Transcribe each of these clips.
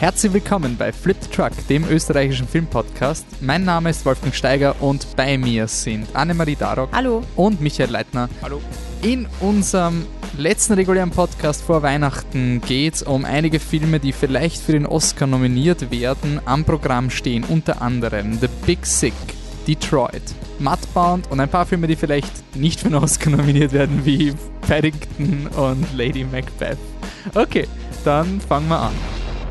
Herzlich willkommen bei Flip the Truck, dem österreichischen Filmpodcast. Mein Name ist Wolfgang Steiger und bei mir sind Annemarie Darock. Hallo. Und Michael Leitner. Hallo. In unserem letzten regulären Podcast vor Weihnachten geht es um einige Filme, die vielleicht für den Oscar nominiert werden. Am Programm stehen unter anderem The Big Sick, Detroit, Mudbound und ein paar Filme, die vielleicht nicht für den Oscar nominiert werden, wie Paddington und Lady Macbeth. Okay, dann fangen wir an.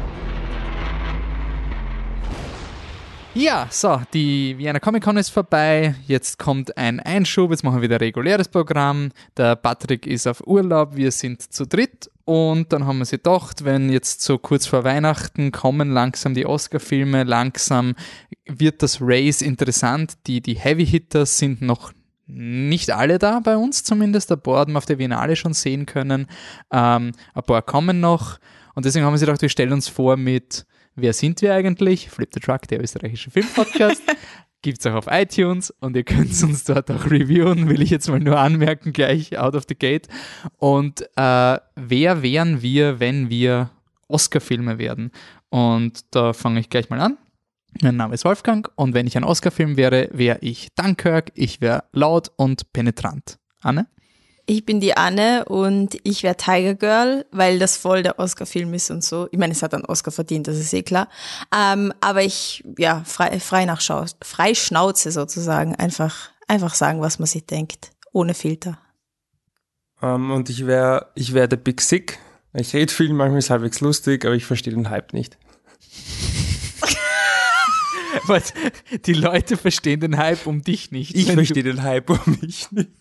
Ja, so, die Vienna Comic Con ist vorbei, jetzt kommt ein Einschub, jetzt machen wir wieder ein reguläres Programm, der Patrick ist auf Urlaub, wir sind zu dritt und dann haben wir sich gedacht, wenn jetzt so kurz vor Weihnachten kommen langsam die Oscar-Filme, langsam wird das Race interessant, die Heavy-Hitters sind noch nicht alle da bei uns zumindest, ein paar haben wir auf der Biennale schon sehen können, ein paar kommen noch und deswegen haben wir sich gedacht, wir stellen uns vor mit Wer sind wir eigentlich? Flip the Truck, der österreichische Filmpodcast. Gibt es auch auf iTunes und ihr könnt uns dort auch reviewen, will ich jetzt mal nur anmerken, gleich out of the gate. Und wer wären wir, wenn wir Oscar-Filme werden? Und da fange ich gleich mal an. Mein Name ist Wolfgang und wenn ich ein Oscar-Film wäre, wäre ich Dunkirk, ich wäre laut und penetrant. Anne? Ich bin die Anne und ich wäre Tiger Girl, weil das voll der Oscar-Film ist und so. Ich meine, es hat einen Oscar verdient, das ist eh klar. Aber ich, ja, frei Schnauze sozusagen, einfach sagen, was man sich denkt, ohne Filter. Und ich wäre der Big Sick. Ich rede viel, manchmal ist es halbwegs lustig, aber ich verstehe den Hype nicht. Was? Die Leute verstehen den Hype um dich nicht. Ich verstehe den Hype um mich nicht.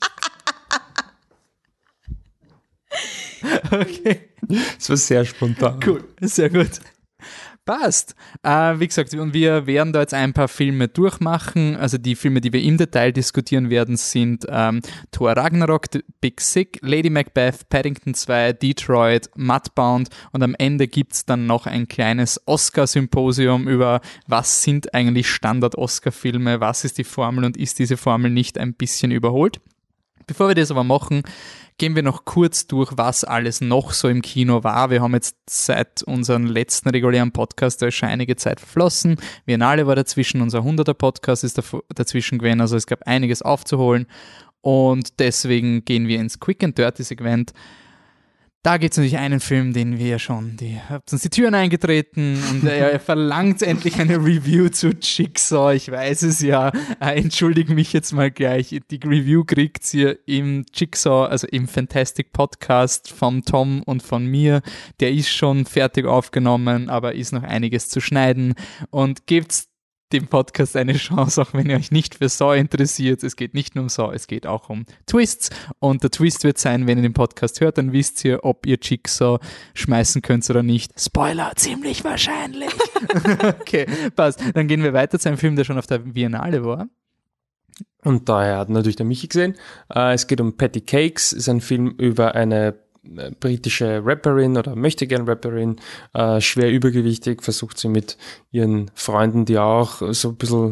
Okay. Das war sehr spontan. Cool, sehr gut. Passt. Wie gesagt, wir werden da jetzt ein paar Filme durchmachen. Also die Filme, die wir im Detail diskutieren werden, sind Thor Ragnarok, The Big Sick, Lady Macbeth, Paddington 2, Detroit, Mudbound und am Ende gibt es dann noch ein kleines Oscar-Symposium über was sind eigentlich Standard-Oscar-Filme, was ist die Formel und ist diese Formel nicht ein bisschen überholt. Bevor wir das aber machen, gehen wir noch kurz durch, was alles noch so im Kino war. Wir haben jetzt seit unserem letzten regulären Podcast, da ist schon einige Zeit verflossen. Biennale war dazwischen, unser 100er Podcast ist dazwischen gewesen, also es gab einiges aufzuholen und deswegen gehen wir ins Quick and Dirty Segment. Da gibt es natürlich einen Film, den wir schon, habt uns die Türen eingetreten und er verlangt endlich eine Review zu Jigsaw. Ich weiß es ja, entschuldige mich jetzt mal gleich. Die Review kriegt ihr im Jigsaw, also im Fantastic Podcast von Tom und von mir. Der ist schon fertig aufgenommen, aber ist noch einiges zu schneiden und gibt's dem Podcast eine Chance, auch wenn ihr euch nicht für Saw interessiert. Es geht nicht nur um Saw, es geht auch um Twists. Und der Twist wird sein, wenn ihr den Podcast hört, dann wisst ihr, ob ihr Jigsaw schmeißen könnt oder nicht. Spoiler, ziemlich wahrscheinlich. Okay, passt. Dann gehen wir weiter zu einem Film, der schon auf der Biennale war. Und daher hat natürlich der Michi gesehen. Es geht um Patty Cakes, ist ein Film über eine britische Rapperin oder möchte gern Rapperin, schwer übergewichtig, versucht sie mit ihren Freunden, die auch so ein bisschen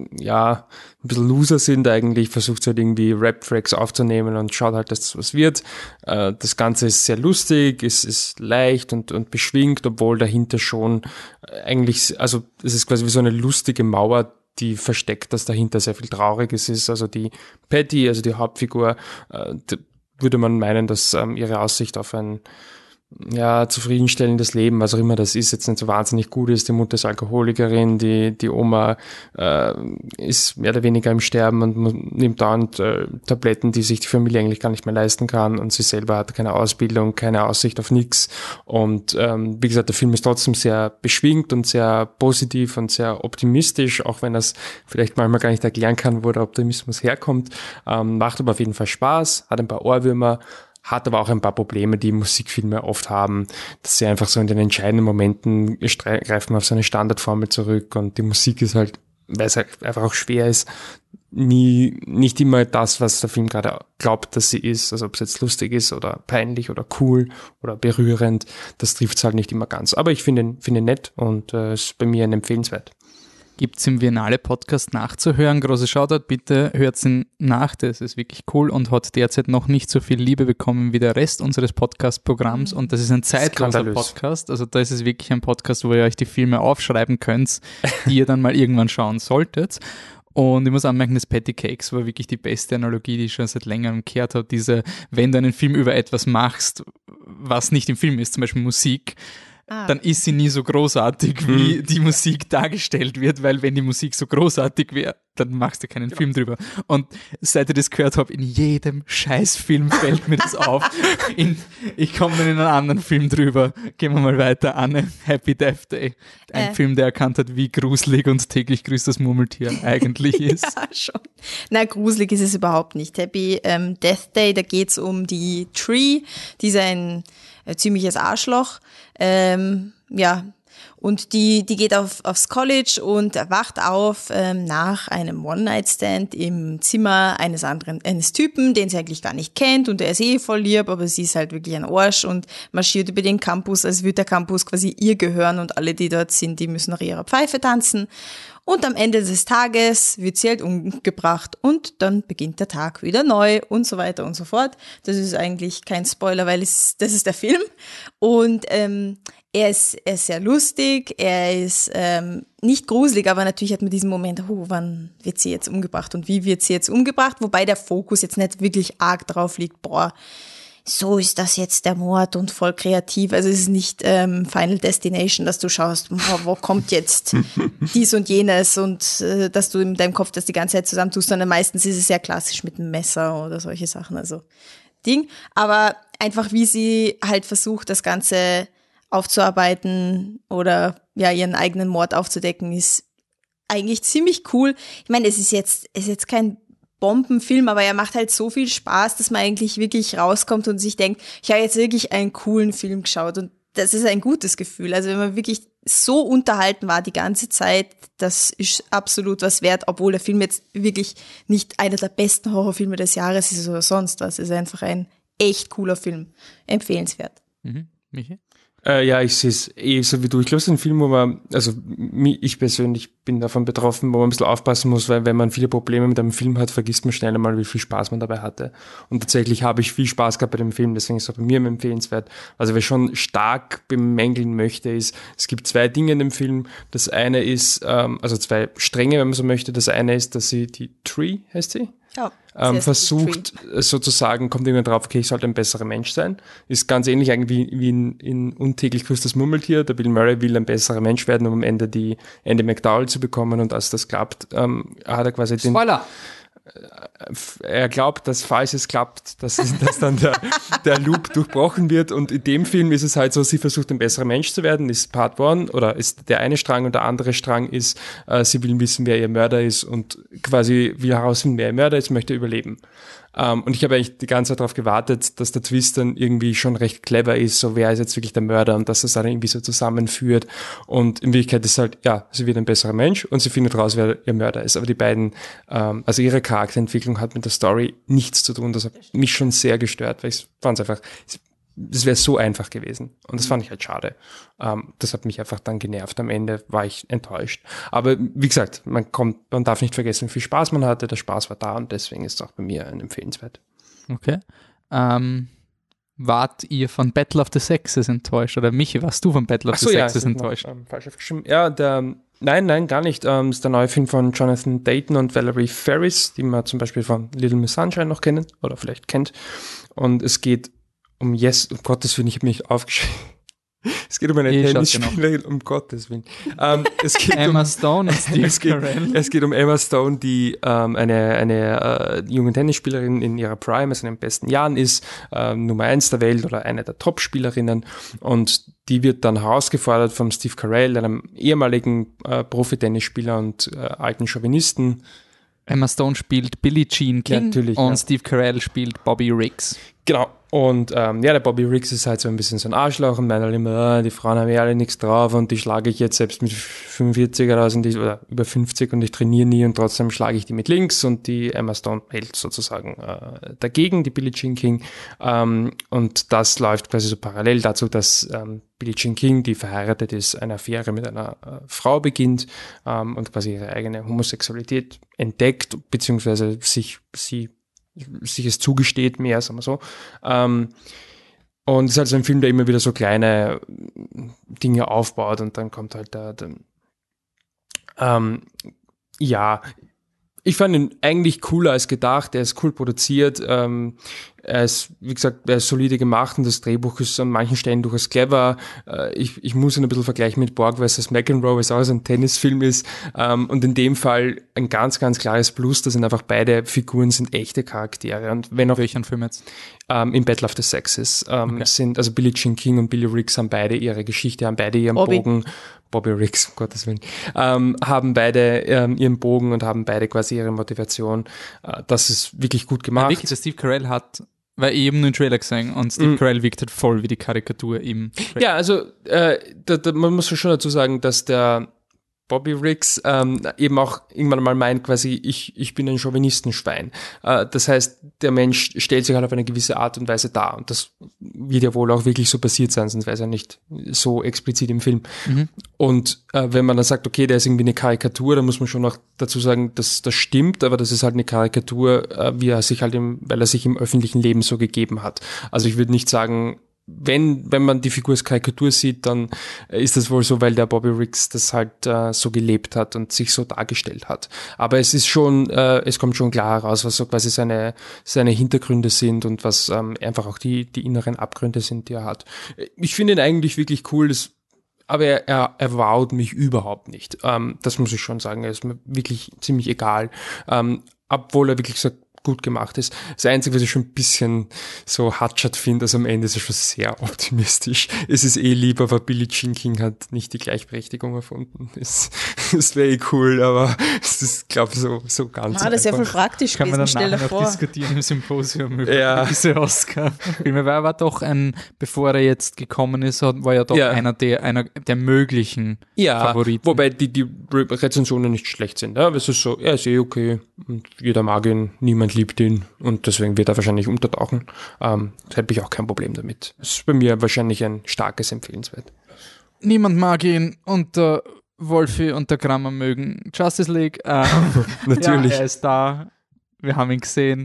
Loser sind eigentlich, versucht sie halt irgendwie Rap-Tracks aufzunehmen und schaut halt, dass das was wird. Das Ganze ist sehr lustig, ist leicht und beschwingt, obwohl dahinter schon eigentlich, also es ist quasi wie so eine lustige Mauer, die versteckt, dass dahinter sehr viel Trauriges ist. Also die Patty, also die Hauptfigur, würde man meinen, dass ihre Aussicht auf ein zufriedenstellendes Leben, was auch immer das ist, jetzt nicht so wahnsinnig gut ist. Die Mutter ist Alkoholikerin, die Oma ist mehr oder weniger im Sterben und nimmt dauernd Tabletten, die sich die Familie eigentlich gar nicht mehr leisten kann und sie selber hat keine Ausbildung, keine Aussicht auf nichts. Und wie gesagt, der Film ist trotzdem sehr beschwingt und sehr positiv und sehr optimistisch, auch wenn er es vielleicht manchmal gar nicht erklären kann, wo der Optimismus herkommt. Macht aber auf jeden Fall Spaß, hat ein paar Ohrwürmer, hat aber auch ein paar Probleme, die Musikfilme oft haben, dass sie einfach so in den entscheidenden Momenten greifen auf so eine Standardformel zurück und die Musik ist halt, weil es halt einfach auch schwer ist, nicht immer das, was der Film gerade glaubt, dass sie ist, also ob es jetzt lustig ist oder peinlich oder cool oder berührend, das trifft es halt nicht immer ganz. Aber ich finde ihn nett und ist bei mir ein empfehlenswert. gibt es im Viennale-Podcast nachzuhören. Große Shoutout, bitte hört ihn nach, das ist wirklich cool und hat derzeit noch nicht so viel Liebe bekommen wie der Rest unseres Podcast-Programms und das ist ein zeitloser Podcast, also da ist es wirklich ein Podcast, wo ihr euch die Filme aufschreiben könnt, die ihr dann mal irgendwann schauen solltet. Und ich muss anmerken, das Patty Cakes war wirklich die beste Analogie, die ich schon seit längerem gehört habe. Wenn du einen Film über etwas machst, was nicht im Film ist, zum Beispiel Musik, dann ist sie nie so großartig, wie die Musik dargestellt wird, weil wenn die Musik so großartig wäre, dann machst du keinen Film drüber. Und seit ich das gehört habe, in jedem Scheißfilm fällt mir das auf. Ich komme dann in einen anderen Film drüber. Gehen wir mal weiter. Anne, Happy Death Day. Ein Film, der erkannt hat, wie gruselig und täglich grüßt das Murmeltier eigentlich ist. Ja, schon. Na, gruselig ist es überhaupt nicht. Happy Death Day, da geht's um die Tree, die ist ein ziemliches Arschloch. Und die geht aufs College und wacht auf nach einem One-Night-Stand im Zimmer eines Typen, den sie eigentlich gar nicht kennt und der ist voll lieb, aber sie ist halt wirklich ein Arsch und marschiert über den Campus, als würde der Campus quasi ihr gehören und alle, die dort sind, die müssen nach ihrer Pfeife tanzen. Und am Ende des Tages wird sie halt umgebracht und dann beginnt der Tag wieder neu und so weiter und so fort. Das ist eigentlich kein Spoiler, weil das ist der Film. Und er ist sehr lustig, er ist nicht gruselig, aber natürlich hat man diesen Moment, wann wird sie jetzt umgebracht und wie wird sie jetzt umgebracht, wobei der Fokus jetzt nicht wirklich arg drauf liegt, so ist das jetzt der Mord und voll kreativ. Also es ist nicht Final Destination, dass du schaust, wo kommt jetzt dies und jenes und dass du in deinem Kopf das die ganze Zeit zusammentust, sondern meistens ist es sehr klassisch mit einem Messer oder solche Sachen, also Ding. Aber einfach wie sie halt versucht, das Ganze aufzuarbeiten oder ihren eigenen Mord aufzudecken, ist eigentlich ziemlich cool. Ich meine, es ist jetzt kein Bombenfilm, aber er macht halt so viel Spaß, dass man eigentlich wirklich rauskommt und sich denkt, ich habe jetzt wirklich einen coolen Film geschaut und das ist ein gutes Gefühl. Also wenn man wirklich so unterhalten war die ganze Zeit, das ist absolut was wert, obwohl der Film jetzt wirklich nicht einer der besten Horrorfilme des Jahres ist oder sonst was. Es ist einfach ein echt cooler Film. Empfehlenswert. Michi? Ich sehe es so wie du. Ich glaube, es ist ein Film, ich persönlich bin davon betroffen, wo man ein bisschen aufpassen muss, weil wenn man viele Probleme mit einem Film hat, vergisst man schnell einmal, wie viel Spaß man dabei hatte. Und tatsächlich habe ich viel Spaß gehabt bei dem Film, deswegen ist es auch bei mir empfehlenswert. Also, wer schon stark bemängeln möchte, ist, es gibt zwei Dinge in dem Film. Das eine ist, also zwei Stränge, wenn man so möchte. Das eine ist, dass sie die Tree, heißt sie? Ja. Versucht sozusagen, kommt irgendwann drauf, okay, ich sollte ein besserer Mensch sein. Ist ganz ähnlich eigentlich wie in Untäglich grüßt das Murmeltier. Der Bill Murray will ein besserer Mensch werden, um am Ende die Andy McDowell zu bekommen und als das klappt, hat er quasi Spoiler! Er glaubt, dass falls es klappt, dass dann der Loop durchbrochen wird und in dem Film ist es halt so, sie versucht ein besserer Mensch zu werden, ist Part 1 oder ist der eine Strang und der andere Strang ist, sie will wissen, wer ihr Mörder ist und quasi will herausfinden, wer ihr Mörder ist, möchte überleben. Und ich habe eigentlich die ganze Zeit darauf gewartet, dass der Twist dann irgendwie schon recht clever ist, so wer ist jetzt wirklich der Mörder und dass es dann irgendwie so zusammenführt. Und in Wirklichkeit ist halt, sie wird ein besserer Mensch und sie findet raus, wer ihr Mörder ist. Aber die beiden, also ihre Charakterentwicklung hat mit der Story nichts zu tun. Das hat mich schon sehr gestört, weil ich fand es einfach, das wäre so einfach gewesen. Und das fand ich halt schade. Das hat mich einfach dann genervt. Am Ende war ich enttäuscht. Aber wie gesagt, man darf nicht vergessen, wie viel Spaß man hatte. Der Spaß war da und deswegen ist es auch bei mir ein empfehlenswert. Okay. Wart ihr von Battle of the Sexes enttäuscht? Oder Michi, warst du von Battle of the Sexes enttäuscht? Falsch aufgeschrieben. Ja, Nein, gar nicht. Das ist der neue Film von Jonathan Dayton und Valerie Ferris, die man zum Beispiel von Little Miss Sunshine noch kennen oder vielleicht kennt. Und es geht um Gottes Willen, ich habe mich aufgeschrieben. Es geht um eine Tennisspielerin, um Gottes Willen. Es geht Emma Stone und Steve Carell. Es geht um Emma Stone, die eine junge Tennisspielerin in ihrer Prime, also in den besten Jahren ist, Nummer 1 der Welt oder eine der Top-Spielerinnen und die wird dann herausgefordert vom Steve Carell, einem ehemaligen Profi-Tennisspieler und alten Chauvinisten. Emma Stone spielt Billie Jean King und Steve Carell spielt Bobby Riggs. Genau. Und der Bobby Riggs ist halt so ein bisschen so ein Arschloch und meint halt immer, die Frauen haben ja alle nichts drauf und die schlage ich jetzt selbst mit 45 oder über 50 und ich trainiere nie und trotzdem schlage ich die mit links und die Emma Stone hält sozusagen dagegen, die Billie Jean King. Und das läuft quasi so parallel dazu, dass Billie Jean King, die verheiratet ist, eine Affäre mit einer Frau beginnt und quasi ihre eigene Homosexualität entdeckt, beziehungsweise sich es zugesteht, mehr, sagen wir so. Und es ist halt so ein Film, der immer wieder so kleine Dinge aufbaut und dann kommt halt ich fand ihn eigentlich cooler als gedacht, er ist cool produziert, er ist, wie gesagt, er ist solide gemacht und das Drehbuch ist an manchen Stellen durchaus clever. Ich muss ihn ein bisschen vergleichen mit Borg vs. McEnroe, weil es auch so ein Tennisfilm ist. Und in dem Fall ein ganz, ganz klares Plus, das sind einfach beide Figuren sind echte Charaktere. Und wenn auch Welchen Film jetzt? Im Battle of the Sexes sind, also Billie Jean King und Billy Riggs haben beide ihre Geschichte, haben beide ihren Bogen. Bobby Riggs, um Gottes Willen, haben beide ihren Bogen und haben beide quasi ihre Motivation. Das ist wirklich gut gemacht. Wirklich, der Steve Carell hat, weil ich eben nur den Trailer gesehen und Steve Carell wirkt halt voll wie die Karikatur im Trailer. Ja, also man muss schon dazu sagen, dass der Bobby Riggs eben auch irgendwann mal meint quasi, ich bin ein Chauvinistenschwein. Das heißt, der Mensch stellt sich halt auf eine gewisse Art und Weise dar. Und das wird ja wohl auch wirklich so passiert sein, sonst wäre es ja nicht so explizit im Film. Und wenn man dann sagt, okay, der ist irgendwie eine Karikatur, dann muss man schon noch dazu sagen, dass das stimmt, aber das ist halt eine Karikatur, wie er sich halt weil er sich im öffentlichen Leben so gegeben hat. Also ich würde nicht sagen, wenn man die Figur als Karikatur sieht, dann ist das wohl so, weil der Bobby Riggs das halt so gelebt hat und sich so dargestellt hat. Aber es ist schon, es kommt schon klar heraus, was so quasi seine Hintergründe sind und was einfach auch die inneren Abgründe sind, die er hat. Ich finde ihn eigentlich wirklich cool, aber er wowt mich überhaupt nicht. Das muss ich schon sagen, er ist mir wirklich ziemlich egal. Obwohl er wirklich so gut gemacht ist. Das Einzige, was ich schon ein bisschen so hatschert finde, also am Ende ist er schon sehr optimistisch. Es ist lieb, aber Billie Jean King hat nicht die Gleichberechtigung erfunden. Das wäre cool, aber es ist, glaube ich, so ganz das ist ja voll praktisch gewesen, gewesen, stell dir noch vor. diskutieren im Symposium über diese Oscar-Filme, weil er war doch bevor er jetzt gekommen ist, war ja doch einer der möglichen Favoriten. Wobei die Rezensionen nicht schlecht sind. Ja, es ist so, er ist okay und jeder mag ihn, niemand liebt ihn und deswegen wird er wahrscheinlich untertauchen. Da hätte ich auch kein Problem damit. Das ist bei mir wahrscheinlich ein starkes Empfehlenswert. Niemand mag ihn und der Wolfi und der Grammer mögen Justice League. Natürlich. Ja, er ist da. Wir haben ihn gesehen.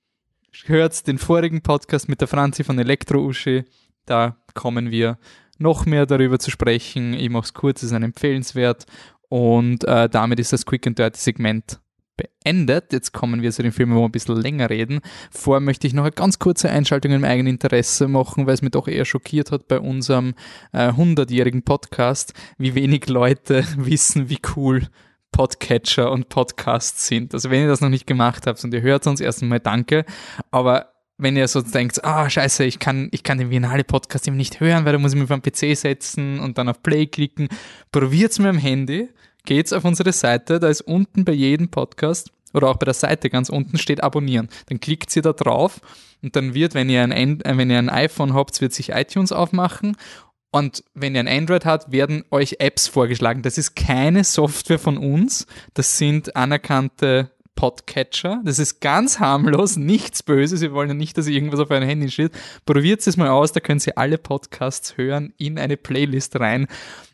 Hört den vorigen Podcast mit der Franzi von Elektro-Uschi. Da kommen wir noch mehr darüber zu sprechen. Ich mache es kurz, es ist ein empfehlenswert. Und damit ist das Quick and Dirty Segment beendet. Jetzt kommen wir zu den Filmen, wo wir ein bisschen länger reden. Vorher möchte ich noch eine ganz kurze Einschaltung im eigenen Interesse machen, weil es mich doch eher schockiert hat bei unserem 100-jährigen Podcast, wie wenig Leute wissen, wie cool Podcatcher und Podcasts sind. Also wenn ihr das noch nicht gemacht habt und ihr hört uns, erst einmal danke, aber wenn ihr so denkt, scheiße, ich kann den Viennale-Podcast eben nicht hören, weil da muss ich mich auf den PC setzen und dann auf Play klicken, probiert's mir am Handy, geht's auf unsere Seite, da ist unten bei jedem Podcast oder auch bei der Seite ganz unten steht Abonnieren. Dann klickt ihr da drauf und dann wird, wenn ihr ein iPhone habt, wird sich iTunes aufmachen und wenn ihr ein Android habt, werden euch Apps vorgeschlagen. Das ist keine Software von uns, das sind anerkannte Podcatcher. Das ist ganz harmlos, nichts Böses. Wir wollen ja nicht, dass irgendwas auf eurem Handy steht. Probiert es mal aus, da könnt ihr alle Podcasts hören, in eine Playlist rein.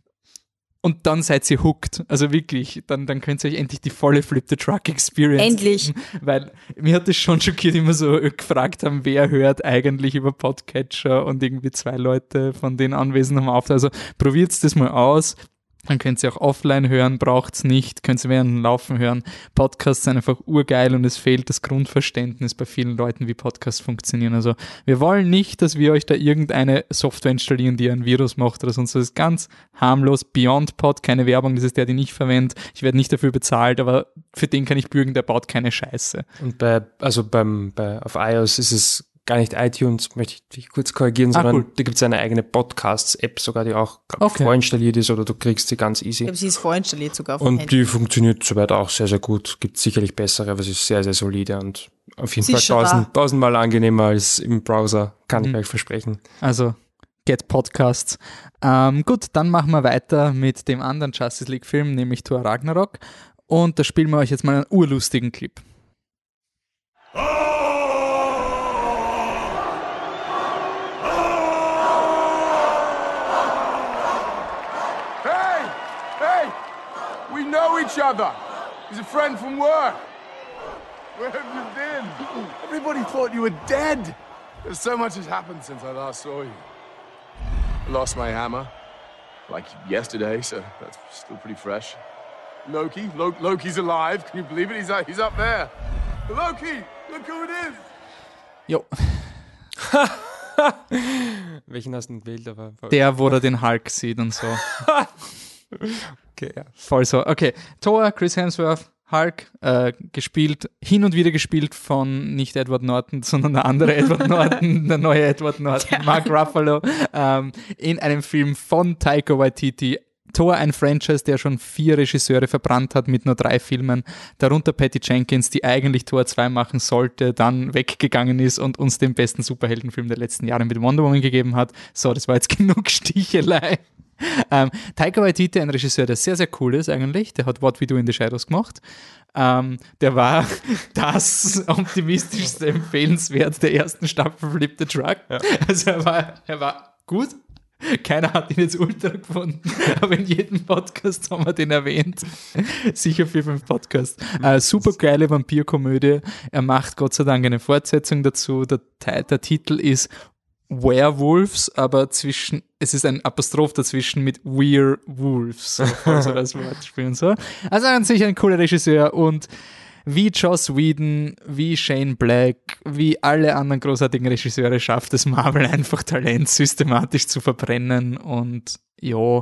Und dann seid ihr hooked. Also wirklich, dann könnt ihr euch endlich die volle Flip the Truck Experience. Endlich. Weil mir hat das schon schockiert, immer so gefragt haben, wer hört eigentlich über Podcatcher und irgendwie 2 Leute von den Anwesenden haben auf. Also probiert das mal aus. Dann könnt ihr auch offline hören, braucht's nicht, könnt ihr während dem Laufen hören. Podcasts sind einfach urgeil und es fehlt das Grundverständnis bei vielen Leuten, wie Podcasts funktionieren. Also wir wollen nicht, dass wir euch da irgendeine Software installieren, die ein Virus macht oder sonst. Das ist ganz harmlos. BeyondPod, keine Werbung, das ist der, den ich verwende. Ich werde nicht dafür bezahlt, aber für den kann ich bürgen, der baut keine Scheiße. Und auf iOS ist es gar nicht iTunes, möchte ich dich kurz korrigieren, sondern cool. da gibt es eine eigene Podcasts-App sogar, die auch Okay. vorinstalliert ist oder du kriegst sie ganz Ich easy. glaube, sie ist vorinstalliert sogar auf dem Und Handy. die funktioniert soweit auch sehr, sehr gut. Gibt sicherlich bessere, aber sie ist sehr, sehr solide und auf jeden Sie Fall ist schon da. tausendmal angenehmer als im Browser, kann ich euch versprechen. Also Get Podcasts. Gut, dann machen wir weiter mit dem anderen Justice League Film, nämlich Thor Ragnarok. Und da spielen wir euch jetzt mal einen urlustigen Clip. Hey! We know each other. He's a friend from work. Where have you been? Everybody thought you were dead. There's so much has happened since I last saw you. I lost my hammer, like yesterday, so that's still pretty fresh. Loki's alive. Can you believe it? He's up there. Loki, look who it is. Jo, Welchen hast du denn gewählt? Aber der, wo er den Hulk sieht und so. okay, ja. Voll so. Okay, Thor, Chris Hemsworth, Hulk, hin und wieder gespielt von nicht Edward Norton, sondern der andere Edward Norton, der neue Edward Norton, Mark Ruffalo, in einem Film von Taika Waititi. Thor, ein Franchise, der schon 4 Regisseure verbrannt hat mit nur 3 Filmen, darunter Patty Jenkins, die eigentlich Thor 2 machen sollte, dann weggegangen ist und uns den besten Superheldenfilm der letzten Jahre mit Wonder Woman gegeben hat. So, das war jetzt genug Stichelei. Taika Waititi, ein Regisseur, der sehr, sehr cool ist eigentlich. Der hat What We Do in the Shadows gemacht. Der war das optimistischste Empfehlenswert der ersten Staffel Flip the Truck. Ja. Also er war gut. Keiner hat ihn jetzt ultra gefunden, aber in jedem Podcast haben wir den erwähnt. Sicher 4-5 Podcasts. Super geile Vampirkomödie. Er macht Gott sei Dank eine Fortsetzung dazu. Der Titel ist Werewolves, aber es ist ein Apostroph dazwischen mit Werewolves. Also das Wortspiel und so. Also an sich ein cooler Regisseur und wie Joss Whedon, wie Shane Black, wie alle anderen großartigen Regisseure schafft es Marvel einfach Talent systematisch zu verbrennen und ja.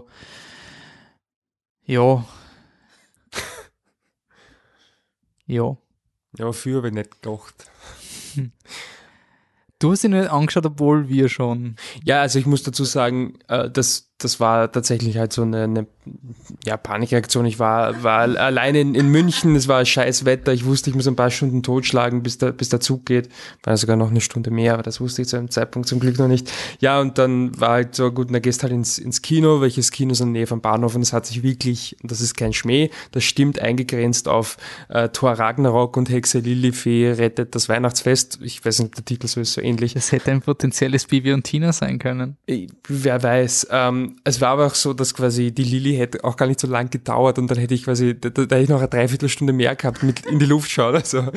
Ja, für wenn nicht gelacht. Du hast ihn nicht angeschaut, obwohl wir schon. Ja, also ich muss dazu sagen, das war tatsächlich halt so eine Panikreaktion. Ich war alleine in München, es war scheiß Wetter, ich wusste, ich muss ein paar Stunden totschlagen, bis der Zug geht. War sogar noch eine Stunde mehr, aber das wusste ich zu einem Zeitpunkt zum Glück noch nicht. Ja, und dann war halt so, gut, dann gehst halt ins Kino, welches Kino ist in der Nähe vom Bahnhof, und es hat sich wirklich, und das ist kein Schmäh, das stimmt, eingegrenzt auf Thor Ragnarok und Hexe Lilifee rettet das Weihnachtsfest. Ich weiß nicht, ob der Titel so ist, so ähnlich. Das hätte ein potenzielles Bibi und Tina sein können. Wer weiß. Es war aber auch so, dass quasi die Lilly hätte auch gar nicht so lang gedauert und dann hätte ich quasi, da hätte ich noch eine Dreiviertelstunde mehr gehabt mit in die Luft schauen. Also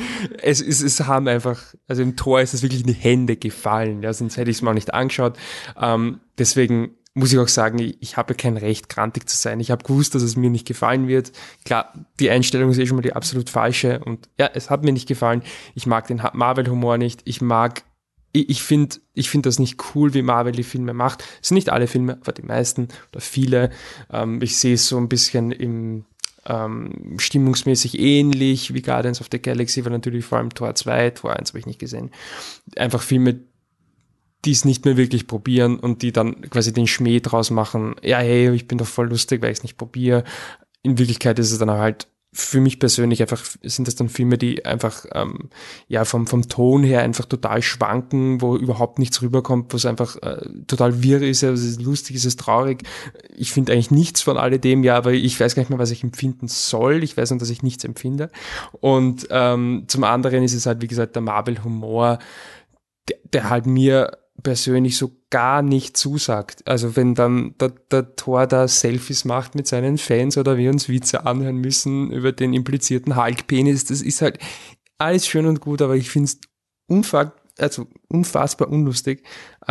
es haben einfach, also im Tor ist es wirklich in die Hände gefallen, ja, sonst hätte ich es mir auch nicht angeschaut. Deswegen muss ich auch sagen, ich habe kein Recht, grantig zu sein. Ich habe gewusst, dass es mir nicht gefallen wird. Klar, die Einstellung ist schon mal die absolut falsche und ja, es hat mir nicht gefallen. Ich mag den Marvel-Humor nicht. Ich finde das nicht cool, wie Marvel die Filme macht. Es sind nicht alle Filme, aber die meisten oder viele. Ich sehe es so ein bisschen stimmungsmäßig ähnlich wie Guardians of the Galaxy, weil natürlich vor allem Tor 2, Tor 1 habe ich nicht gesehen. Einfach Filme, die es nicht mehr wirklich probieren und die dann quasi den Schmäh draus machen. Ja, hey, ich bin doch voll lustig, weil ich es nicht probiere. In Wirklichkeit ist es dann halt für mich persönlich einfach, sind das dann Filme, die einfach vom Ton her einfach total schwanken, wo überhaupt nichts rüberkommt, wo es einfach total wirr ist, also es ist lustig, es ist traurig. Ich finde eigentlich nichts von alledem, ja, aber ich weiß gar nicht mehr, was ich empfinden soll. Ich weiß nur, dass ich nichts empfinde. Und zum anderen ist es halt, wie gesagt, der Marvel-Humor, der halt mir persönlich so gar nicht zusagt. Also wenn dann der Thor da Selfies macht mit seinen Fans oder wir uns Witze anhören müssen über den implizierten Hulk-Penis, das ist halt alles schön und gut, aber ich finde es unfassbar unlustig.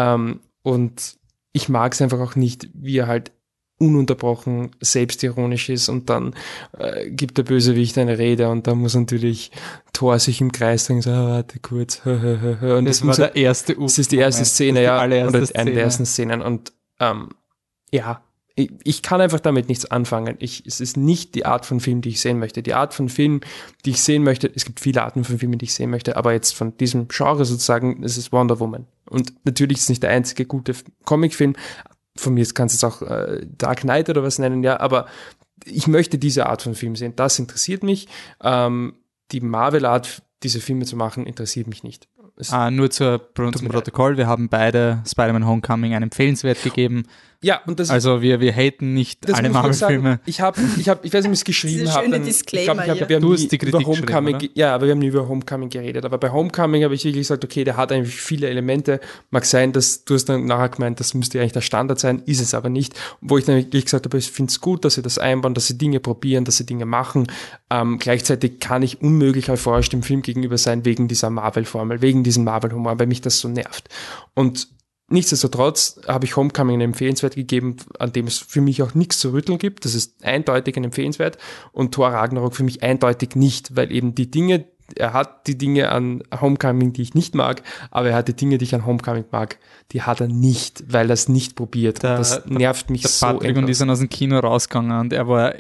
Und ich mag es einfach auch nicht, wie er halt ununterbrochen selbstironisch ist und dann gibt der Bösewicht eine Rede und da muss natürlich Thor sich im Kreis sagen, so, warte kurz. Und das war der erste Das ist die erste Szene, ja, oder eine der ersten Szenen und Ich kann einfach damit nichts anfangen. Es ist nicht die Art von Film, die ich sehen möchte. Die Art von Film, die ich sehen möchte, es gibt viele Arten von Filmen, die ich sehen möchte, aber jetzt von diesem Genre sozusagen, es ist Wonder Woman. Und natürlich ist es nicht der einzige gute Comicfilm. Von mir kannst du es auch Dark Knight oder was nennen, ja, aber ich möchte diese Art von Film sehen. Das interessiert mich. Die Marvel-Art, diese Filme zu machen, interessiert mich nicht. Nur zum Protokoll, wir haben beide Spider-Man Homecoming einen Empfehlenswert gegeben. Ja, und das also wir haten nicht alle Marvel-Filme. Ich weiß nicht, ob ich es geschrieben habe. Du hast die Kritik Homecoming, ja, aber wir haben nie über Homecoming geredet. Aber bei Homecoming habe ich wirklich gesagt, okay, der hat eigentlich viele Elemente. Mag sein, dass du hast dann nachher gemeint, das müsste eigentlich der Standard sein, ist es aber nicht. Wo ich dann wirklich gesagt habe, ich finde es gut, dass sie das einbauen, dass sie Dinge probieren, dass sie Dinge machen. Gleichzeitig kann ich unmöglich euphorisch dem Film gegenüber sein wegen dieser Marvel-Formel, wegen diesem Marvel-Humor, weil mich das so nervt. Und nichtsdestotrotz habe ich Homecoming einen Empfehlenswert gegeben, an dem es für mich auch nichts zu rütteln gibt. Das ist eindeutig ein Empfehlenswert. Und Thor Ragnarok für mich eindeutig nicht, weil eben er hat die Dinge an Homecoming, die ich nicht mag, aber er hat die Dinge, die ich an Homecoming mag, die hat er nicht, weil er es nicht probiert. Das nervt mich so. Patrick und die sind aus dem Kino rausgegangen und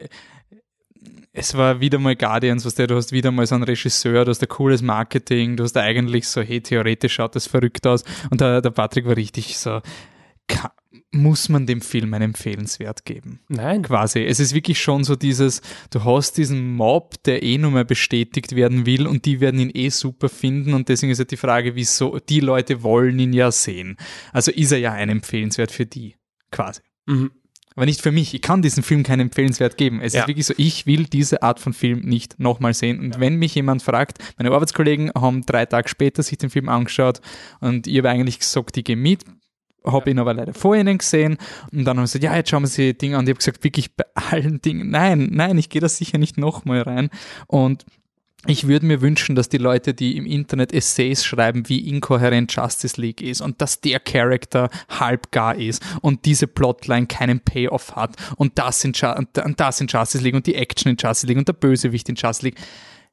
es war wieder mal Guardians, du hast wieder mal so einen Regisseur, du hast ein cooles Marketing, du hast eigentlich so, hey, theoretisch schaut das verrückt aus. Und der Patrick war richtig so, muss man dem Film einen Empfehlenswert geben? Nein. Quasi. Es ist wirklich schon so dieses, du hast diesen Mob, der nur mehr bestätigt werden will und die werden ihn super finden und deswegen ist halt die Frage, wieso, die Leute wollen ihn ja sehen. Also ist er ja ein Empfehlenswert für die, quasi. Mhm. Aber nicht für mich. Ich kann diesen Film keinen Empfehlenswert geben. Es ist wirklich so, ich will diese Art von Film nicht nochmal sehen. Und wenn mich jemand fragt, meine Arbeitskollegen haben 3 Tage später sich den Film angeschaut und ich habe eigentlich gesagt, ich gehe mit, habe ihn aber leider vor ihnen gesehen und dann haben sie gesagt, ja, jetzt schauen wir sich die Dinge an. Und ich habe gesagt, wirklich bei allen Dingen, nein, ich gehe da sicher nicht nochmal rein. Und ich würde mir wünschen, dass die Leute, die im Internet Essays schreiben, wie inkohärent Justice League ist und dass der Charakter halbgar ist und diese Plotline keinen Payoff hat und das in Justice League und die Action in Justice League und der Bösewicht in Justice League.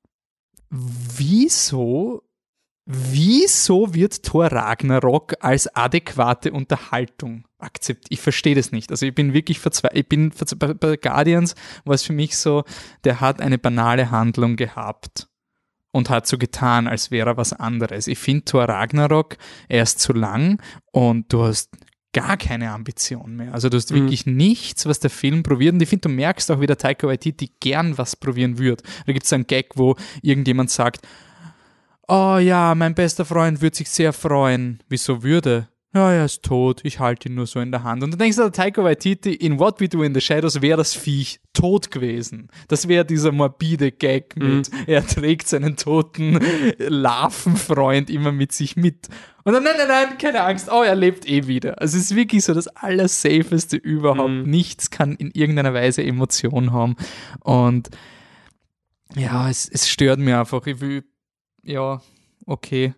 Wieso wird Thor Ragnarok als adäquate Unterhaltung akzeptiert? Ich verstehe das nicht. Also ich bin wirklich bei Guardians war es für mich so, der hat eine banale Handlung gehabt und hat so getan, als wäre er was anderes. Ich finde Thor Ragnarok, er ist zu lang und du hast gar keine Ambition mehr. Also du hast wirklich nichts, was der Film probiert. Und ich finde, du merkst auch, wie der Taika Waititi gern was probieren würde. Da gibt es einen Gag, wo irgendjemand sagt, oh ja, mein bester Freund würde sich sehr freuen. Wieso würde? Ja, er ist tot, ich halte ihn nur so in der Hand. Und dann denkst du, der Taika Waititi, in What We Do in the Shadows wäre das Viech tot gewesen. Das wäre dieser morbide Gag mit, er trägt seinen toten Larvenfreund immer mit sich mit. Und dann, nein, keine Angst, oh, er lebt eh wieder. Also es ist wirklich so das Allersafeste überhaupt. Nichts kann in irgendeiner Weise Emotion haben. Und ja, es stört mir einfach. Ich will, ja, okay.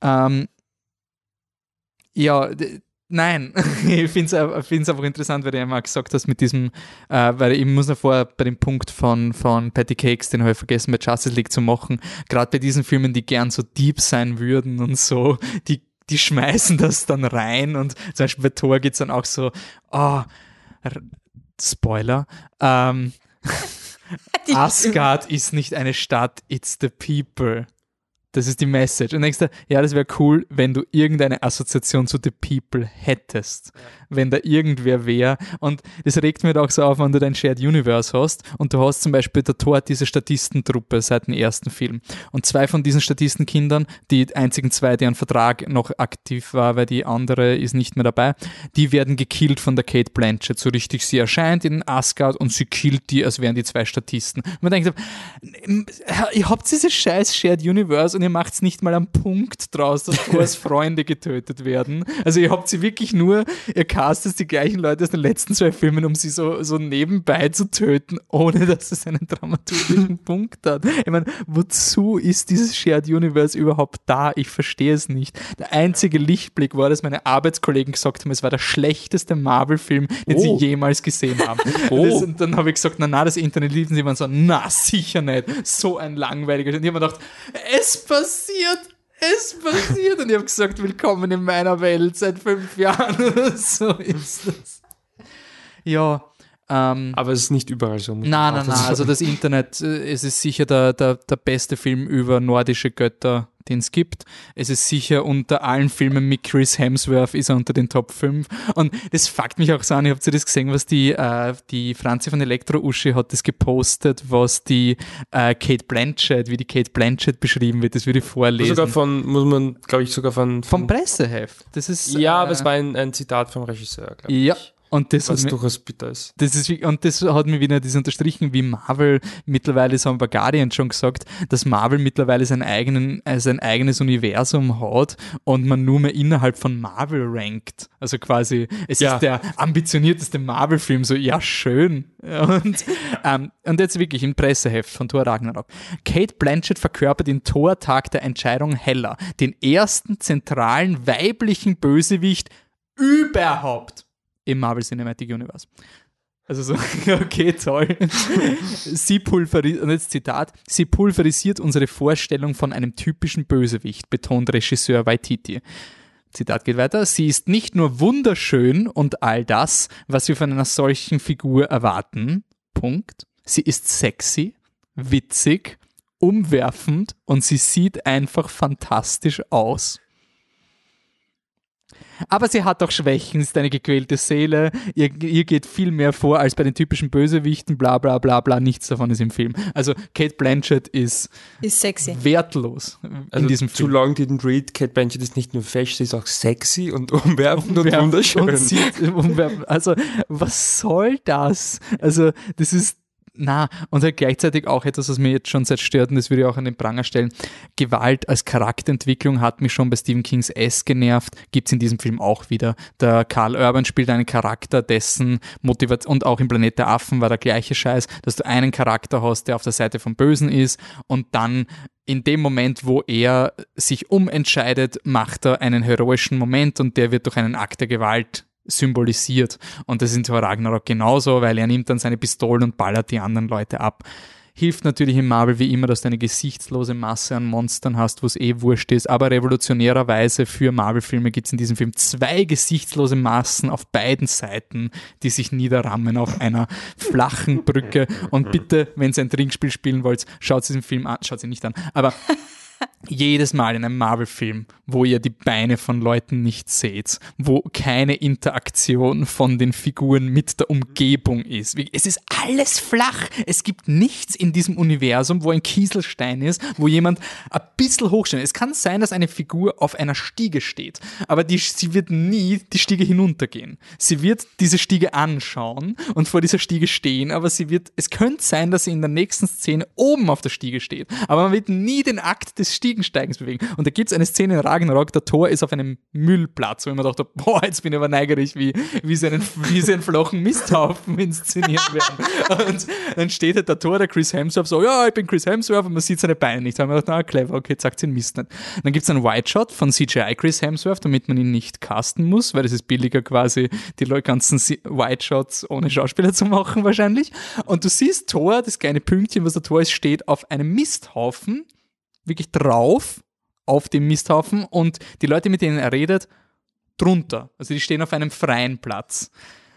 Nein, ich finde es einfach interessant, weil du ja mal gesagt hast mit diesem, weil ich muss noch vorher bei dem Punkt von Patty Cakes, den habe ich vergessen, bei Justice League zu machen, gerade bei diesen Filmen, die gern so deep sein würden und so, die schmeißen das dann rein und zum Beispiel bei Thor geht es dann auch so, Spoiler, Asgard ist nicht eine Stadt, it's the people. Das ist die Message. Und denkst du, ja, das wäre cool, wenn du irgendeine Assoziation zu The People hättest. Ja. Wenn da irgendwer wäre. Und das regt mir auch so auf, wenn du dein Shared Universe hast und du hast zum Beispiel der Thor diese Statistentruppe seit dem ersten Film. Und 2 von diesen Statistenkindern, die einzigen 2, deren Vertrag noch aktiv war, weil die andere ist nicht mehr dabei, die werden gekillt von der Cate Blanchett. So richtig, sie erscheint in Asgard und sie killt die, als wären die 2 Statisten. Und man denkt, ihr habt dieses scheiß Shared Universe und ihr macht es nicht mal am Punkt draus, dass Thors Freunde getötet werden. Also ihr habt sie wirklich nur, ihr castet die gleichen Leute aus den letzten 2 Filmen, um sie so nebenbei zu töten, ohne dass es einen dramaturgischen Punkt hat. Ich meine, wozu ist dieses Shared Universe überhaupt da? Ich verstehe es nicht. Der einzige Lichtblick war, dass meine Arbeitskollegen gesagt haben, es war der schlechteste Marvel-Film, den sie jemals gesehen haben. Und dann habe ich gesagt, na, das Internet liefen sie, waren so, na, sicher nicht. So ein langweiliger. Und ich habe mir gedacht, es passiert. Und ich habe gesagt, willkommen in meiner Welt seit 5 Jahren. So ist das. Ja, Aber es ist nicht überall so. Nein, also das Internet, es ist sicher der beste Film über nordische Götter, den es gibt. Es ist sicher unter allen Filmen mit Chris Hemsworth ist er unter den Top 5. Und das fuckt mich auch so an. Habt ihr das gesehen, was die Franzi von Elektro-Uschi hat das gepostet, was die Cate Blanchett beschrieben wird. Das würde ich vorlesen. Vom Presseheft. Das ist, ja, aber es war ein Zitat vom Regisseur, glaube ich. Ja. Und das was durchaus bitter ist. Das hat mir wieder das unterstrichen, wie Marvel mittlerweile, das haben wir Guardian schon gesagt, dass Marvel mittlerweile sein eigenes Universum hat und man nur mehr innerhalb von Marvel rankt. Also quasi, es ist der ambitionierteste Marvel-Film, so, ja, schön. Und jetzt wirklich im Presseheft von Thor Ragnarok. Cate Blanchett verkörpert in Thor Tag der Entscheidung Hela, den ersten zentralen weiblichen Bösewicht überhaupt im Marvel Cinematic Universe. Also so, okay, toll. Sie pulverisiert unsere Vorstellung von einem typischen Bösewicht, betont Regisseur Waititi. Zitat geht weiter. Sie ist nicht nur wunderschön und all das, was wir von einer solchen Figur erwarten. Punkt. Sie ist sexy, witzig, umwerfend und sie sieht einfach fantastisch aus. Aber sie hat auch Schwächen, ist eine gequälte Seele, ihr geht viel mehr vor als bei den typischen Bösewichten, bla bla bla bla, nichts davon ist im Film. Also Cate Blanchett ist sexy. Wertlos in diesem Film. Too long didn't read, Cate Blanchett ist nicht nur fesch, sie ist auch sexy und umwerfend und wunderschön. Also was soll das? Also das ist und halt gleichzeitig auch etwas, was mir jetzt schon seit stört, und das würde ich auch an den Pranger stellen. Gewalt als Charakterentwicklung hat mich schon bei Stephen Kings S genervt, gibt es in diesem Film auch wieder. Der Karl Urban spielt einen Charakter, dessen Motivation, und auch im Planet der Affen war der gleiche Scheiß, dass du einen Charakter hast, der auf der Seite vom Bösen ist und dann in dem Moment, wo er sich umentscheidet, macht er einen heroischen Moment und der wird durch einen Akt der Gewalt symbolisiert. Und das ist in Thor Ragnarok genauso, weil er nimmt dann seine Pistolen und ballert die anderen Leute ab. Hilft natürlich in Marvel wie immer, dass du eine gesichtslose Masse an Monstern hast, wo es wurscht ist, aber revolutionärerweise für Marvel-Filme gibt es in diesem Film 2 gesichtslose Massen auf beiden Seiten, die sich niederrammen auf einer flachen Brücke. Und bitte, wenn ihr ein Trinkspiel spielen wollt, schaut diesen Film an, schaut sie nicht an, aber jedes Mal in einem Marvel-Film, wo ihr die Beine von Leuten nicht seht, wo keine Interaktion von den Figuren mit der Umgebung ist. Es ist alles flach. Es gibt nichts in diesem Universum, wo ein Kieselstein ist, wo jemand ein bisschen hochsteht. Es kann sein, dass eine Figur auf einer Stiege steht, aber sie wird nie die Stiege hinuntergehen. Sie wird diese Stiege anschauen und vor dieser Stiege stehen, aber es könnte sein, dass sie in der nächsten Szene oben auf der Stiege steht, aber man wird nie den Akt des Stiegensteigens bewegen. Und da gibt es eine Szene in Ragnarok, der Thor ist auf einem Müllplatz, wo ich mir dachte, jetzt bin ich aber neugierig, wie sie einen flachen Misthaufen inszenieren werden. Und dann steht halt der Thor, der Chris Hemsworth, so, ja, ich bin Chris Hemsworth, und man sieht seine Beine nicht. Da haben wir gedacht, clever, okay, sagt sie den Mist nicht. Dann gibt es einen White Shot von CGI Chris Hemsworth, damit man ihn nicht casten muss, weil es ist billiger quasi, die ganzen White Shots ohne Schauspieler zu machen wahrscheinlich. Und du siehst Thor, das kleine Pünktchen, was der Thor ist, steht auf einem Misthaufen, wirklich drauf, auf dem Misthaufen, und die Leute, mit denen er redet, drunter. Also die stehen auf einem freien Platz.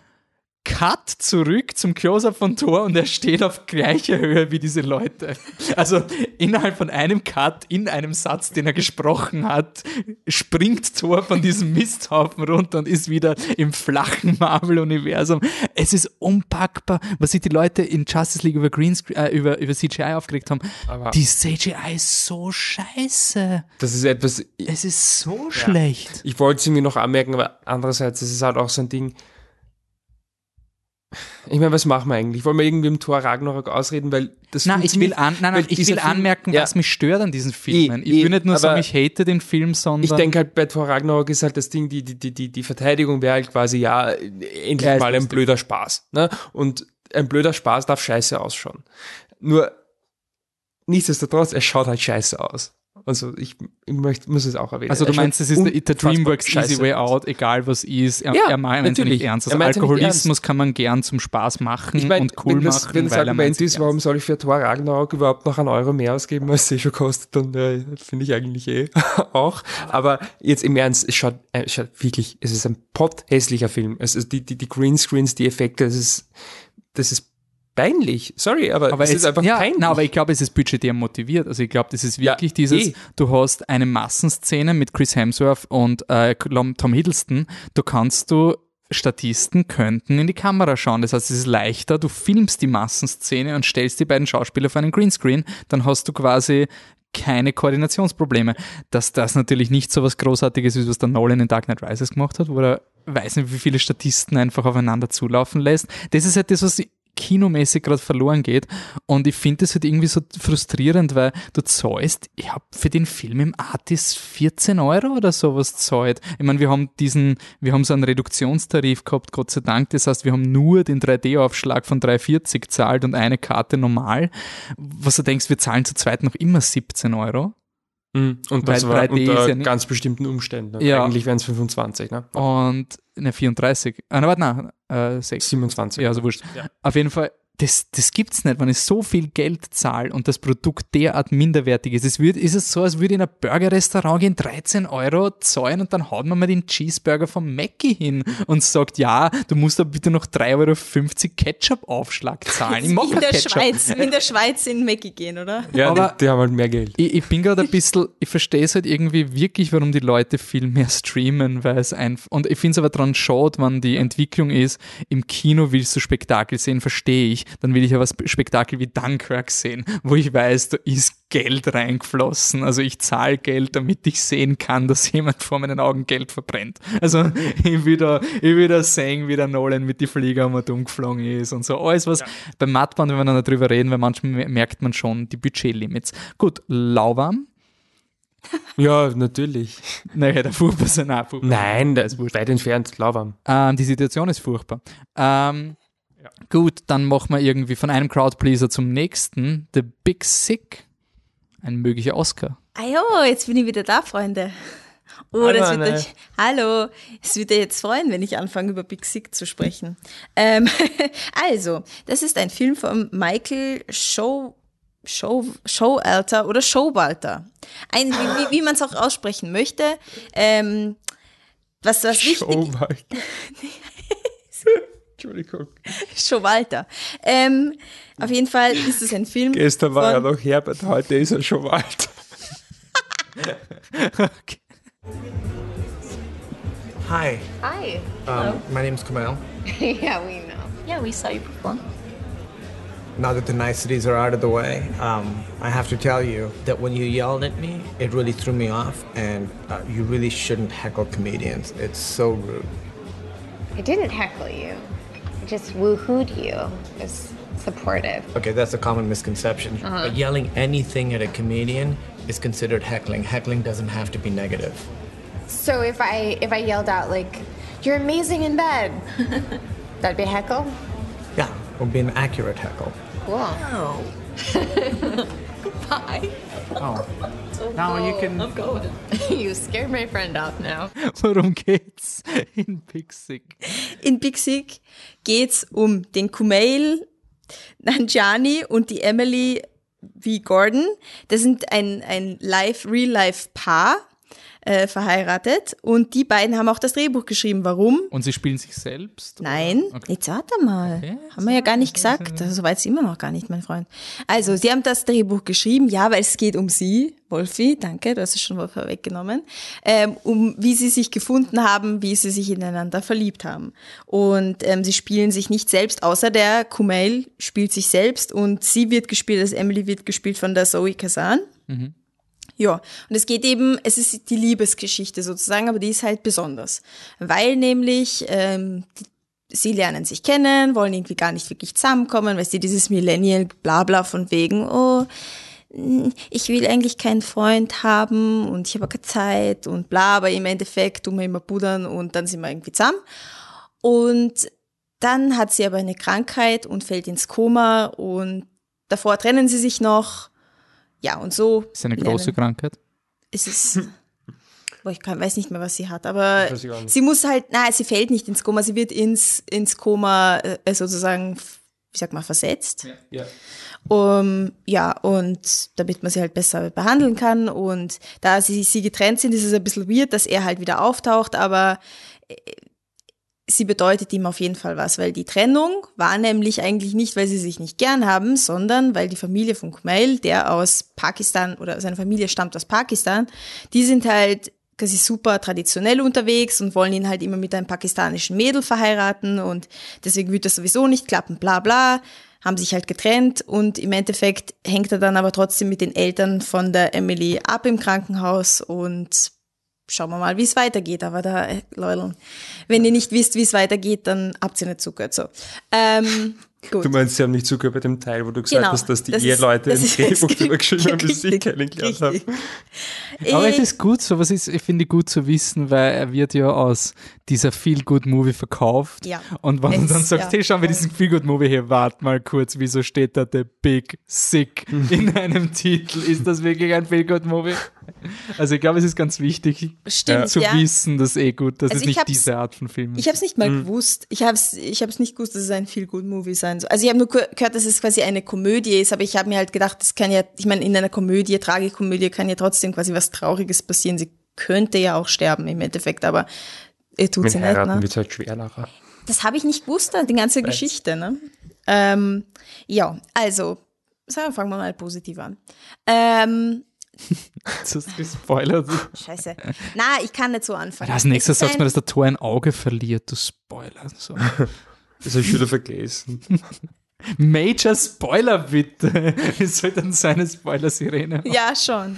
Cut zurück zum Close-Up von Thor und er steht auf gleicher Höhe wie diese Leute. Also innerhalb von einem Cut, in einem Satz, den er gesprochen hat, springt Thor von diesem Misthaufen runter und ist wieder im flachen Marvel-Universum. Es ist unpackbar, was sich die Leute in Justice League über über CGI aufgeregt haben. Aber die CGI ist so scheiße. Das ist etwas... Es ist so schlecht. Ich wollte es mir noch anmerken, aber andererseits, es ist halt auch so ein Ding... Ich meine, was machen wir eigentlich? Wollen wir irgendwie im Thor Ragnarok ausreden, weil das... Ich will anmerken, was mich stört an diesen Filmen. Ich will nicht nur sagen, ich hate den Film, sondern... Ich denke halt, bei Thor Ragnarok ist halt das Ding, die Verteidigung wäre halt quasi, endlich mal ein blöder Spaß. Ne? Und ein blöder Spaß darf scheiße ausschauen. Nur, nichtsdestotrotz, es schaut halt scheiße aus. Also ich muss es auch erwähnen. Also du meinst, es ist der DreamWorks Easy Way Out, egal was ist. Er meint es nicht ernst. Also Alkoholismus kann man gern zum Spaß machen und cool machen. Wenn das Argument ist, warum soll ich für Thor Ragnarok überhaupt noch €1 mehr ausgeben, als es schon kostet, dann finde ich eigentlich auch. Aber jetzt im Ernst, es schaut wirklich, es ist ein potthässlicher Film. Es ist die Greenscreens, die Effekte, es ist das ist peinlich. Sorry, aber es ist einfach peinlich. Aber ich glaube, es ist budgetär motiviert. Also ich glaube, das ist wirklich du hast eine Massenszene mit Chris Hemsworth und Tom Hiddleston, Statisten könnten in die Kamera schauen. Das heißt, es ist leichter, du filmst die Massenszene und stellst die beiden Schauspieler vor einen Greenscreen, dann hast du quasi keine Koordinationsprobleme. Dass das natürlich nicht so was Großartiges ist, was der Nolan in Dark Knight Rises gemacht hat, wo er weiß nicht, wie viele Statisten einfach aufeinander zulaufen lässt. Das ist halt das, was kinomäßig gerade verloren geht und ich finde das halt irgendwie so frustrierend, weil du zahlst, ich habe für den Film im Artis 14 € oder sowas zahlt. Ich meine, wir haben so einen Reduktionstarif gehabt, Gott sei Dank, das heißt, wir haben nur den 3D-Aufschlag von 3,40 zahlt und eine Karte normal. Was du denkst, wir zahlen zu zweit noch immer 17 €. Und das war unter ganz bestimmten Umständen. Ja. Eigentlich wären es 25, ne? Und 34. Nein, 6. 27. Ja, also wurscht. Ja. Auf jeden Fall, das gibt's nicht, wenn ich so viel Geld zahle und das Produkt derart minderwertig ist. Ist es so, als würde ich in ein Burgerrestaurant gehen, 13 € zahlen und dann haut man mal den Cheeseburger vom Mackie hin und sagt, ja, du musst aber bitte noch 3,50 € Ketchup-Aufschlag zahlen. Ich mag Ketchup. In der Schweiz in Mackie gehen, oder? Ja, aber die haben halt mehr Geld. Ich bin gerade ein bisschen, ich verstehe es halt irgendwie wirklich, warum die Leute viel mehr streamen, weil es einfach, und ich finde es aber dran schade, wenn die Entwicklung ist, im Kino willst du Spektakel sehen, verstehe ich, dann will ich aber Spektakel wie Dunkirk sehen, wo ich weiß, da ist Geld reingeflossen, also ich zahle Geld, damit ich sehen kann, dass jemand vor meinen Augen Geld verbrennt. Also ich will da sehen, wie der Nolan mit die Flieger um und umgeflogen ist und so, alles was, beim Mattband, wenn wir dann darüber reden, weil manchmal merkt man schon die Budgetlimits. Gut, lauwarm. Ja, natürlich. Naja, der furchtbar sein. Nein, der ist weit entfernt, lauwarm. Die Situation ist furchtbar. Gut, dann machen wir irgendwie von einem Crowdpleaser zum nächsten. The Big Sick. Ein möglicher Oscar. Ah jo, jetzt bin ich wieder da, Freunde. Oh, hallo, es wird dir jetzt freuen, wenn ich anfange, über Big Sick zu sprechen. Also, das ist ein Film von Michael Showalter oder Showalter. Wie man es auch aussprechen möchte. Was wichtig Entschuldigung. Showalter. Auf jeden Fall ist es ein Film. Gestern war ja noch Herbert, heute ist er Showalter. Okay. Hi. Hi. My name's Kamal. Yeah, we know. Yeah, we saw you perform. Now that the niceties are out of the way, I have to tell you that when you yelled at me, it really threw me off, and you really shouldn't heckle comedians. It's so rude. I didn't heckle you. I just woohooed you. It was supportive. Okay, that's a common misconception. But yelling anything at a comedian is considered heckling. Heckling doesn't have to be negative. So if I yelled out like, "You're amazing in bed," that'd be a heckle? Yeah, it would be an accurate heckle. Cool. Oh. Bye. Oh. Now you can... I'm going. You scared my friend off now. Worum geht's in Big Sick? In Big Sick geht's um den Kumail Nanjiani und die Emily V. Gordon. Das sind ein Real-Life-Paar, verheiratet. Und die beiden haben auch das Drehbuch geschrieben. Warum? Und sie spielen sich selbst? Nein, okay. Jetzt warte mal. Okay. Haben wir ja gar nicht gesagt. Also, so weit ist immer noch gar nicht, mein Freund. Also, sie haben das Drehbuch geschrieben, ja, weil es geht um sie. Wolfi, danke, du hast es schon mal vorweggenommen. Um wie sie sich gefunden haben, wie sie sich ineinander verliebt haben. Und sie spielen sich nicht selbst, außer der Kumail spielt sich selbst und sie wird gespielt, also Emily wird gespielt von der Zoe Kazan. Mhm. Ja, und es ist die Liebesgeschichte sozusagen, aber die ist halt besonders. Weil nämlich sie lernen sich kennen, wollen irgendwie gar nicht wirklich zusammenkommen, weil sie dieses Millennial-Blabla von wegen, oh, ich will eigentlich keinen Freund haben und ich habe keine Zeit und bla, aber im Endeffekt tun wir immer pudern und dann sind wir irgendwie zusammen. Und dann hat sie aber eine Krankheit und fällt ins Koma und davor trennen sie sich noch. Ja, und so. Ist eine große Krankheit? Es ist, weiß nicht mehr, was sie hat, aber sie muss halt, sie fällt nicht ins Koma, sie wird ins Koma sozusagen, wie sagt man, versetzt. Ja. Und damit man sie halt besser behandeln kann. Und da sie getrennt sind, ist es ein bisschen weird, dass er halt wieder auftaucht, aber sie bedeutet ihm auf jeden Fall was, weil die Trennung war nämlich eigentlich nicht, weil sie sich nicht gern haben, sondern weil die Familie von Kumail, der aus Pakistan oder seine Familie stammt aus Pakistan, die sind halt quasi super traditionell unterwegs und wollen ihn halt immer mit einem pakistanischen Mädel verheiraten und deswegen wird das sowieso nicht klappen, bla bla, haben sich halt getrennt und im Endeffekt hängt er dann aber trotzdem mit den Eltern von der Emily ab im Krankenhaus und schauen wir mal, wie es weitergeht. Aber da, Leute, wenn ihr nicht wisst, wie es weitergeht, dann habt ihr nicht zugehört. So. Gut. Du meinst, sie haben nicht zugehört bei dem Teil, wo du gesagt hast, dass die Eheleute ein Drehbuch drüber geschrieben haben, wie sie kennengelernt haben. Aber es ist gut so, ich finde gut zu wissen, weil er wird ja aus dieser Feel-Good-Movie verkauft. Ja. Und wenn du dann sagst, hey, schauen wir diesen Feel-Good-Movie hier, warte mal kurz, wieso steht da The Big Sick in einem Titel? Ist das wirklich ein Feel-Good-Movie? Also ich glaube, es ist ganz wichtig zu wissen, dass dass es nicht diese Art von Film ist. Ich habe es nicht mal gewusst. Ich hab's nicht gewusst, dass es ein Feel-Good-Movie sein soll. Also ich habe nur gehört, dass es quasi eine Komödie ist, aber ich habe mir halt gedacht, das kann ja, ich meine, in einer Komödie, Tragikomödie kann ja trotzdem quasi was Trauriges passieren. Sie könnte ja auch sterben im Endeffekt, aber tut sie nicht. Heiraten Ne? wird halt schwer nachher. Das habe ich nicht gewusst, die ganze Geschichte. Ne? Ja, also, fangen wir mal positiv an. Das ist gespoilert. Scheiße. Na, ich kann nicht so anfangen. Als nächstes sagst du mir, dass der Tor ein Auge verliert, du Spoiler. So. Das habe ich wieder vergessen. Major Spoiler, bitte. Es soll dann so eine Spoiler-Sirene haben. Ja, schon.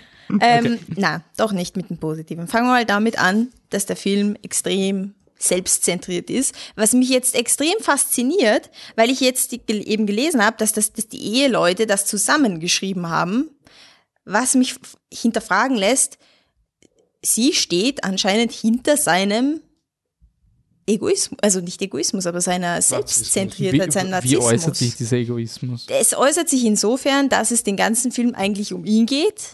Na, doch nicht mit dem Positiven. Fangen wir mal damit an, dass der Film extrem selbstzentriert ist, was mich jetzt extrem fasziniert, weil ich jetzt eben gelesen habe, dass die Eheleute das zusammengeschrieben haben, was mich hinterfragen lässt, sie steht anscheinend hinter seinem Egoismus, also nicht Egoismus, aber seiner Selbstzentriertheit, seinem Narzissmus. Wie äußert sich dieser Egoismus? Es äußert sich insofern, dass es den ganzen Film eigentlich um ihn geht.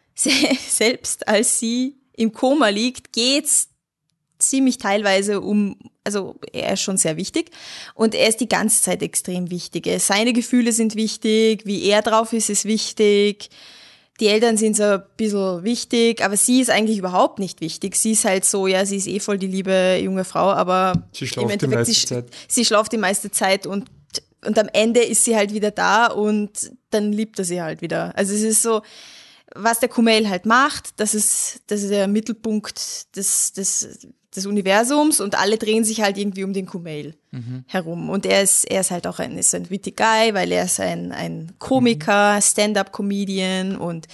Selbst als sie im Koma liegt, geht's ziemlich teilweise also er ist schon sehr wichtig und er ist die ganze Zeit extrem wichtig. Seine Gefühle sind wichtig, wie er drauf ist wichtig. Die Eltern sind so ein bisschen wichtig, aber sie ist eigentlich überhaupt nicht wichtig. Sie ist halt so, ja, sie ist eh voll die liebe junge Frau, aber sie schlaft die meiste Zeit. Sie schlaft die meiste Zeit und am Ende ist sie halt wieder da und dann liebt er sie halt wieder. Also es ist so, was der Kumail halt macht, das ist der Mittelpunkt des Universums und alle drehen sich halt irgendwie um den Kumail herum. Und er ist halt auch ein witty Guy, weil er ist ein Komiker, Stand-up-Comedian und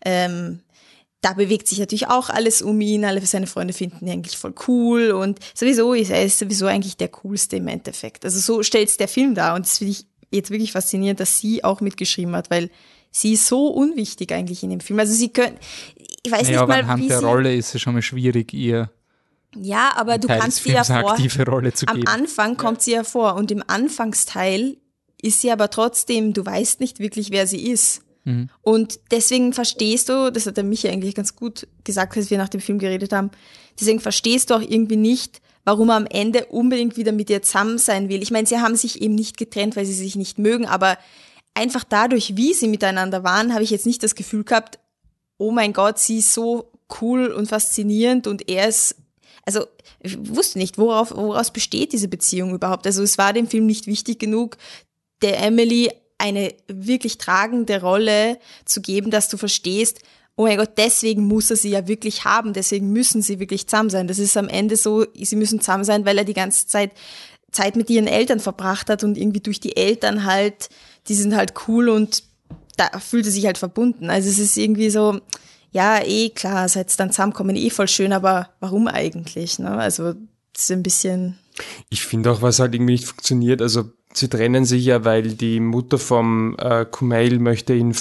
da bewegt sich natürlich auch alles um ihn. Alle seine Freunde finden ihn eigentlich voll cool und er ist sowieso eigentlich der Coolste im Endeffekt. Also so stellt's der Film dar und das finde ich jetzt wirklich faszinierend, dass sie auch mitgeschrieben hat, weil sie ist so unwichtig eigentlich in dem Film. Also ich weiß nicht mal, anhand der Rolle ist es schon mal schwierig, ihr ja, aber du kannst sie ja aktive Rolle zu geben. Am Anfang kommt sie ja vor und im Anfangsteil ist sie aber trotzdem, du weißt nicht wirklich, wer sie ist. Und deswegen verstehst du, das hat der Michi eigentlich ganz gut gesagt, als wir nach dem Film geredet haben, deswegen verstehst du auch irgendwie nicht, warum er am Ende unbedingt wieder mit ihr zusammen sein will. Ich meine, sie haben sich eben nicht getrennt, weil sie sich nicht mögen, aber einfach dadurch, wie sie miteinander waren, habe ich jetzt nicht das Gefühl gehabt, oh mein Gott, sie ist so cool und faszinierend und er ist, also ich wusste nicht, woraus besteht diese Beziehung überhaupt. Also es war dem Film nicht wichtig genug, der Emily eine wirklich tragende Rolle zu geben, dass du verstehst, oh mein Gott, deswegen muss er sie ja wirklich haben, deswegen müssen sie wirklich zusammen sein. Das ist am Ende so, sie müssen zusammen sein, weil er die ganze Zeit mit ihren Eltern verbracht hat und irgendwie durch die Eltern halt, die sind halt cool und da fühlt er sich halt verbunden. Also es ist irgendwie so, ja, klar, seit dann zusammenkommen, voll schön, aber warum eigentlich? Ne? Also das ist ein bisschen... Ich finde auch, was halt irgendwie nicht funktioniert, also sie trennen sich ja, weil die Mutter vom Kumail möchte ihn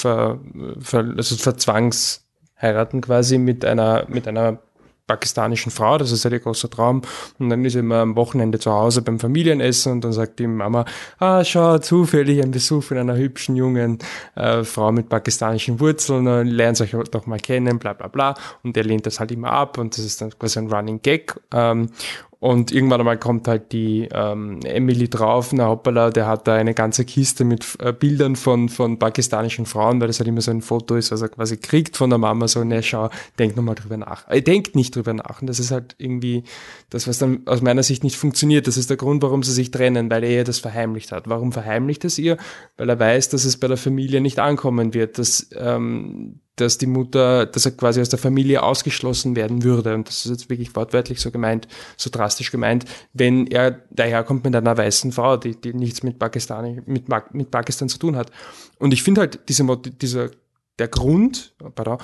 verzwangsheiraten quasi mit einer pakistanischen Frau, das ist ja der große Traum. Und dann ist er immer am Wochenende zu Hause beim Familienessen und dann sagt die Mama, schau, zufällig ein Besuch von einer hübschen jungen Frau mit pakistanischen Wurzeln, lernt euch doch mal kennen, bla bla bla. Und er lehnt das halt immer ab und das ist dann quasi ein Running Gag. Und irgendwann einmal kommt halt die Emily drauf, na hoppala, der hat da eine ganze Kiste mit Bildern von pakistanischen Frauen, weil das halt immer so ein Foto ist, was er quasi kriegt von der Mama, so, ne, schau, denk nochmal drüber nach. Er denkt nicht drüber nach. Und das ist halt irgendwie das, was dann aus meiner Sicht nicht funktioniert. Das ist der Grund, warum sie sich trennen, weil er ihr das verheimlicht hat. Warum verheimlicht es ihr? Weil er weiß, dass es bei der Familie nicht ankommen wird, dass die Mutter, dass er quasi aus der Familie ausgeschlossen werden würde. Und das ist jetzt wirklich wortwörtlich so gemeint, so drastisch gemeint, wenn er daherkommt mit einer weißen Frau, die nichts mit Pakistan zu tun hat. Und ich finde halt, der Grund,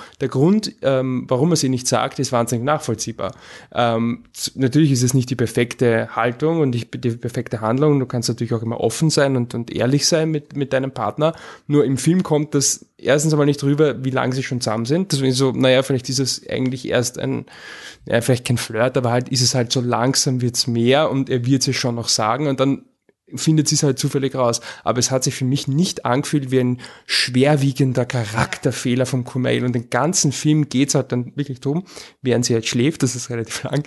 warum er sie nicht sagt, ist wahnsinnig nachvollziehbar. Natürlich ist es nicht die perfekte Haltung und die perfekte Handlung. Du kannst natürlich auch immer offen sein und ehrlich sein mit deinem Partner. Nur im Film kommt das erstens einmal nicht rüber, wie lange sie schon zusammen sind. Deswegen so, naja, vielleicht ist es eigentlich erst vielleicht kein Flirt, aber halt ist es halt so langsam wird's mehr und er wird es schon noch sagen und dann findet sie es halt zufällig raus. Aber es hat sich für mich nicht angefühlt wie ein schwerwiegender Charakterfehler vom Kumail. Und den ganzen Film geht's halt dann wirklich drum, während sie halt schläft, das ist relativ lang,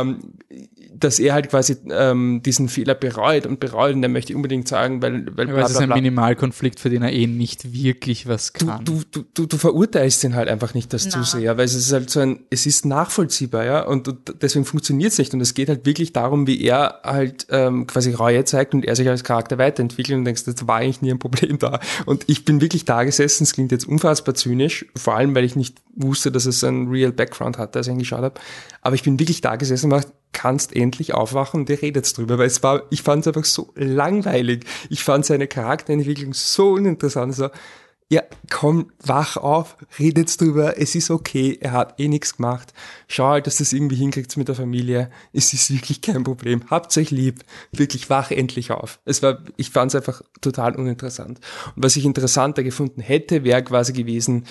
dass er halt quasi diesen Fehler bereut und er möchte unbedingt sagen, weil es ist ein Minimalkonflikt, für den er nicht wirklich was kann. Du verurteilst ihn halt einfach nicht das zu sehr, weil es ist halt es ist nachvollziehbar, ja, und deswegen funktioniert es nicht und es geht halt wirklich darum, wie er halt quasi Reue zeigt und er sich als Charakter weiterentwickelt und denkst, das war eigentlich nie ein Problem da. Und ich bin wirklich da gesessen, es klingt jetzt unfassbar zynisch, vor allem, weil ich nicht wusste, dass es einen real Background hatte, als ich ihn geschaut habe, aber ich bin wirklich da gesessen und dachte, kannst endlich aufwachen und ihr redet drüber, weil ich fand es einfach so langweilig. Ich fand seine Charakterentwicklung so uninteressant. So, ja, komm, wach auf, redet drüber, es ist okay, er hat nichts gemacht. Schau halt, dass das irgendwie hinkriegt mit der Familie. Es ist wirklich kein Problem. Habt euch lieb. Wirklich, wach endlich auf. Ich fand es einfach total uninteressant. Und was ich interessanter gefunden hätte, wäre quasi gewesen,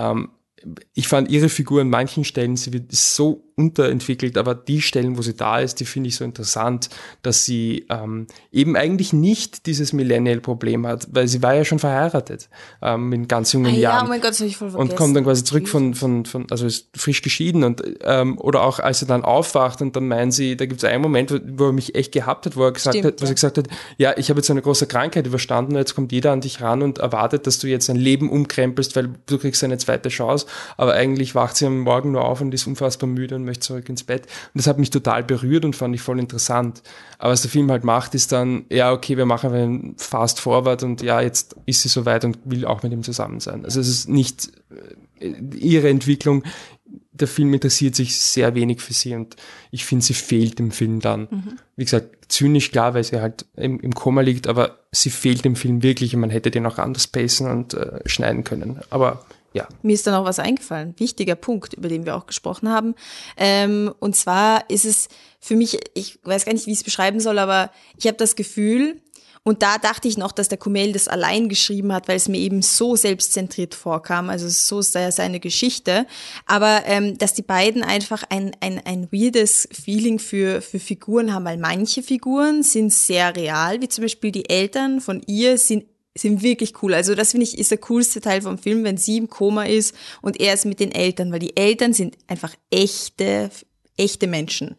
ich fand ihre Figur an manchen Stellen, sie ist so unterentwickelt, aber die Stellen, wo sie da ist, die finde ich so interessant, dass sie eben eigentlich nicht dieses Millennial-Problem hat, weil sie war ja schon verheiratet in ganz jungen Jahren. Ja, oh mein Gott, das habe ich voll vergessen. Und kommt dann quasi zurück also ist frisch geschieden und oder auch als sie dann aufwacht und dann meinen sie, da gibt es einen Moment, wo er mich echt gehabt hat, wo sie gesagt hat, ja, ich habe jetzt eine große Krankheit überstanden und jetzt kommt jeder an dich ran und erwartet, dass du jetzt dein Leben umkrempelst, weil du kriegst eine zweite Chance, aber eigentlich wacht sie am Morgen nur auf und ist unfassbar müde und möchte zurück ins Bett. Und das hat mich total berührt und fand ich voll interessant. Aber was der Film halt macht, ist dann, ja, okay, wir machen einen Fast Forward und ja, jetzt ist sie soweit und will auch mit ihm zusammen sein. Also es ist nicht ihre Entwicklung. Der Film interessiert sich sehr wenig für sie und ich finde, sie fehlt im Film dann. Wie gesagt, zynisch, klar, weil sie halt im Koma liegt, aber sie fehlt im Film wirklich und man hätte den auch anders pacen und schneiden können. Aber ja. Mir ist dann auch was eingefallen. Wichtiger Punkt, über den wir auch gesprochen haben. Und zwar ist es für mich, ich weiß gar nicht, wie ich es beschreiben soll, aber ich habe das Gefühl, und da dachte ich noch, dass der Kumail das allein geschrieben hat, weil es mir eben so selbstzentriert vorkam. Also so ist ja seine Geschichte. Aber dass die beiden einfach ein weirdes Feeling für Figuren haben, weil manche Figuren sind sehr real, wie zum Beispiel die Eltern von ihr sind wirklich cool. Also das finde ich ist der coolste Teil vom Film, wenn sie im Koma ist und er ist mit den Eltern, weil die Eltern sind einfach echte Menschen.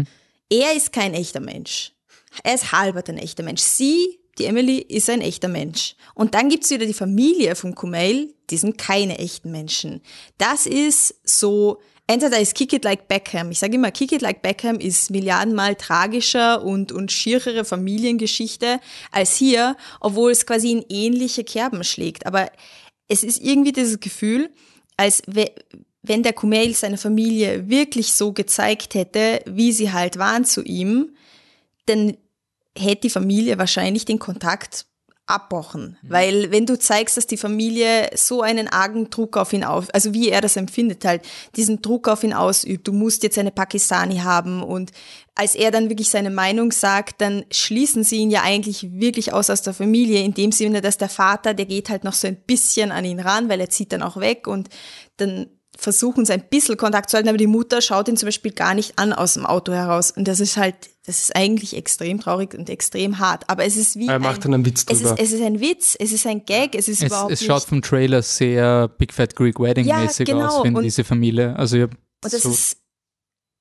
Er ist kein echter Mensch. Er ist halber ein echter Mensch. Sie, die Emily, ist ein echter Mensch. Und dann gibt's wieder die Familie von Kumail, die sind keine echten Menschen. Das ist so, entweder ist Kick It Like Beckham. Ich sage immer, Kick It Like Beckham ist milliardenmal tragischer und schierere Familiengeschichte als hier, obwohl es quasi in ähnliche Kerben schlägt. Aber es ist irgendwie dieses Gefühl, als wenn der Kumail seine Familie wirklich so gezeigt hätte, wie sie halt waren zu ihm, dann hätte die Familie wahrscheinlich den Kontakt abbrochen. Weil wenn du zeigst, dass die Familie so einen argen Druck auf ihn also wie er das empfindet halt, diesen Druck auf ihn ausübt, du musst jetzt eine Pakistani haben und als er dann wirklich seine Meinung sagt, dann schließen sie ihn ja eigentlich wirklich aus der Familie, in dem Sinne, dass der Vater, der geht halt noch so ein bisschen an ihn ran, weil er zieht dann auch weg und dann versuchen sie ein bisschen Kontakt zu halten, aber die Mutter schaut ihn zum Beispiel gar nicht an aus dem Auto heraus und das ist eigentlich extrem traurig und extrem hart, aber es ist wie er macht dann einen Witz drüber. Es ist ein Witz, es ist ein Gag, es überhaupt nicht. Es schaut vom Trailer sehr Big Fat Greek Wedding mäßig aus, finde diese Familie. Also und das ist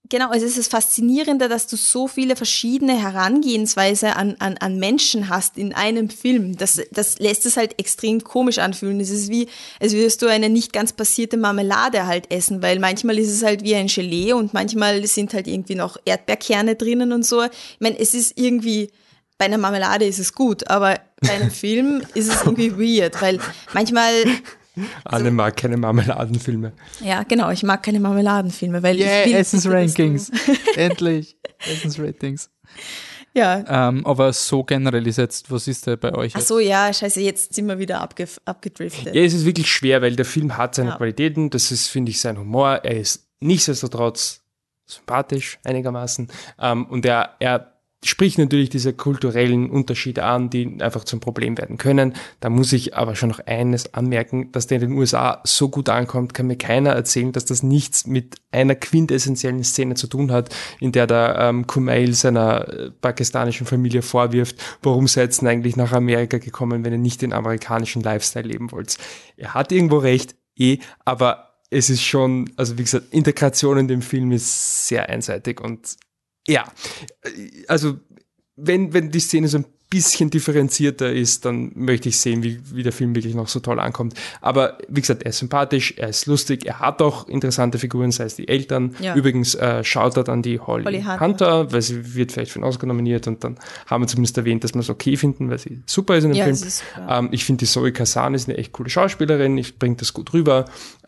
Genau, also es ist faszinierender, dass du so viele verschiedene Herangehensweise an Menschen hast in einem Film. Das lässt es halt extrem komisch anfühlen. Es ist wie, als würdest du eine nicht ganz passierte Marmelade halt essen, weil manchmal ist es halt wie ein Gelee und manchmal sind halt irgendwie noch Erdbeerkerne drinnen und so. Ich meine, es ist irgendwie, bei einer Marmelade ist es gut, aber bei einem Film ist es irgendwie weird, weil manchmal... Anne mag keine Marmeladenfilme. Ja, genau, ich mag keine Marmeladenfilme, weil Yeah, ich will... Essensrankings. Endlich. Essensratings. Ja. Aber so generell ist jetzt, was ist da bei euch? Ach so, ja, scheiße, jetzt sind wir wieder abgedriftet. Ja, es ist wirklich schwer, weil der Film hat seine Ja. Qualitäten, das ist, finde ich, sein Humor, er ist nichtsdestotrotz sympathisch einigermaßen und er spricht natürlich diese kulturellen Unterschiede an, die einfach zum Problem werden können. Da muss ich aber schon noch eines anmerken, dass der in den USA so gut ankommt, kann mir keiner erzählen, dass das nichts mit einer quintessentiellen Szene zu tun hat, in der der Kumail seiner pakistanischen Familie vorwirft, warum seid ihr denn eigentlich nach Amerika gekommen, wenn ihr nicht den amerikanischen Lifestyle leben wollt. Er hat irgendwo recht, aber es ist schon, also wie gesagt, Integration in dem Film ist sehr einseitig und ja, also wenn die Szene so ein bisschen differenzierter ist, dann möchte ich sehen, wie der Film wirklich noch so toll ankommt. Aber wie gesagt, er ist sympathisch, er ist lustig, er hat auch interessante Figuren, sei es die Eltern. Ja. Übrigens Shoutout an die Holly Hunter, weil sie wird vielleicht für einen Oscar nominiert und dann haben wir zumindest erwähnt, dass wir es okay finden, weil sie super ist in dem Ja, Film. sie ist super. Ich finde, die Zoe Kazan ist eine echt coole Schauspielerin, ich bringe das gut rüber.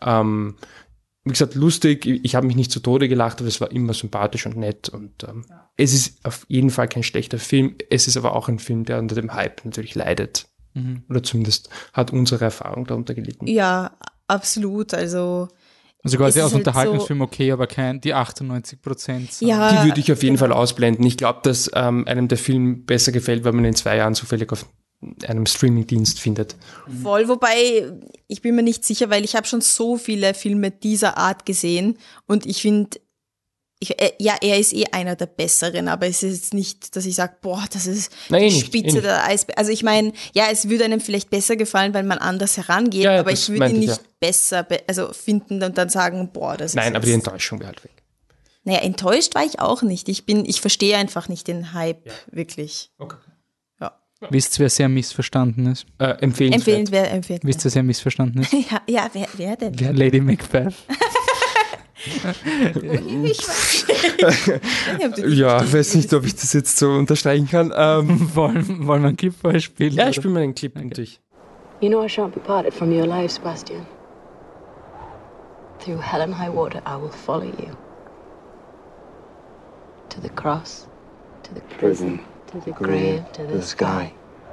Wie gesagt, lustig, ich habe mich nicht zu Tode gelacht, aber es war immer sympathisch und nett und es ist auf jeden Fall kein schlechter Film, es ist aber auch ein Film, der unter dem Hype natürlich leidet. Oder zumindest hat unsere Erfahrung darunter gelitten. Ja, absolut, also quasi es aus ist halt Unterhaltungsfilm okay, aber die 98%. Ja, Die würde ich auf jeden Fall ausblenden. Ich glaube, dass einem der Film besser gefällt, wenn man ihn in 2 Jahren zufällig auf einem Streamingdienst findet. voll, wobei ich bin mir nicht sicher, weil ich habe schon so viele Filme dieser Art gesehen und ich finde, er ist einer der besseren, aber es ist jetzt nicht, dass ich sage, boah, das ist die Spitze der Eisberg. Also ich meine, ja, es würde einem vielleicht besser gefallen, weil man anders herangeht, Ja, aber das ich würde meinte ihn ich, nicht besser finden und dann sagen, boah, das ist Nein, aber die jetzt- Enttäuschung wäre halt weg. Naja, enttäuscht war ich auch nicht. Ich verstehe einfach nicht den Hype, wirklich. Okay. Wisst ihr, wer sehr missverstanden ist? Empfehlenswert. Empfehlen. Wisst ihr, wer sehr missverstanden ist? Ja, wer denn? Wer Lady Macbeth. Ja, weiß nicht, ob ich das jetzt so unterstreichen kann. Wollen wir einen Clip vorher spielen? Ja, ich oder? spiele mal den Clip natürlich. You know I shan't be parted from your life, Sebastian. Through hell and high water, I will follow you. To the cross, to the prison, to the grave, to the sky.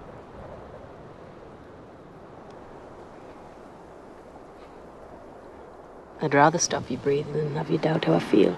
I'd rather stop you breathing than have you doubt how I feel.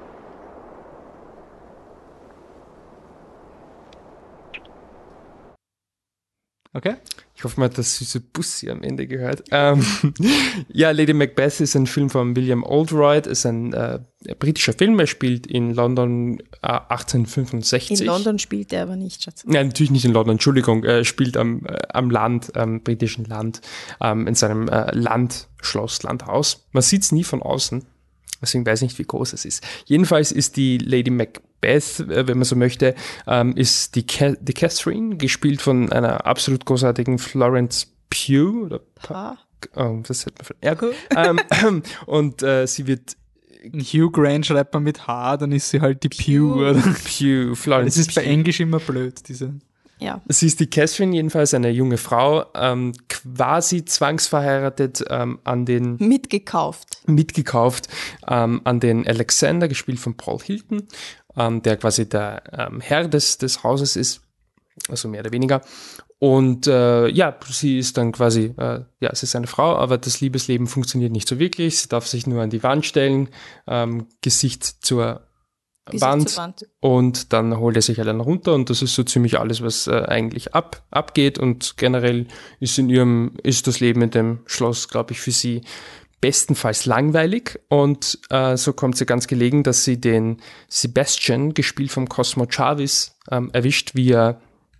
Okay. Ich hoffe, man hat das süße Bussi am Ende gehört. Ja, Lady Macbeth ist ein Film von William Oldroyd, ist ein britischer Film, er spielt in London 1865. In London spielt er aber nicht, Schatz. Nein, natürlich nicht in London, Entschuldigung, er spielt am Land, am britischen Land, in seinem Landschloss, Landhaus. Man sieht es nie von außen, deswegen weiß ich nicht, wie groß es ist. Jedenfalls ist die Lady Macbeth, wenn man so möchte, ist die Catherine, gespielt von einer absolut großartigen Florence Pugh. Oder das hätte man von und sie wird Hugh Grant schreibt man mit H, dann ist sie halt die Pew. Oder? Pugh, Florence Das ist bei Pugh. Englisch immer blöd, diese. Ja. Sie ist die Catherine, jedenfalls eine junge Frau, quasi zwangsverheiratet Mitgekauft. mitgekauft an den Alexander, gespielt von Paul Hilton, der quasi der Herr des Hauses ist, also mehr oder weniger. Und sie ist dann quasi, sie ist eine Frau, aber das Liebesleben funktioniert nicht so wirklich. Sie darf sich nur an die Wand stellen, Gesicht zur Wand, und dann holt er sich allein runter und das ist so ziemlich alles, was eigentlich abgeht und generell ist das Leben in dem Schloss, glaube ich, für sie bestenfalls langweilig und so kommt sie ganz gelegen, dass sie den Sebastian, gespielt vom Cosmo Jarvis, erwischt, wie er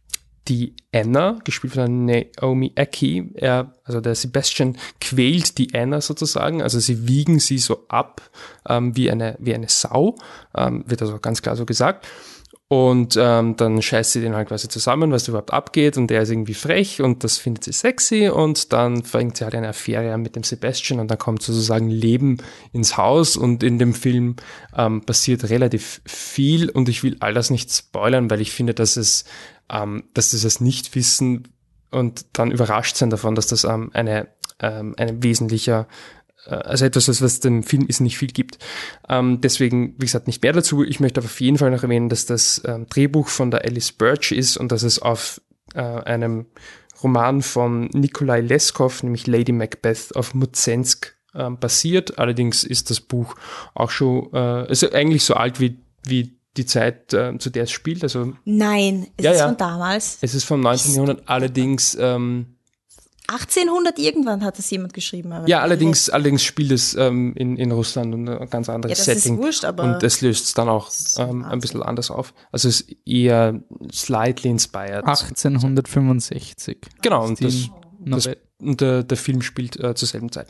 die Anna, gespielt von Naomi Ackie, also der Sebastian quält die Anna sozusagen, also sie wiegen sie so ab wie eine Sau, wird also ganz klar so gesagt. Und dann scheißt sie den halt quasi zusammen, was überhaupt abgeht, und der ist irgendwie frech und das findet sie sexy, und dann fängt sie halt eine Affäre an mit dem Sebastian und dann kommt sozusagen Leben ins Haus, und in dem Film passiert relativ viel, und ich will all das nicht spoilern, weil ich finde, dass sie das nicht wissen und dann überrascht sein davon, dass das eine wesentlicher, also etwas, was dem Film ist, nicht viel gibt. Deswegen, wie gesagt, nicht mehr dazu. Ich möchte aber auf jeden Fall noch erwähnen, dass das Drehbuch von der Alice Birch ist und dass es auf einem Roman von Nikolai Leskov, nämlich Lady Macbeth auf Mutsensk basiert. Allerdings ist das Buch auch schon, also eigentlich so alt wie die Zeit, zu der es spielt. Also, Nein, es ist von damals. Es ist vom 19. Jahrhundert, allerdings 1800 irgendwann hat das jemand geschrieben. Aber ja, allerdings spielt es in Russland und ein ganz anderes Setting. Ist wurscht, aber und es löst es dann auch ein bisschen anders auf. Also es ist eher slightly inspired. 1865. Genau, und der Film spielt zur selben Zeit.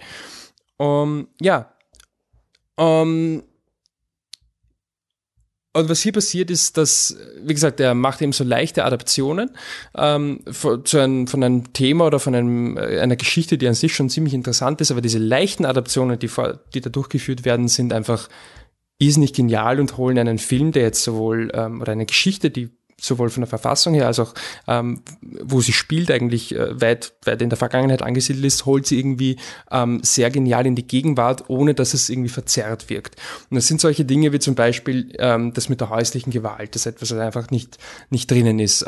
Und was hier passiert ist, dass, wie gesagt, er macht eben so leichte Adaptionen von einem Thema oder von einer Geschichte, die an sich schon ziemlich interessant ist, aber diese leichten Adaptionen, die da durchgeführt werden, sind einfach irrsinnig genial und holen einen Film, der jetzt sowohl, oder eine Geschichte, die sowohl von der Verfassung her als auch, wo sie spielt, eigentlich weit in der Vergangenheit angesiedelt ist, holt sie irgendwie sehr genial in die Gegenwart, ohne dass es irgendwie verzerrt wirkt. Und das sind solche Dinge wie zum Beispiel das mit der häuslichen Gewalt, das ist etwas, was einfach nicht drinnen ist.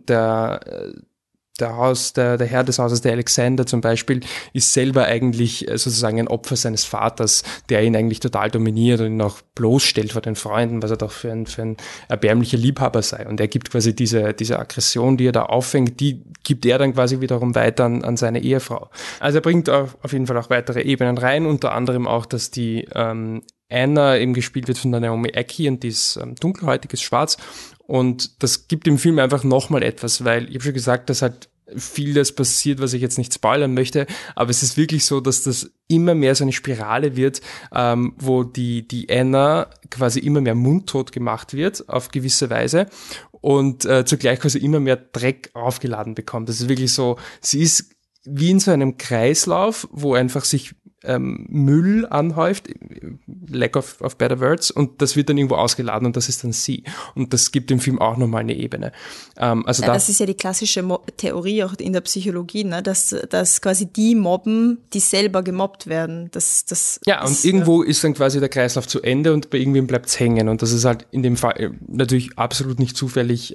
Der Herr des Hauses, der Alexander zum Beispiel, ist selber eigentlich sozusagen ein Opfer seines Vaters, der ihn eigentlich total dominiert und ihn auch bloßstellt vor den Freunden, was er doch für ein erbärmlicher Liebhaber sei. Und er gibt quasi diese Aggression, die er da auffängt, die gibt er dann quasi wiederum weiter an seine Ehefrau. Also er bringt auf jeden Fall auch weitere Ebenen rein, unter anderem auch, dass die Anna eben gespielt wird von der Naomi Ackie und die ist dunkelhäutig, ist schwarz. Und das gibt dem Film einfach nochmal etwas, weil ich habe schon gesagt, dass halt vieles passiert, was ich jetzt nicht spoilern möchte, aber es ist wirklich so, dass das immer mehr so eine Spirale wird, wo die Anna quasi immer mehr mundtot gemacht wird, auf gewisse Weise, und zugleich quasi immer mehr Dreck aufgeladen bekommt. Das ist wirklich so, sie ist wie in so einem Kreislauf, wo einfach sich Müll anhäuft, lack of better words, und das wird dann irgendwo ausgeladen und das ist dann sie. Und das gibt dem Film auch nochmal eine Ebene. Das ist ja die klassische Theorie auch in der Psychologie, ne? dass quasi die mobben, die selber gemobbt werden. Und irgendwo ist dann quasi der Kreislauf zu Ende und bei irgendwem bleibt's hängen. Und das ist halt in dem Fall natürlich absolut nicht zufällig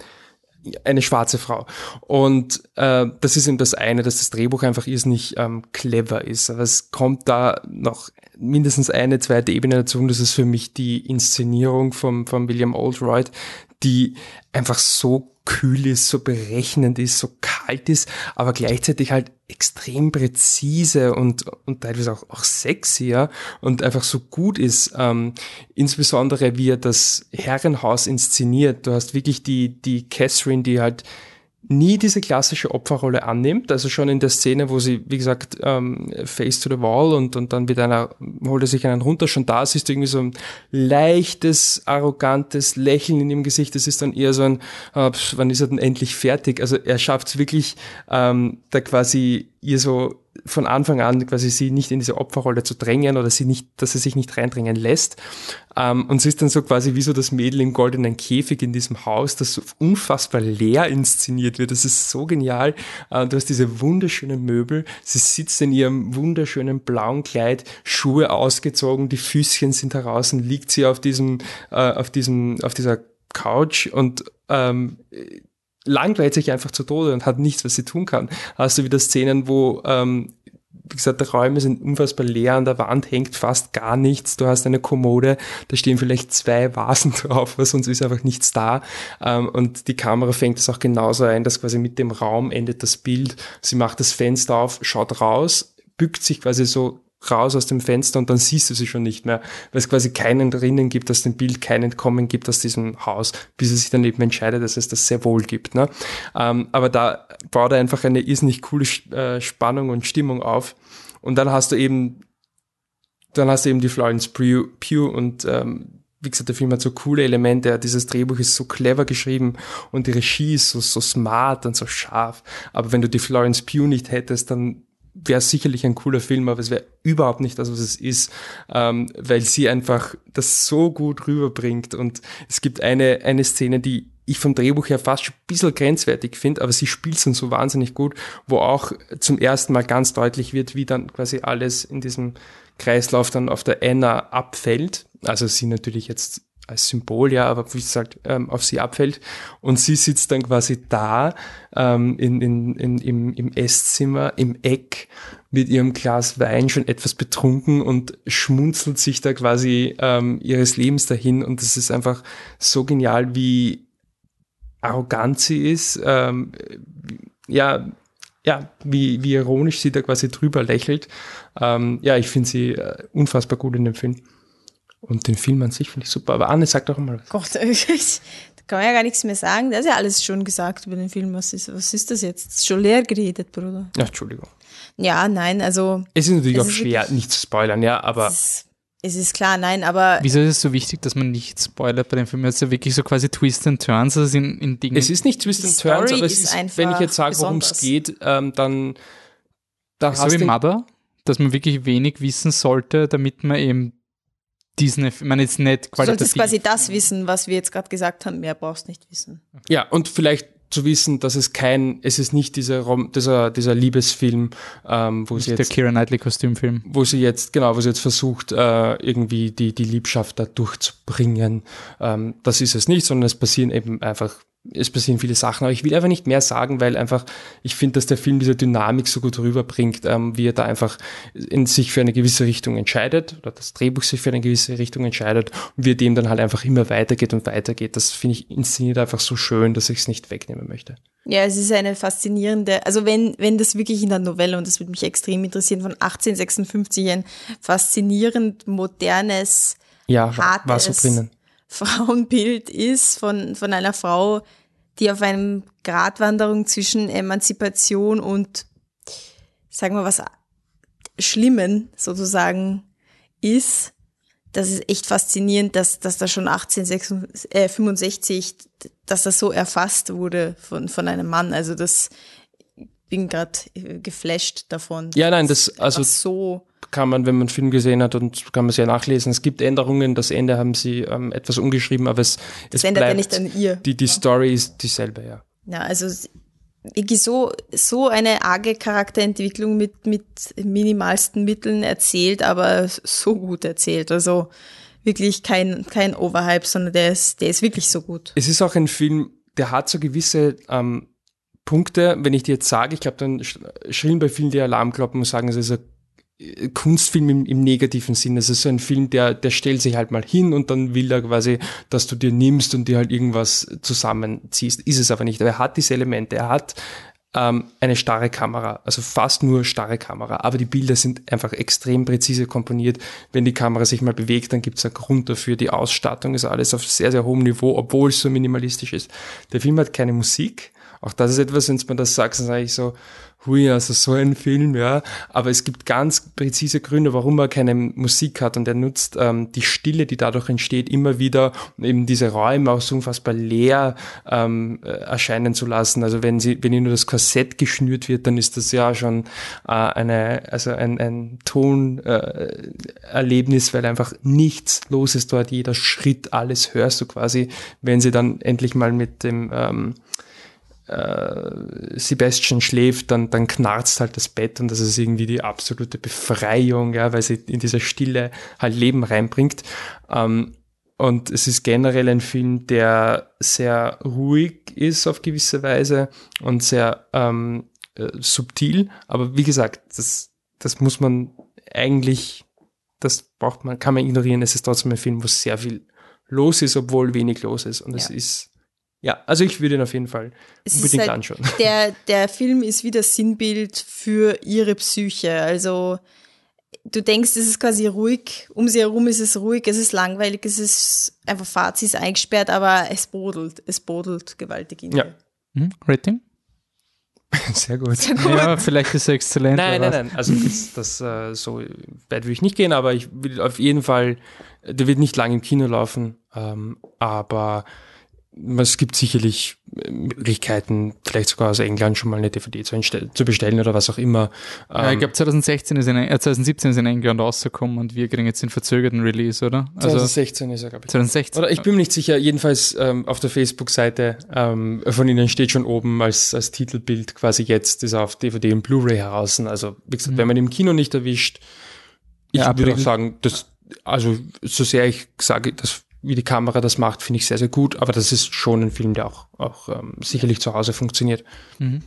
eine schwarze Frau. Und das ist eben das eine, dass das Drehbuch einfach irrsinnig clever ist. Aber es kommt da noch mindestens eine zweite Ebene dazu, und das ist für mich die Inszenierung von William Oldroyd, die einfach so kühl ist, so berechnend ist, so kalt ist, aber gleichzeitig halt extrem präzise und teilweise auch sexy, ja, und einfach so gut ist. Insbesondere wie er das Herrenhaus inszeniert. Du hast wirklich die Catherine, die halt nie diese klassische Opferrolle annimmt, also schon in der Szene, wo sie, wie gesagt, face to the wall und dann holt er sich einen runter, schon da siehst du irgendwie so ein leichtes, arrogantes Lächeln in dem Gesicht, das ist dann eher so ein, wann ist er denn endlich fertig? Also er schafft es wirklich, da quasi ihr so von Anfang an quasi sie nicht in diese Opferrolle zu drängen oder dass sie sich nicht reindrängen lässt. Und sie ist dann so quasi wie so das Mädel im goldenen Käfig in diesem Haus, das so unfassbar leer inszeniert wird. Das ist so genial. Du hast diese wunderschönen Möbel. Sie sitzt in ihrem wunderschönen blauen Kleid, Schuhe ausgezogen, die Füßchen sind heraus und liegt sie auf dieser Couch und langweilt sich einfach zu Tode und hat nichts, was sie tun kann. Hast du wieder Szenen, wo, wie gesagt, die Räume sind unfassbar leer, an der Wand hängt fast gar nichts. Du hast eine Kommode, da stehen vielleicht 2 Vasen drauf, weil sonst ist einfach nichts da. Und die Kamera fängt es auch genauso ein, dass quasi mit dem Raum endet das Bild. Sie macht das Fenster auf, schaut raus, bückt sich quasi so raus aus dem Fenster und dann siehst du sie schon nicht mehr, weil es quasi keinen drinnen gibt aus dem Bild, kein Entkommen gibt aus diesem Haus, bis er sich dann eben entscheidet, dass es das sehr wohl gibt. Ne? Aber da baut er einfach eine irrsinnig coole Spannung und Stimmung auf. Und dann hast du eben die Florence Pugh und wie gesagt, der Film hat so coole Elemente, dieses Drehbuch ist so clever geschrieben und die Regie ist so smart und so scharf. Aber wenn du die Florence Pugh nicht hättest, dann wäre es sicherlich ein cooler Film, aber es wäre überhaupt nicht das, was es ist, weil sie einfach das so gut rüberbringt. Und es gibt eine Szene, die ich vom Drehbuch her fast schon ein bisschen grenzwertig finde, aber sie spielt es dann so wahnsinnig gut, wo auch zum ersten Mal ganz deutlich wird, wie dann quasi alles in diesem Kreislauf dann auf der Anna abfällt. Also sie natürlich jetzt als Symbol, ja, aber wie gesagt, auf sie abfällt. Und sie sitzt dann quasi da im Esszimmer, im Eck, mit ihrem Glas Wein schon etwas betrunken und schmunzelt sich da quasi ihres Lebens dahin. Und das ist einfach so genial, wie arrogant sie ist, wie ironisch sie da quasi drüber lächelt. Ich finde sie unfassbar gut in dem Film. Und den Film an sich finde ich super. Aber Anne, sag doch mal was. Gott, da kann man ja gar nichts mehr sagen. Da ist ja alles schon gesagt über den Film. Was ist das jetzt? Das ist schon leer geredet, Bruder. Ja, Entschuldigung. Ja, nein, also... Es ist natürlich auch schwer, nicht zu spoilern, ja, aber... Es ist klar, nein, aber... Wieso ist es so wichtig, dass man nicht spoilert bei dem Film? Es ist ja wirklich so quasi Twist and Turns, also in Dingen... Es ist nicht Twist and Turns, aber es ist, wenn ich jetzt sage, worum es geht, dann hast du... So wie Mother, dass man wirklich wenig wissen sollte, damit man eben man ist nicht qualitativ... Du solltest quasi das wissen, was wir jetzt gerade gesagt haben, mehr brauchst nicht wissen. Ja, und vielleicht zu wissen, dass es ist nicht dieser Liebesfilm, wo sie jetzt... Der Keira Knightley-Kostümfilm. Wo sie jetzt versucht, irgendwie die Liebschaft da durchzubringen. Das ist es nicht, sondern es passieren viele Sachen, aber ich will einfach nicht mehr sagen, weil einfach, ich finde, dass der Film diese Dynamik so gut rüberbringt, wie er da einfach sich für eine gewisse Richtung entscheidet, oder das Drehbuch sich für eine gewisse Richtung entscheidet und wie er dem dann halt einfach immer weitergeht und weitergeht. Das finde ich inszeniert einfach so schön, dass ich es nicht wegnehmen möchte. Ja, es ist eine faszinierende, also wenn das wirklich in der Novelle, und das würde mich extrem interessieren, von 1856 ein faszinierend modernes, hartes war so drinnen. Frauenbild ist von einer Frau, die auf einem Gratwanderung zwischen Emanzipation und, sagen wir was, Schlimmen sozusagen ist. Das ist echt faszinierend, dass da schon 1865, dass das so erfasst wurde von einem Mann. Also ich bin gerade geflasht davon. Ja, nein, so kann man, wenn man den Film gesehen hat, und kann man es ja nachlesen. Es gibt Änderungen, das Ende haben sie etwas umgeschrieben, aber es ändert bleibt, ja nicht an ihr. Die Story ist dieselbe, ja. Ja, also wirklich so eine arge Charakterentwicklung mit minimalsten Mitteln erzählt, aber so gut erzählt. Also wirklich kein Overhype, sondern der ist wirklich so gut. Es ist auch ein Film, der hat so gewisse Punkte, wenn ich dir jetzt sage, ich glaube, dann schrillen bei vielen die Alarmglocken und sagen, es ist ein Kunstfilm im negativen Sinn. Es ist so ein Film, der stellt sich halt mal hin und dann will er quasi, dass du dir nimmst und dir halt irgendwas zusammenziehst. Ist es aber nicht. Aber er hat diese Elemente. Er hat eine starre Kamera, also fast nur starre Kamera. Aber die Bilder sind einfach extrem präzise komponiert. Wenn die Kamera sich mal bewegt, dann gibt es einen Grund dafür. Die Ausstattung ist alles auf sehr, sehr hohem Niveau, obwohl es so minimalistisch ist. Der Film hat keine Musik. Auch das ist etwas, wenn man das sagt, dann sage ich so, hui, also so ein Film, ja. Aber es gibt ganz präzise Gründe, warum er keine Musik hat. Und er nutzt die Stille, die dadurch entsteht, immer wieder, um eben diese Räume auch so unfassbar leer erscheinen zu lassen. Also wenn nur das Korsett geschnürt wird, dann ist das ja schon ein Tonerlebnis, weil einfach nichts los ist dort. Jeder Schritt, alles hörst du quasi, wenn sie dann endlich mal mit dem Sebastian schläft, dann knarzt halt das Bett und das ist irgendwie die absolute Befreiung, ja, weil sie in dieser Stille halt Leben reinbringt. Und es ist generell ein Film, der sehr ruhig ist auf gewisse Weise und sehr subtil, aber wie gesagt, das muss man eigentlich, kann man ignorieren. Es ist trotzdem ein Film, wo sehr viel los ist, obwohl wenig los ist, und es ist also ich würde ihn auf jeden Fall unbedingt anschauen. Der Film ist wie das Sinnbild für ihre Psyche. Also du denkst, es ist quasi ruhig, um sie herum ist es ruhig, es ist langweilig, es ist einfach Fahrt, sie ist eingesperrt, aber es brodelt gewaltig in ihr. Rating? Sehr gut. Ja, vielleicht ist er exzellent. Nein. Also das so weit würde ich nicht gehen, aber ich will auf jeden Fall, der wird nicht lange im Kino laufen, aber es gibt sicherlich Möglichkeiten, vielleicht sogar aus England schon mal eine DVD zu bestellen oder was auch immer. Ja, ich glaube 2017 ist in England rausgekommen und wir kriegen jetzt den verzögerten Release, oder? 2016 ist er, glaube ich. 2016. Oder ich bin mir nicht sicher, jedenfalls auf der Facebook-Seite von Ihnen steht schon oben als Titelbild quasi jetzt ist er auf DVD und Blu-ray heraus. Also wie gesagt, wenn man ihn im Kino nicht erwischt, ich würde auch sagen, also so sehr ich sage, dass wie die Kamera das macht, finde ich sehr, sehr gut, aber das ist schon ein Film, der auch sicherlich zu Hause funktioniert. Und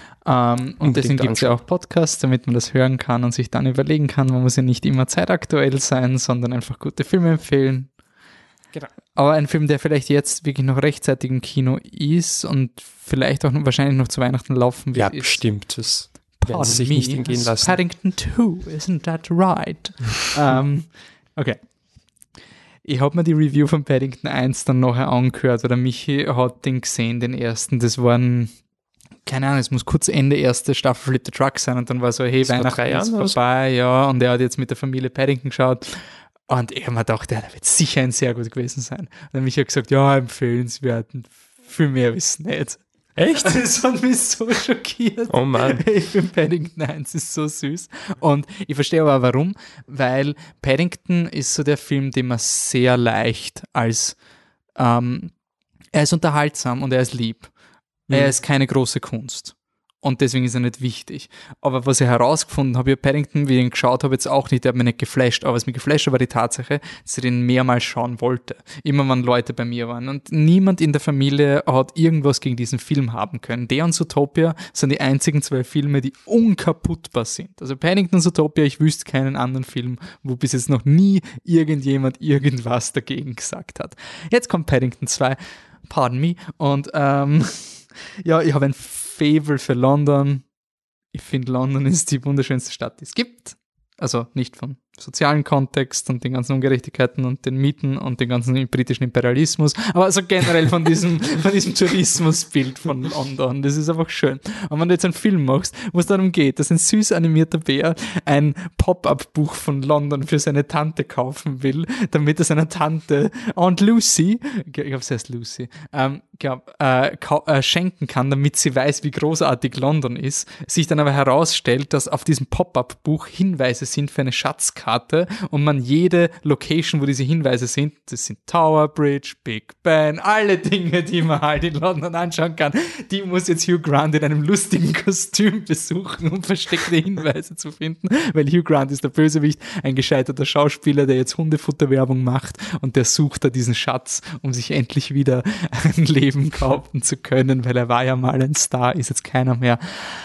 deswegen gibt es ja auch Podcasts, damit man das hören kann und sich dann überlegen kann, man muss ja nicht immer zeitaktuell sein, sondern einfach gute Filme empfehlen. Genau. Aber ein Film, der vielleicht jetzt wirklich noch rechtzeitig im Kino ist und vielleicht auch wahrscheinlich noch zu Weihnachten laufen wird. Ja, bestimmt. Das werden sie sich nicht entgehen lassen. Paddington 2, isn't that right? Okay. Ich habe mir die Review von Paddington 1 dann nachher angehört, oder Michi hat den gesehen, den ersten. Das waren, keine Ahnung, es muss kurz Ende erste Staffel Flip the Truck sein und dann war so, hey, Weihnachten ist vorbei, ja, und er hat jetzt mit der Familie Paddington geschaut und ich habe mir gedacht, ja, der wird sicher ein sehr gut gewesen sein. Und dann Michi hat gesagt, ja, empfehlenswert, viel mehr wissen nicht. Echt? Das hat mich so schockiert. Oh Mann. Ich finde Paddington 1 ist so süß. Und ich verstehe aber warum, weil Paddington ist so der Film, den man sehr leicht als, er ist unterhaltsam und er ist lieb. Er ist keine große Kunst. Und deswegen ist er nicht wichtig. Aber was ich herausgefunden habe, Paddington, wie ich ihn geschaut habe, jetzt auch nicht, der hat mich nicht geflasht. Aber was mich geflasht hat, war die Tatsache, dass ich den mehrmals schauen wollte. Immer wenn Leute bei mir waren. Und niemand in der Familie hat irgendwas gegen diesen Film haben können. Der und Zootopia sind die einzigen 2 Filme, die unkaputtbar sind. Also Paddington und Zootopia, ich wüsste keinen anderen Film, wo bis jetzt noch nie irgendjemand irgendwas dagegen gesagt hat. Jetzt kommt Paddington 2, pardon me, und ja, ich habe ein Faible für London. Ich finde, London ist die wunderschönste Stadt, die es gibt. Also nicht vom sozialen Kontext und den ganzen Ungerechtigkeiten und den Mieten und den ganzen britischen Imperialismus, aber also generell von diesem Tourismusbild von London. Das ist einfach schön. Und wenn du jetzt einen Film machst, wo es darum geht, dass ein süß animierter Bär ein Pop-up-Buch von London für seine Tante kaufen will, damit er seiner Tante Aunt Lucy, ich glaube, sie heißt Lucy, schenken kann, damit sie weiß, wie großartig London ist, sich dann aber herausstellt, dass auf diesem Pop-up-Buch Hinweise sind für eine Schatzkarte und man jede Location, wo diese Hinweise sind, das sind Tower Bridge, Big Ben, alle Dinge, die man halt in London anschauen kann, die muss jetzt Hugh Grant in einem lustigen Kostüm besuchen, um versteckte Hinweise zu finden, weil Hugh Grant ist der Bösewicht, ein gescheiterter Schauspieler, der jetzt Hundefutterwerbung macht und der sucht da diesen Schatz, um sich endlich wieder ein Leben kaufen zu können, weil er war ja mal ein Star, ist jetzt keiner mehr.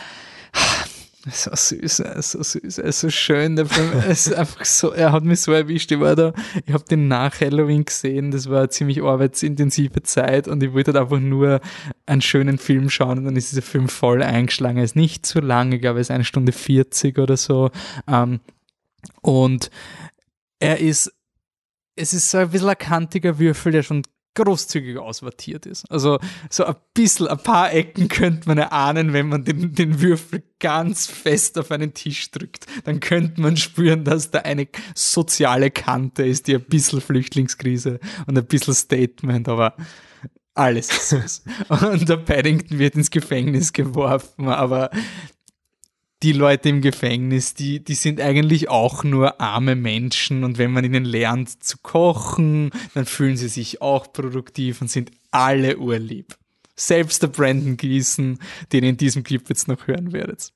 So süß, er ist so schön, der Film, es ist einfach so, er hat mich so erwischt, ich habe den nach Halloween gesehen, das war eine ziemlich arbeitsintensive Zeit und ich wollte halt einfach nur einen schönen Film schauen und dann ist dieser Film voll eingeschlagen, er ist nicht zu lang, ich glaube, es ist 1 Stunde 40 oder so, und es ist so ein bisschen ein kantiger Würfel, der schon großzügig auswartiert ist. Also so ein paar Ecken könnte man erahnen, wenn man den Würfel ganz fest auf einen Tisch drückt. Dann könnte man spüren, dass da eine soziale Kante ist, die ein bisschen Flüchtlingskrise und ein bisschen Statement, aber alles ist süß. Und der Paddington wird ins Gefängnis geworfen, aber die Leute im Gefängnis, die sind eigentlich auch nur arme Menschen und wenn man ihnen lernt zu kochen, dann fühlen sie sich auch produktiv und sind alle urlieb. Selbst der Brandon Gleeson, den ihr in diesem Clip jetzt noch hören werdet.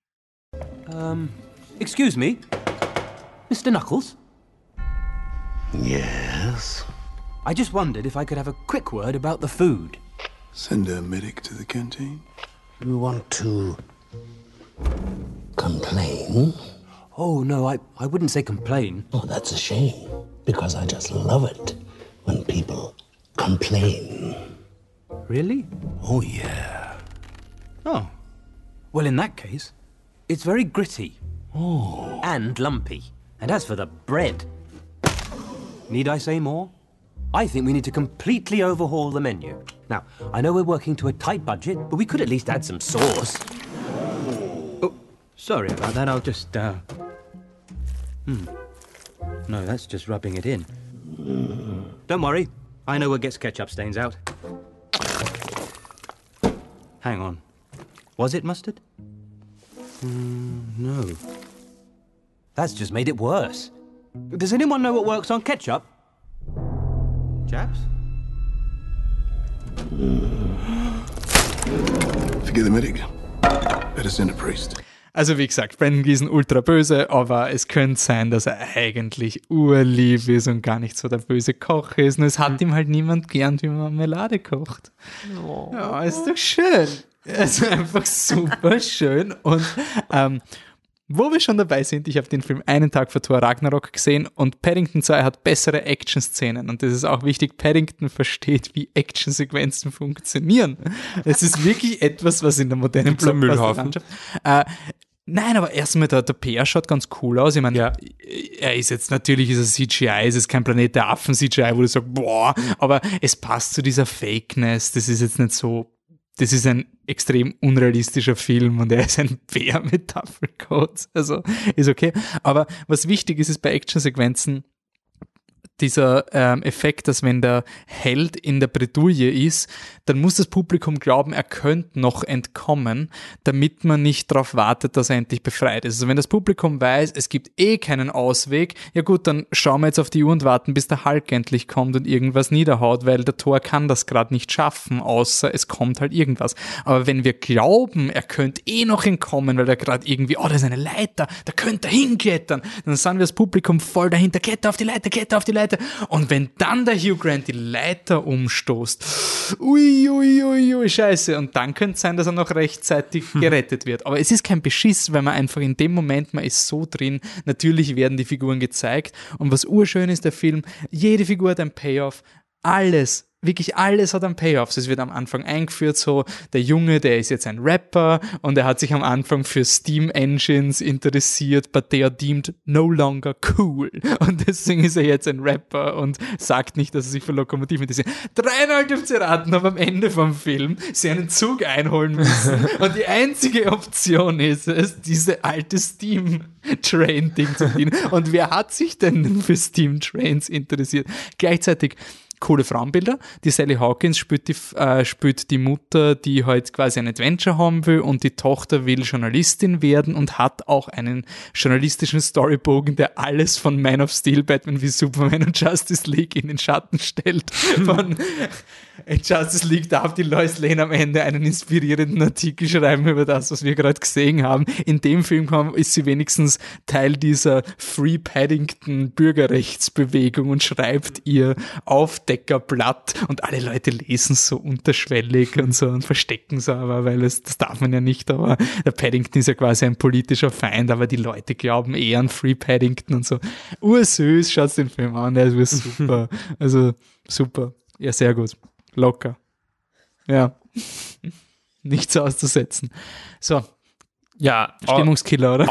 Excuse me, Mr. Knuckles? Yes? I just wondered if I could have a quick word about the food. Send a medic to the canteen. You want to complain? Oh, no, I wouldn't say complain. Oh, that's a shame, because I just love it when people complain. Really? Oh, yeah. Oh. Well, in that case, it's very gritty. Oh. And lumpy. And as for the bread, need I say more? I think we need to completely overhaul the menu. Now, I know we're working to a tight budget, but we could at least add some sauce. Oh, sorry about that. I'll just, No, that's just rubbing it in. Don't worry. I know what gets ketchup stains out. Hang on. Was it mustard? No. That's just made it worse. Does anyone know what works on ketchup? Chaps? Forget the medic. Better send a priest. Also wie gesagt, Brendan Gleeson ultra böse, aber es könnte sein, dass er eigentlich urlieb ist und gar nicht so der böse Koch ist. Und es hat ihm halt niemand gern, wie man Marmelade kocht. Oh. Ja, ist doch schön. Es ist einfach super schön. Und wo wir schon dabei sind, ich habe den Film einen Tag vor Thor Ragnarok gesehen und Paddington 2 hat bessere Action-Szenen und das ist auch wichtig, Paddington versteht, wie Action-Sequenzen funktionieren. Es ist wirklich etwas, was in der modernen Blockbuster-Landschaft... Nein, aber erstmal der Peer schaut ganz cool aus. Ich meine, er ist jetzt, natürlich ist er CGI, es ist kein Planet der Affen CGI, wo du sagst, boah, aber es passt zu dieser Fakeness, das ist jetzt nicht so... Das ist ein extrem unrealistischer Film und er ist ein Bär mit Tafelcoats. Also ist okay. Aber was wichtig ist bei Actionsequenzen, dieser Effekt, dass wenn der Held in der Bredouille ist, dann muss das Publikum glauben, er könnte noch entkommen, damit man nicht darauf wartet, dass er endlich befreit ist. Also wenn das Publikum weiß, es gibt keinen Ausweg, ja gut, dann schauen wir jetzt auf die Uhr und warten, bis der Hulk endlich kommt und irgendwas niederhaut, weil der Thor kann das gerade nicht schaffen, außer es kommt halt irgendwas. Aber wenn wir glauben, er könnte noch entkommen, weil er gerade irgendwie, da ist eine Leiter, da könnte er hinklettern, dann sind wir das Publikum voll dahinter, Kletter auf die Leiter, Kletter auf die Leiter. Und wenn dann der Hugh Grant die Leiter umstoßt, ui, scheiße, und dann könnte es sein, dass er noch rechtzeitig gerettet wird. Aber es ist kein Beschiss, weil man einfach in dem Moment, man ist so drin, natürlich werden die Figuren gezeigt und was urschön ist, der Film, jede Figur hat einen Payoff, alles, wirklich alles hat einen Payoff. Es wird am Anfang eingeführt, so der Junge, der ist jetzt ein Rapper und er hat sich am Anfang für Steam Engines interessiert, but they are deemed no longer cool. Und deswegen ist er jetzt ein Rapper und sagt nicht, dass er sich für Lokomotiven interessiert. 3,5 dürft ihr raten, aber am Ende vom Film sie einen Zug einholen müssen und die einzige Option ist es, diese alte Steam-Train-Ding zu bedienen. Und wer hat sich denn für Steam-Trains interessiert? Gleichzeitig coole Frauenbilder. Die Sally Hawkins spielt die Mutter, die halt quasi ein Adventure haben will und die Tochter will Journalistin werden und hat auch einen journalistischen Storybogen, der alles von Man of Steel, Batman v Superman und Justice League in den Schatten stellt. Von Justice League darf die Lois Lane am Ende einen inspirierenden Artikel schreiben über das, was wir gerade gesehen haben. In dem Film ist sie wenigstens Teil dieser Free Paddington Bürgerrechtsbewegung und schreibt ihr Aufdeckerblatt und alle Leute lesen so unterschwellig und so und verstecken es aber, weil das darf man ja nicht, aber der Paddington ist ja quasi ein politischer Feind, aber die Leute glauben eher an Free Paddington und so. Ursüß, schaut den Film an, der ist super. Also super. Ja, sehr gut. Locker. Ja. Nichts auszusetzen. So. Ja, Stimmungskiller, oder?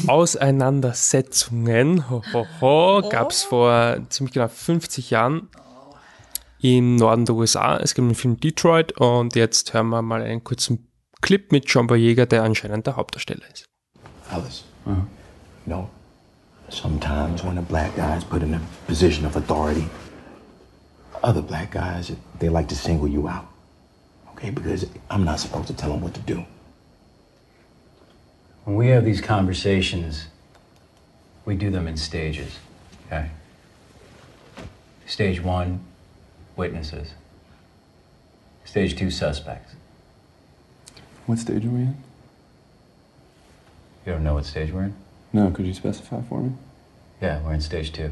Auseinandersetzungen gab es vor ziemlich genau 50 Jahren im Norden der USA. Es gibt den Film Detroit und jetzt hören wir mal einen kurzen Clip mit John Boyega, der anscheinend der Hauptdarsteller ist. Alice, you know, sometimes when a black guy is put in a position of authority, other black guys, they like to single you out, okay? Because I'm not supposed to tell them what to do. When we have these conversations, we do them in stages, okay? Stage 1, witnesses. Stage 2, suspects. What stage are we in? You don't know what stage we're in? No, could you specify for me? Yeah, we're in stage 2.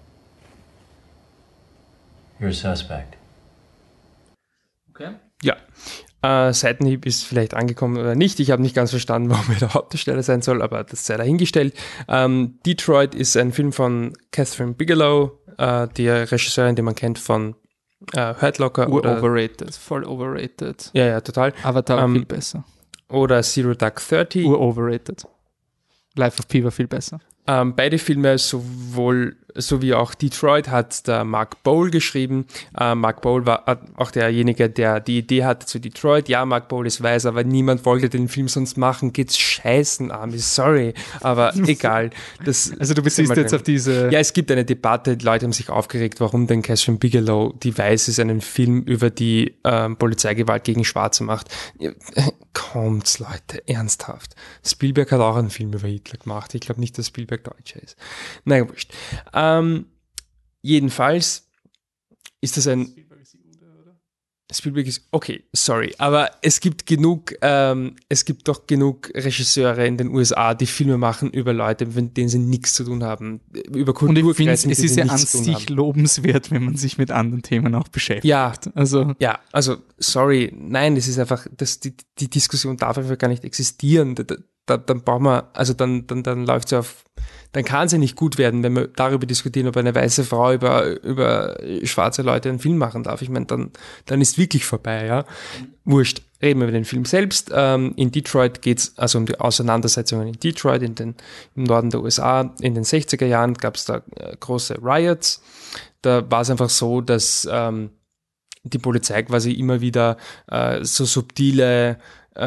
You're a suspect. Okay. Ja. Seitenhieb ist vielleicht angekommen oder nicht. Ich habe nicht ganz verstanden, warum er der Hauptdarsteller sein soll, aber das sei dahingestellt. Detroit ist ein Film von Catherine Bigelow, die Regisseurin, die man kennt von Hurt Locker. Overrated, voll overrated. Ja, total. Avatar war viel besser. Oder Zero Dark 30. Overrated. Life of Pi war viel besser. Beide Filme, so wie auch Detroit, hat der Mark Bowl geschrieben. Mark Bowl war auch derjenige, der die Idee hatte zu Detroit. Ja, Mark Bowl ist weiß, aber niemand wollte den Film sonst machen. Geht's scheißen, Army, sorry. Aber egal. Also du beziehst jetzt auf diese... Ja, es gibt eine Debatte, die Leute haben sich aufgeregt, warum denn Catherine Bigelow, die weiß ist, einen Film über die Polizeigewalt gegen Schwarze macht. Kommt's, Leute, ernsthaft. Spielberg hat auch einen Film über Hitler gemacht. Ich glaube nicht, dass Spielberg Deutscher ist. Naja, wurscht. Jedenfalls ist das ein... Spielberg ist... Okay, sorry. Aber es gibt doch genug Regisseure in den USA, die Filme machen über Leute, mit denen sie nichts zu tun haben. Über Kultur. Und ich finde, es ist ja an sich lobenswert, wenn man sich mit anderen Themen auch beschäftigt. Ja, also sorry. Nein, es ist einfach, die Diskussion darf einfach gar nicht existieren. Dann brauchen wir, also dann läuft es dann kann es ja nicht gut werden, wenn wir darüber diskutieren, ob eine weiße Frau über schwarze Leute einen Film machen darf. Ich meine, dann ist wirklich vorbei, ja. Wurscht. Reden wir über den Film selbst. In Detroit geht's also um die Auseinandersetzungen in Detroit, im Norden der USA. In den 60er Jahren gab es da große Riots. Da war es einfach so, dass die Polizei quasi immer wieder so subtile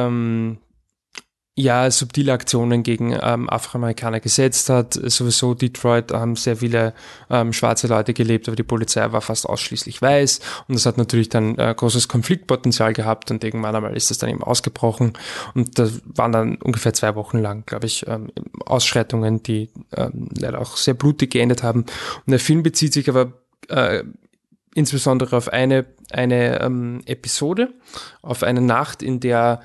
Aktionen gegen Afroamerikaner gesetzt hat. Sowieso Detroit haben sehr viele schwarze Leute gelebt, aber die Polizei war fast ausschließlich weiß und das hat natürlich dann großes Konfliktpotenzial gehabt und irgendwann einmal ist das dann eben ausgebrochen und da waren dann ungefähr 2 Wochen lang, glaube ich, Ausschreitungen, die leider auch sehr blutig geendet haben. Und der Film bezieht sich aber insbesondere auf eine Episode, auf eine Nacht, in der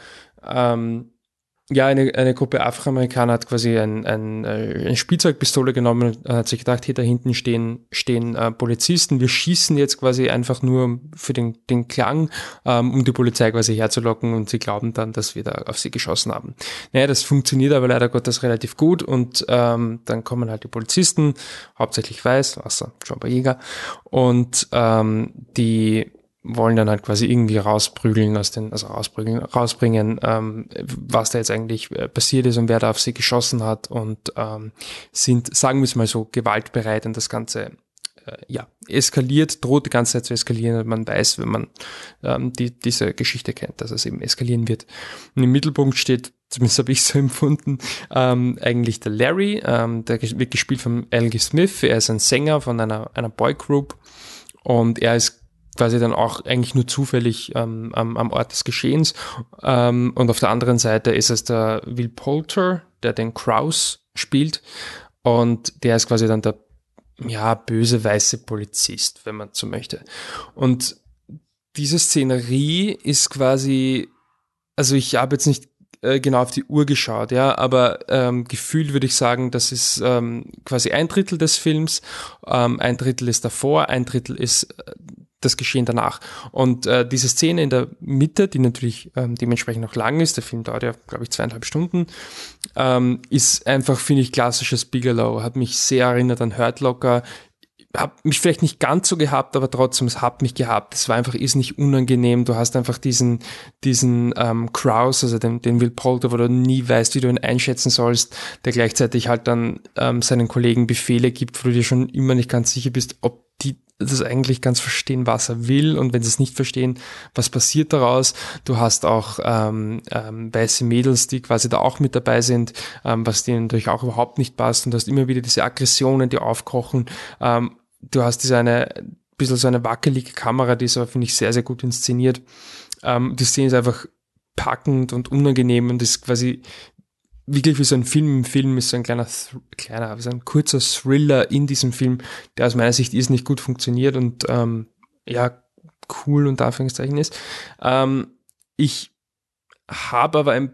eine Gruppe Afroamerikaner hat quasi eine Spielzeugpistole genommen und hat sich gedacht, hier da hinten stehen Polizisten, wir schießen jetzt quasi einfach nur für den Klang, um die Polizei quasi herzulocken und sie glauben dann, dass wir da auf sie geschossen haben. Naja, das funktioniert aber leider Gottes relativ gut und dann kommen halt die Polizisten, hauptsächlich weiß, außer John Boyega, und die wollen dann halt quasi irgendwie rausbringen, was da jetzt eigentlich passiert ist und wer da auf sie geschossen hat und sind, sagen wir es mal so, gewaltbereit und das Ganze eskaliert, droht die ganze Zeit zu eskalieren und man weiß, wenn man diese Geschichte kennt, dass es eben eskalieren wird. Und im Mittelpunkt steht, zumindest habe ich es so empfunden, eigentlich der Larry, der wird gespielt von Algie Smith, er ist ein Sänger von einer Boygroup und er ist quasi dann auch eigentlich nur zufällig am Ort des Geschehens. Und auf der anderen Seite ist es der Will Poulter, der den Kraus spielt. Und der ist quasi dann der böse weiße Polizist, wenn man so möchte. Und diese Szenerie ist quasi, also ich habe jetzt nicht genau auf die Uhr geschaut, ja, aber gefühlt würde ich sagen, das ist quasi 1/3 des Films, 1/3 ist davor, 1/3 ist das Geschehen danach. Und diese Szene in der Mitte, die natürlich dementsprechend noch lang ist, der Film dauert ja, glaube ich, 2,5 Stunden, ist einfach, finde ich, klassisches Bigelow, hat mich sehr erinnert an Hurt Locker, hab mich vielleicht nicht ganz so gehabt, aber trotzdem, es hat mich gehabt. Es war einfach nicht unangenehm. Du hast einfach diesen Kraus, also den Will Poulter, wo du nie weißt, wie du ihn einschätzen sollst, der gleichzeitig halt dann seinen Kollegen Befehle gibt, wo du dir schon immer nicht ganz sicher bist, ob die das eigentlich ganz verstehen, was er will, und wenn sie es nicht verstehen, was passiert daraus. Du hast auch weiße Mädels, die quasi da auch mit dabei sind, was denen natürlich auch überhaupt nicht passt, und du hast immer wieder diese Aggressionen, die aufkochen. Du hast bisschen so eine wackelige Kamera, die ist aber, finde ich, sehr, sehr gut inszeniert. Die Szene ist einfach packend und unangenehm und ist quasi wirklich wie so ein Film. Im Film ist so so ein kurzer Thriller in diesem Film, der aus meiner Sicht nicht gut funktioniert und cool unter Anführungszeichen ist. Ich habe aber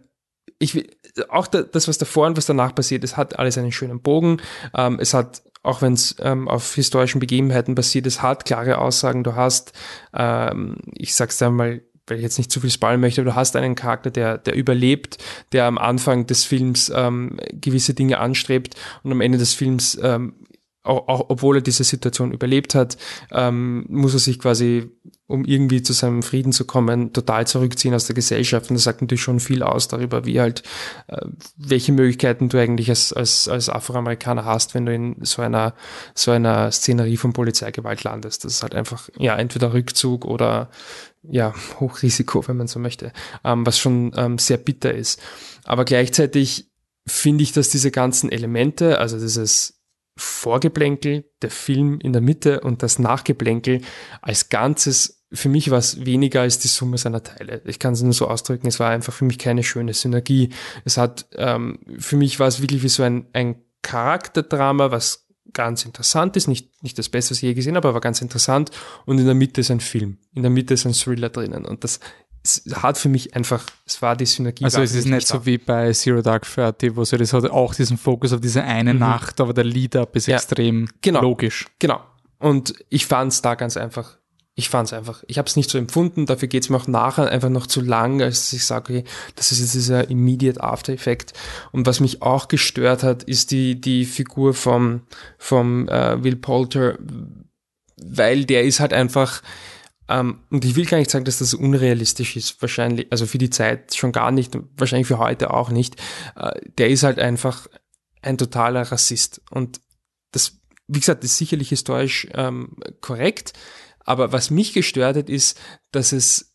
das, was davor und was danach passiert, es hat alles einen schönen Bogen. Es hat, auch wenn es auf historischen Begebenheiten basiert, es hat klare Aussagen. Du hast, ich sag's dir mal, weil ich jetzt nicht zu viel spoilern möchte, aber du hast einen Charakter, der überlebt, der am Anfang des Films gewisse Dinge anstrebt und am Ende des Films auch obwohl er diese Situation überlebt hat, muss er sich quasi, um irgendwie zu seinem Frieden zu kommen, total zurückziehen aus der Gesellschaft. Und das sagt natürlich schon viel aus darüber, wie halt, welche Möglichkeiten du eigentlich als Afroamerikaner hast, wenn du in so einer Szenerie von Polizeigewalt landest. Das ist halt einfach, ja, entweder Rückzug oder, ja, Hochrisiko, wenn man so möchte, was schon sehr bitter ist. Aber gleichzeitig finde ich, dass diese ganzen Elemente, also dieses Vorgeplänkel, der Film in der Mitte und das Nachgeplänkel als Ganzes, für mich war es weniger als die Summe seiner Teile. Ich kann es nur so ausdrücken, es war einfach für mich keine schöne Synergie. Es hat, für mich war es wirklich wie so ein Charakterdrama, was ganz interessant ist, nicht das Beste, was ich je gesehen habe, aber ganz interessant. Und in der Mitte ist ein Film, in der Mitte ist ein Thriller drinnen. Und das es hat für mich einfach, es war die Synergie. Also es ist nicht so wie bei Zero Dark Thirty, wo so das hat auch diesen Fokus auf diese eine Nacht, aber der Lead-Up ist extrem logisch. Genau. Und ich fand es da ganz einfach. Ich habe es nicht so empfunden, dafür geht es mir auch nachher einfach noch zu lang, als ich sage, okay, das ist jetzt dieser Immediate After-Effekt. Und was mich auch gestört hat, ist die Figur vom Will Poulter, weil der ist halt einfach, und ich will gar nicht sagen, dass das unrealistisch ist, wahrscheinlich, also für die Zeit schon gar nicht, wahrscheinlich für heute auch nicht. Der ist halt einfach ein totaler Rassist. Und das, wie gesagt, ist sicherlich historisch korrekt, aber was mich gestört hat, ist, dass es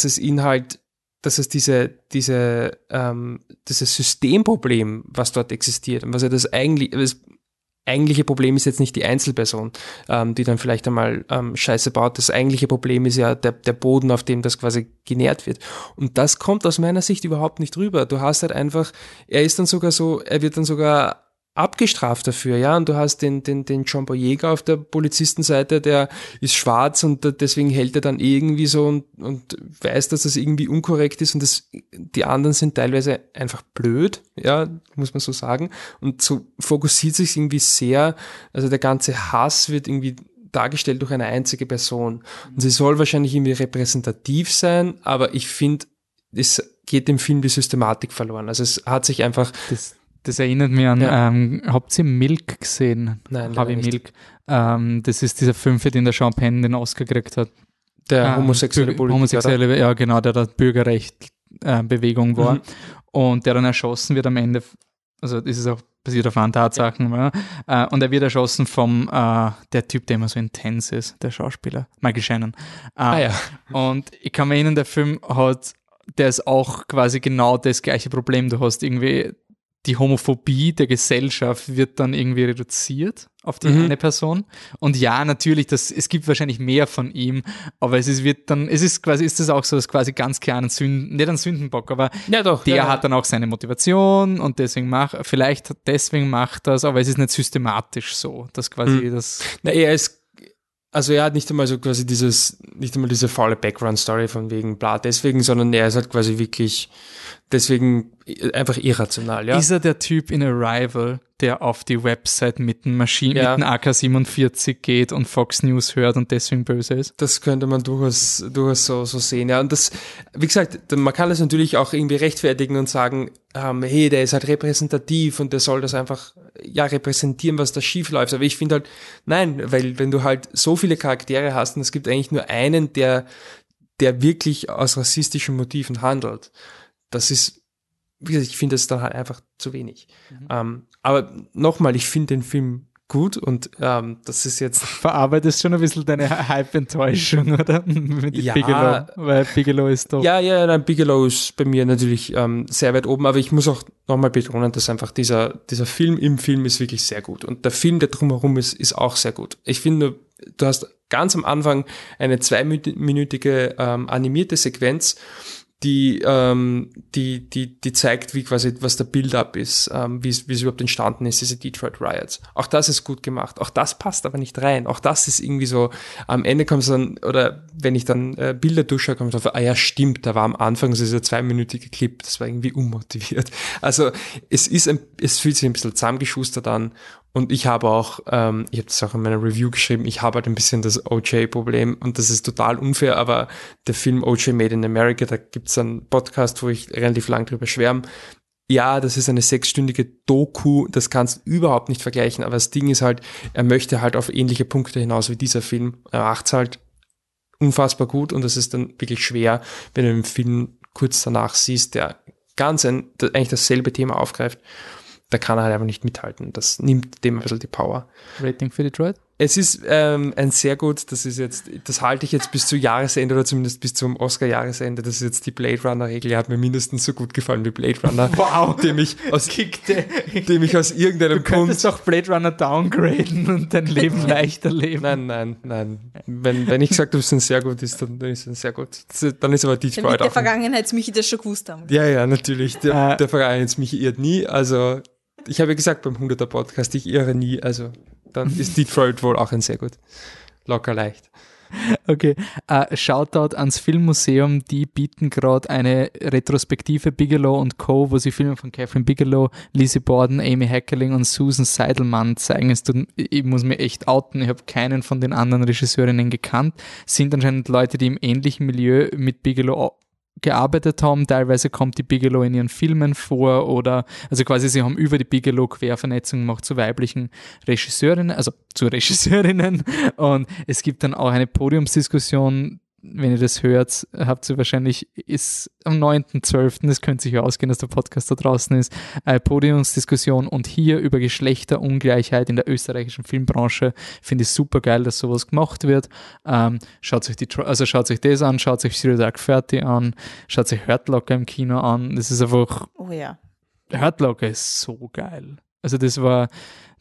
dieses Systemproblem, was dort existiert, und was ja das eigentliche Problem ist jetzt nicht die Einzelperson, die dann vielleicht einmal Scheiße baut. Das eigentliche Problem ist ja der Boden, auf dem das quasi genährt wird. Und das kommt aus meiner Sicht überhaupt nicht rüber. Du hast halt einfach, er wird dann sogar abgestraft dafür, ja, und du hast den John Boyega auf der Polizistenseite, der ist schwarz und deswegen hält er dann irgendwie so und weiß, dass das irgendwie unkorrekt ist und die anderen sind teilweise einfach blöd, ja, muss man so sagen, und so fokussiert sich irgendwie sehr, also der ganze Hass wird irgendwie dargestellt durch eine einzige Person und sie soll wahrscheinlich irgendwie repräsentativ sein, aber ich finde, es geht dem Film die Systematik verloren, also es hat sich einfach... Das erinnert mich an, habt ihr Milk gesehen? Nein, Harvey Milk. Das ist dieser Film, für den der Sean Penn den Oscar gekriegt hat. Der homosexuelle Politiker. Ja, genau, der Bürgerrecht-Bewegung war. Und der dann erschossen wird am Ende, also das ist auch basiert auf wahren Tatsachen. Ja. Und er wird erschossen vom der Typ, der immer so intens ist, der Schauspieler, Michael Shannon. Und ich kann mir erinnern, der Film der ist auch quasi genau das gleiche Problem. Du hast irgendwie die Homophobie der Gesellschaft wird dann irgendwie reduziert auf die eine Person. Und ja, natürlich, es gibt wahrscheinlich mehr von ihm, aber ist das auch so, dass quasi ganz klar nicht ein Sündenbock, aber hat dann auch seine Motivation und deswegen macht das, aber es ist nicht systematisch so, dass quasi das... Na, er hat nicht einmal so quasi diese faule Background-Story von wegen bla deswegen, sondern er ist halt quasi wirklich deswegen einfach irrational, ja. Ist er der Typ in Arrival, der auf die Website mit einem AK-47 geht und Fox News hört und deswegen böse ist? Das könnte man durchaus so sehen, ja. Und das, wie gesagt, man kann das natürlich auch irgendwie rechtfertigen und sagen, hey, der ist halt repräsentativ und der soll das einfach, repräsentieren, was da schief läuft. Aber ich finde halt, nein, weil wenn du halt so viele Charaktere hast und es gibt eigentlich nur einen, der wirklich aus rassistischen Motiven handelt, das ist, wie gesagt, ich finde das dann halt einfach zu wenig. Aber nochmal, ich finde den Film gut und das ist jetzt... Verarbeitest schon ein bisschen deine Hype-Enttäuschung, oder? Mit Bigelow, weil Bigelow ist doch... Nein, Bigelow ist bei mir natürlich sehr weit oben, aber ich muss auch nochmal betonen, dass einfach dieser Film im Film ist wirklich sehr gut und der Film, der drumherum ist auch sehr gut. Ich finde, du hast ganz am Anfang eine 2-minütige animierte Sequenz, die zeigt, wie quasi, was der Build-up ist, wie es überhaupt entstanden ist, diese Detroit Riots. Auch das ist gut gemacht. Auch das passt aber nicht rein. Auch das ist irgendwie so, am Ende kommt es dann, oder wenn ich dann Bilder durchschaue, kommt es auf, stimmt, da war am Anfang so dieser 2-minütige Clip, das war irgendwie unmotiviert. Also, es fühlt sich ein bisschen zusammengeschustert an. Und ich habe auch, ich habe das auch in meiner Review geschrieben, ich habe halt ein bisschen das OJ-Problem und das ist total unfair, aber der Film OJ Made in America, da gibt's einen Podcast, wo ich relativ lang drüber schwärme. ja, das ist eine 6-stündige Doku, das kannst du überhaupt nicht vergleichen, aber das Ding ist halt, er möchte halt auf ähnliche Punkte hinaus wie dieser Film. Er macht's halt unfassbar gut und es ist dann wirklich schwer, wenn du den Film kurz danach siehst, der eigentlich dasselbe Thema aufgreift, da kann er halt einfach nicht mithalten. Das nimmt dem ein bisschen die Power. Rating für Detroit? Es ist ein sehr gut, das halte ich jetzt bis zu Jahresende oder zumindest bis zum Oscar-Jahresende. Das ist jetzt die Blade Runner-Regel. Die hat mir mindestens so gut gefallen wie Blade Runner. Wow, dem ich aus irgendeinem Du könntest auch Blade Runner downgraden und dein Leben leichter leben. Nein. Wenn ich sage, dass es ein sehr gut ist, dann ist es ein sehr gut. Dann ist aber Detroit auch. Damit der Vergangenheitsmichi das schon gewusst haben. Ja, natürlich. Der Vergangenheitsmichi irrt nie. Also, ich habe ja gesagt beim 100er Podcast, ich irre nie. Also, dann ist Detroit wohl auch ein sehr gut. Locker leicht. Okay, Shoutout ans Filmmuseum, die bieten gerade eine Retrospektive Bigelow & Co., wo sie Filme von Catherine Bigelow, Lizzie Borden, Amy Heckerling und Susan Seidelmann zeigen. Ich muss mir echt outen, ich habe keinen von den anderen Regisseurinnen gekannt. Sind anscheinend Leute, die im ähnlichen Milieu mit Bigelow gearbeitet haben. Teilweise kommt die Bigelow in ihren Filmen vor oder, also quasi sie haben über die Bigelow Quervernetzung gemacht zu weiblichen Regisseurinnen, also zu Regisseurinnen, und es gibt dann auch eine Podiumsdiskussion, wenn ihr das hört, habt ihr wahrscheinlich, ist am 9.12., das könnte sich ja ausgehen, dass der Podcast da draußen ist, eine Podiumsdiskussion und hier über Geschlechterungleichheit in der österreichischen Filmbranche. Finde ich super geil, dass sowas gemacht wird. Schaut euch das an, schaut euch Zero Dark 30 an, schaut euch Hurt Locker im Kino an. Das ist einfach, oh ja. Hurt Locker ist so geil. Also das war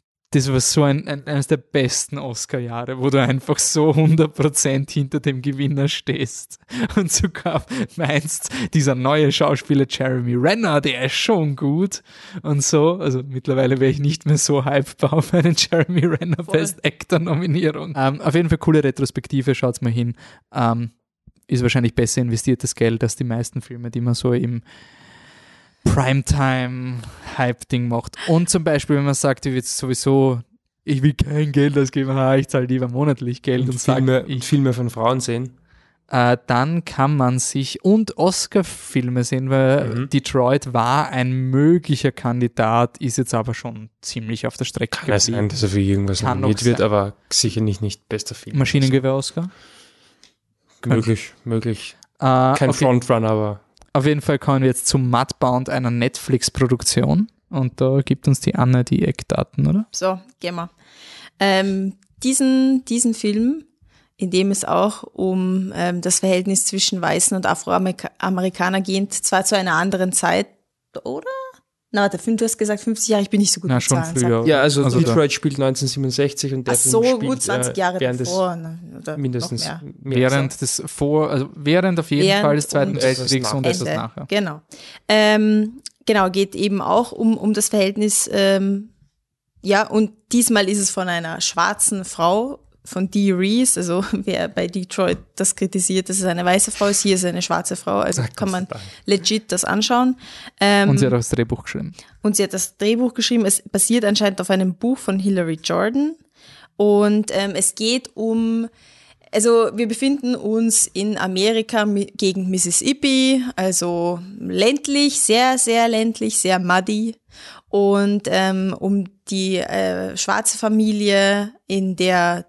so eines der besten Oscar-Jahre, wo du einfach so 100% hinter dem Gewinner stehst und sogar meinst, dieser neue Schauspieler Jeremy Renner, der ist schon gut und so. Also mittlerweile wäre ich nicht mehr so hypebar auf eine Jeremy Renner Best Actor-Nominierung. Auf jeden Fall coole Retrospektive, schaut's mal hin. Ist wahrscheinlich besser investiertes Geld als die meisten Filme, die man so im Primetime-Hype-Ding macht. Und zum Beispiel, wenn man sagt, ich will kein Geld ausgeben, ich zahle lieber monatlich Geld und Filme von Frauen sehen. Dann kann man sich und Oscar-Filme sehen, weil Detroit war ein möglicher Kandidat, ist jetzt aber schon ziemlich auf der Strecke geblieben. Kann sein, dass er für irgendwas nominiert wird, aber sicher nicht bester Film. Maschinengewehr-Oscar? Möglich. Kein Frontrunner, aber auf jeden Fall kommen wir jetzt zum Mudbound, einer Netflix-Produktion. Und da gibt uns die Anne die Eckdaten, oder? So, gehen wir. Diesen Film, in dem es auch um das Verhältnis zwischen Weißen und Afroamerikanern geht, zwar zu einer anderen Zeit, oder? Na, warte, du hast gesagt 50 Jahre, ich bin nicht so gut mit schon Zahlen. Früher. Ja, also Detroit spielt 1967 und der Film spielt gut 20 Jahre davor. Oder mindestens mehr. Während auf jeden Fall des Zweiten Weltkriegs und etwas nachher. Genau. Genau, geht eben auch um das Verhältnis, und diesmal ist es von einer schwarzen Frau, von Dee Reese, also wer bei Detroit das kritisiert, dass es eine weiße Frau ist, hier ist eine schwarze Frau, also kann man legit das anschauen. Und sie hat auch das Drehbuch geschrieben. Es basiert anscheinend auf einem Buch von Hilary Jordan und es geht also wir befinden uns in Amerika gegen Mississippi, also ländlich, sehr, sehr ländlich, sehr muddy. Und um die schwarze Familie, in der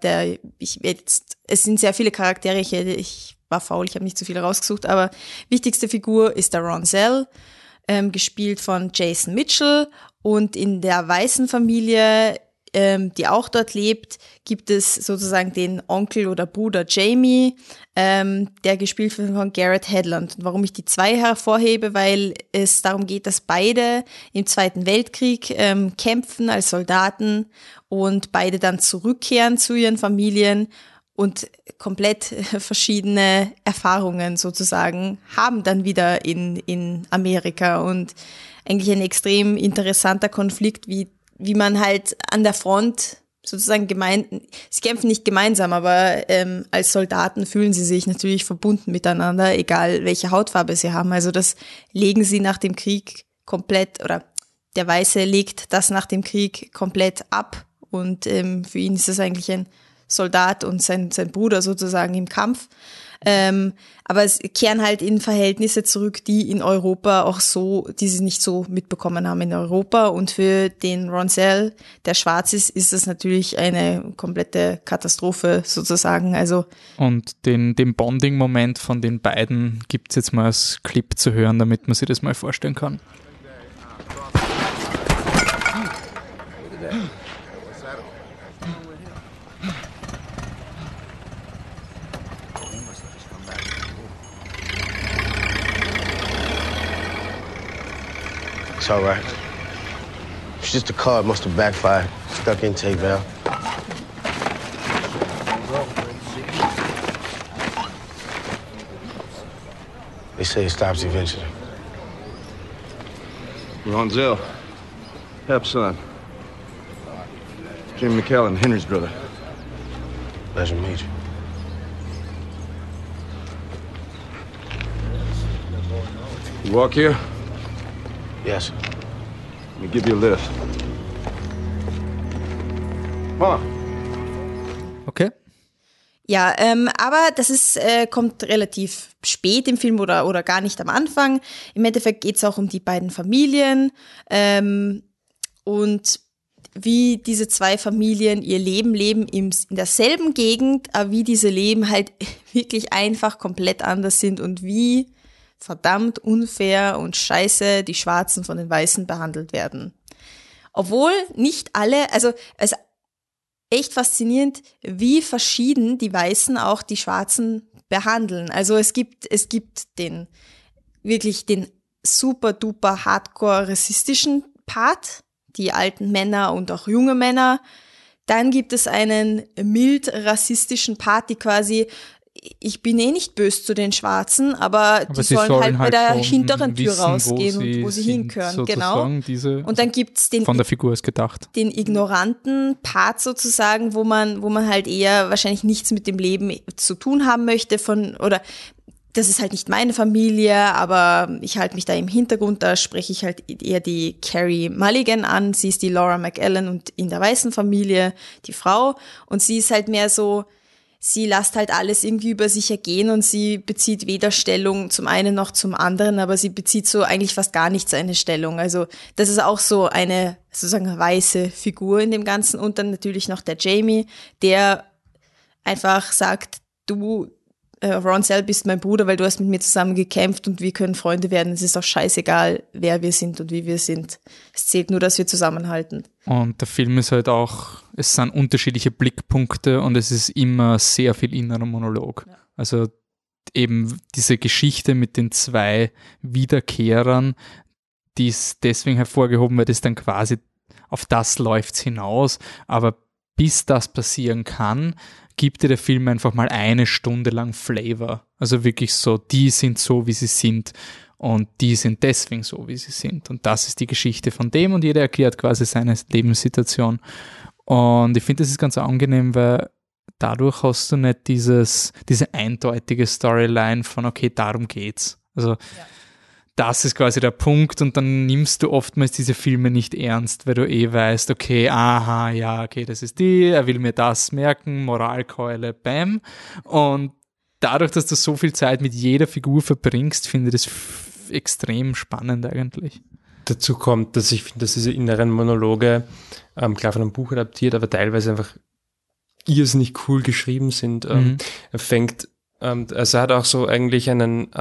es sind sehr viele Charaktere, ich war faul, ich habe nicht so viel rausgesucht, aber wichtigste Figur ist der Ronzel, gespielt von Jason Mitchell. Und in der weißen Familie, die auch dort lebt, gibt es sozusagen den Onkel oder Bruder Jamie, der gespielt wird von Garrett Hedlund. Und warum ich die zwei hervorhebe, weil es darum geht, dass beide im Zweiten Weltkrieg kämpfen als Soldaten und beide dann zurückkehren zu ihren Familien und komplett verschiedene Erfahrungen sozusagen haben dann wieder in Amerika. Und eigentlich ein extrem interessanter Konflikt, wie man halt an der Front sozusagen sie kämpfen nicht gemeinsam, aber als Soldaten fühlen sie sich natürlich verbunden miteinander, egal welche Hautfarbe sie haben. Also das legen sie nach dem Krieg komplett, oder der Weiße legt das nach dem Krieg komplett ab und für ihn ist es eigentlich ein Soldat und sein Bruder sozusagen im Kampf. Aber es kehren halt in Verhältnisse zurück, die in Europa auch so, die sie nicht so mitbekommen haben in Europa. Und für den Ronsel, der schwarz ist das natürlich eine komplette Katastrophe sozusagen. Also und den Bonding-Moment von den beiden gibt es jetzt mal als Clip zu hören, damit man sich das mal vorstellen kann. It's all right. It's just a car. It must have backfired. Stuck intake valve. They say it stops eventually. Ronzel. Hep's son. Jim McKellen, Henry's brother. Pleasure to meet you. You walk here? Yes. Let me give you a lift. Come on. Okay. Ja, aber das ist, kommt relativ spät im Film oder gar nicht am Anfang. Im Endeffekt geht es auch um die beiden Familien und wie diese zwei Familien ihr Leben leben in derselben Gegend, aber wie diese Leben halt wirklich einfach komplett anders sind und wie verdammt unfair und scheiße die Schwarzen von den Weißen behandelt werden. Obwohl nicht alle, also es echt faszinierend, wie verschieden die Weißen auch die Schwarzen behandeln. Also es gibt den super duper hardcore rassistischen Part, die alten Männer und auch junge Männer. Dann gibt es einen mild rassistischen Part, die quasi, ich bin nicht böse zu den Schwarzen, aber die sollen halt bei der hinteren Tür rausgehen und wo sie hinkören, genau. Und dann gibt's den von der Figur ist gedacht. Den ignoranten Part sozusagen, wo man halt eher wahrscheinlich nichts mit dem Leben zu tun haben möchte oder das ist halt nicht meine Familie, aber ich halte mich da im Hintergrund, da spreche ich halt eher die Carey Mulligan an, sie ist die Laura McAllen und in der weißen Familie die Frau und sie ist halt mehr so, sie lässt halt alles irgendwie über sich ergehen und sie bezieht weder Stellung zum einen noch zum anderen, aber sie bezieht so eigentlich fast gar nichts eine Stellung. Also das ist auch so eine sozusagen weiße Figur in dem Ganzen. Und dann natürlich noch der Jamie, der einfach sagt, du, Ronsel, bist mein Bruder, weil du hast mit mir zusammen gekämpft und wir können Freunde werden. Es ist auch scheißegal, wer wir sind und wie wir sind. Es zählt nur, dass wir zusammenhalten. Und der Film ist halt auch, es sind unterschiedliche Blickpunkte und es ist immer sehr viel innerer Monolog. Ja. Also eben diese Geschichte mit den zwei Wiederkehrern, die ist deswegen hervorgehoben, weil das dann quasi auf das läuft's hinaus, aber bis das passieren kann, gibt dir der Film einfach mal 1 Stunde lang Flavor. Also wirklich so, die sind so, wie sie sind und die sind deswegen so, wie sie sind. Und das ist die Geschichte von dem und jeder erklärt quasi seine Lebenssituation. Und ich finde, das ist ganz angenehm, weil dadurch hast du nicht diese eindeutige Storyline von, okay, darum geht's. Also das ist quasi der Punkt und dann nimmst du oftmals diese Filme nicht ernst, weil du weißt, okay, aha, ja, okay, das ist er will mir das merken, Moralkeule, bam. Und dadurch, dass du so viel Zeit mit jeder Figur verbringst, finde ich das extrem spannend eigentlich. Dazu kommt, dass ich finde, dass diese inneren Monologe, klar von einem Buch adaptiert, aber teilweise einfach irrsinnig cool geschrieben sind. Also er hat auch so eigentlich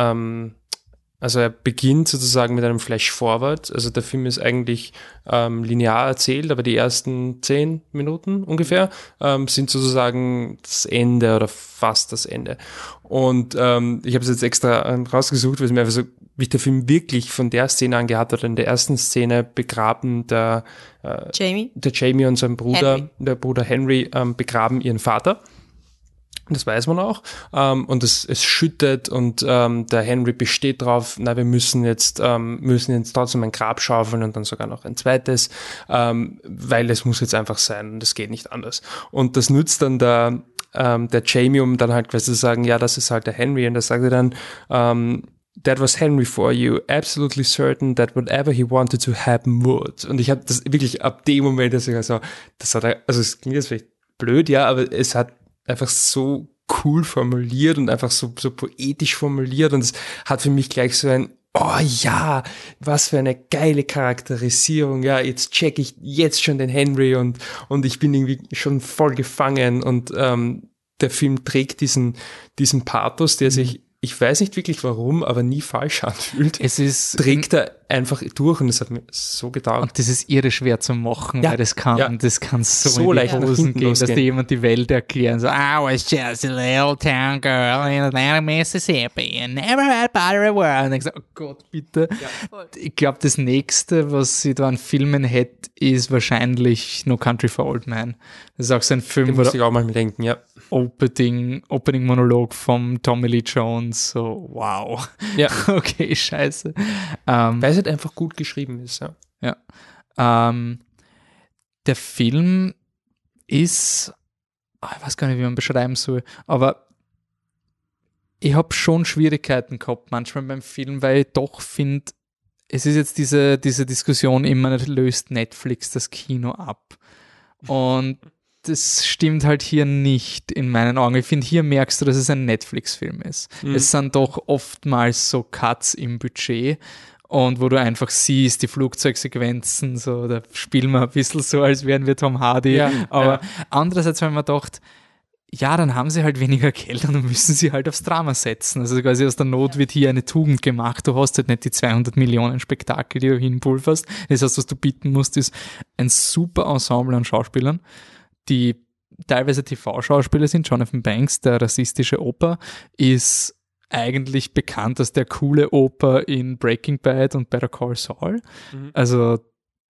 also er beginnt sozusagen mit einem Flash-Forward, also der Film ist eigentlich linear erzählt, aber die ersten 10 Minuten ungefähr sind sozusagen das Ende oder fast das Ende. Und ich habe es jetzt extra rausgesucht, weil es mir einfach so, wie der Film wirklich von der Szene an gehabt hat. In der ersten Szene begraben der Jamie und sein Bruder, der Bruder Henry, begraben ihren Vater. Das weiß man auch. Und es schüttet und der Henry besteht drauf, wir müssen jetzt trotzdem ein Grab schaufeln und dann sogar noch ein zweites, weil es muss jetzt einfach sein und es geht nicht anders. Und das nützt dann der Jamie, um dann halt quasi zu sagen, ja, das ist halt der Henry. Und da sagt er dann, that was Henry for you, absolutely certain that whatever he wanted to happen would. Und ich habe das wirklich ab dem Moment, dass ich also es klingt jetzt vielleicht blöd, ja, aber es hat einfach so cool formuliert und einfach so poetisch formuliert und es hat für mich gleich so ein oh ja, was für eine geile Charakterisierung, ja, jetzt check ich jetzt schon den Henry und ich bin irgendwie schon voll gefangen und der Film trägt diesen Pathos, der sich, ich weiß nicht wirklich warum, aber nie falsch anfühlt. Trägt er einfach durch und es hat mir so getaugt. Und das ist irre schwer zu machen, weil das kann so in leicht die nach Hosen hinten gehen, dass losgehen. dir jemand die Welt erklären, so, I was just a little town girl in Atlanta, Mississippi and never had butter a world. Und ich so, oh Gott, bitte. Ich glaube, das nächste, was ich da an Filmen hätte, ist wahrscheinlich No Country for Old Men. Das ist auch so ein Film, Den muss ich auch mal denken, ja. Opening-Monolog vom Tommy Lee Jones, so wow. Ja. Okay, scheiße. Weil es halt einfach gut geschrieben ist, ja. Ja. Der Film ist, ich weiß gar nicht, wie man beschreiben soll, aber ich habe schon Schwierigkeiten gehabt manchmal beim Film, weil ich doch finde, es ist jetzt diese Diskussion immer, löst Netflix das Kino ab. Und das stimmt halt hier nicht in meinen Augen. Ich finde, hier merkst du, dass es ein Netflix-Film ist. Es sind doch oftmals so Cuts im Budget und wo du einfach siehst, die Flugzeugsequenzen, so, da spielen wir ein bisschen so, als wären wir Tom Hardy. Ja, aber andererseits haben wir gedacht, ja, dann haben sie halt weniger Geld und dann müssen sie halt aufs Drama setzen. Also quasi aus der Not wird hier eine Tugend gemacht. Du hast halt nicht die 200 Millionen Spektakel, die du hinpulverst. Das heißt, was du bieten musst, ist ein super Ensemble an Schauspielern, die teilweise TV-Schauspieler sind. Jonathan Banks, der rassistische Opa, ist eigentlich bekannt als der coole Opa in Breaking Bad und Better Call Saul. Also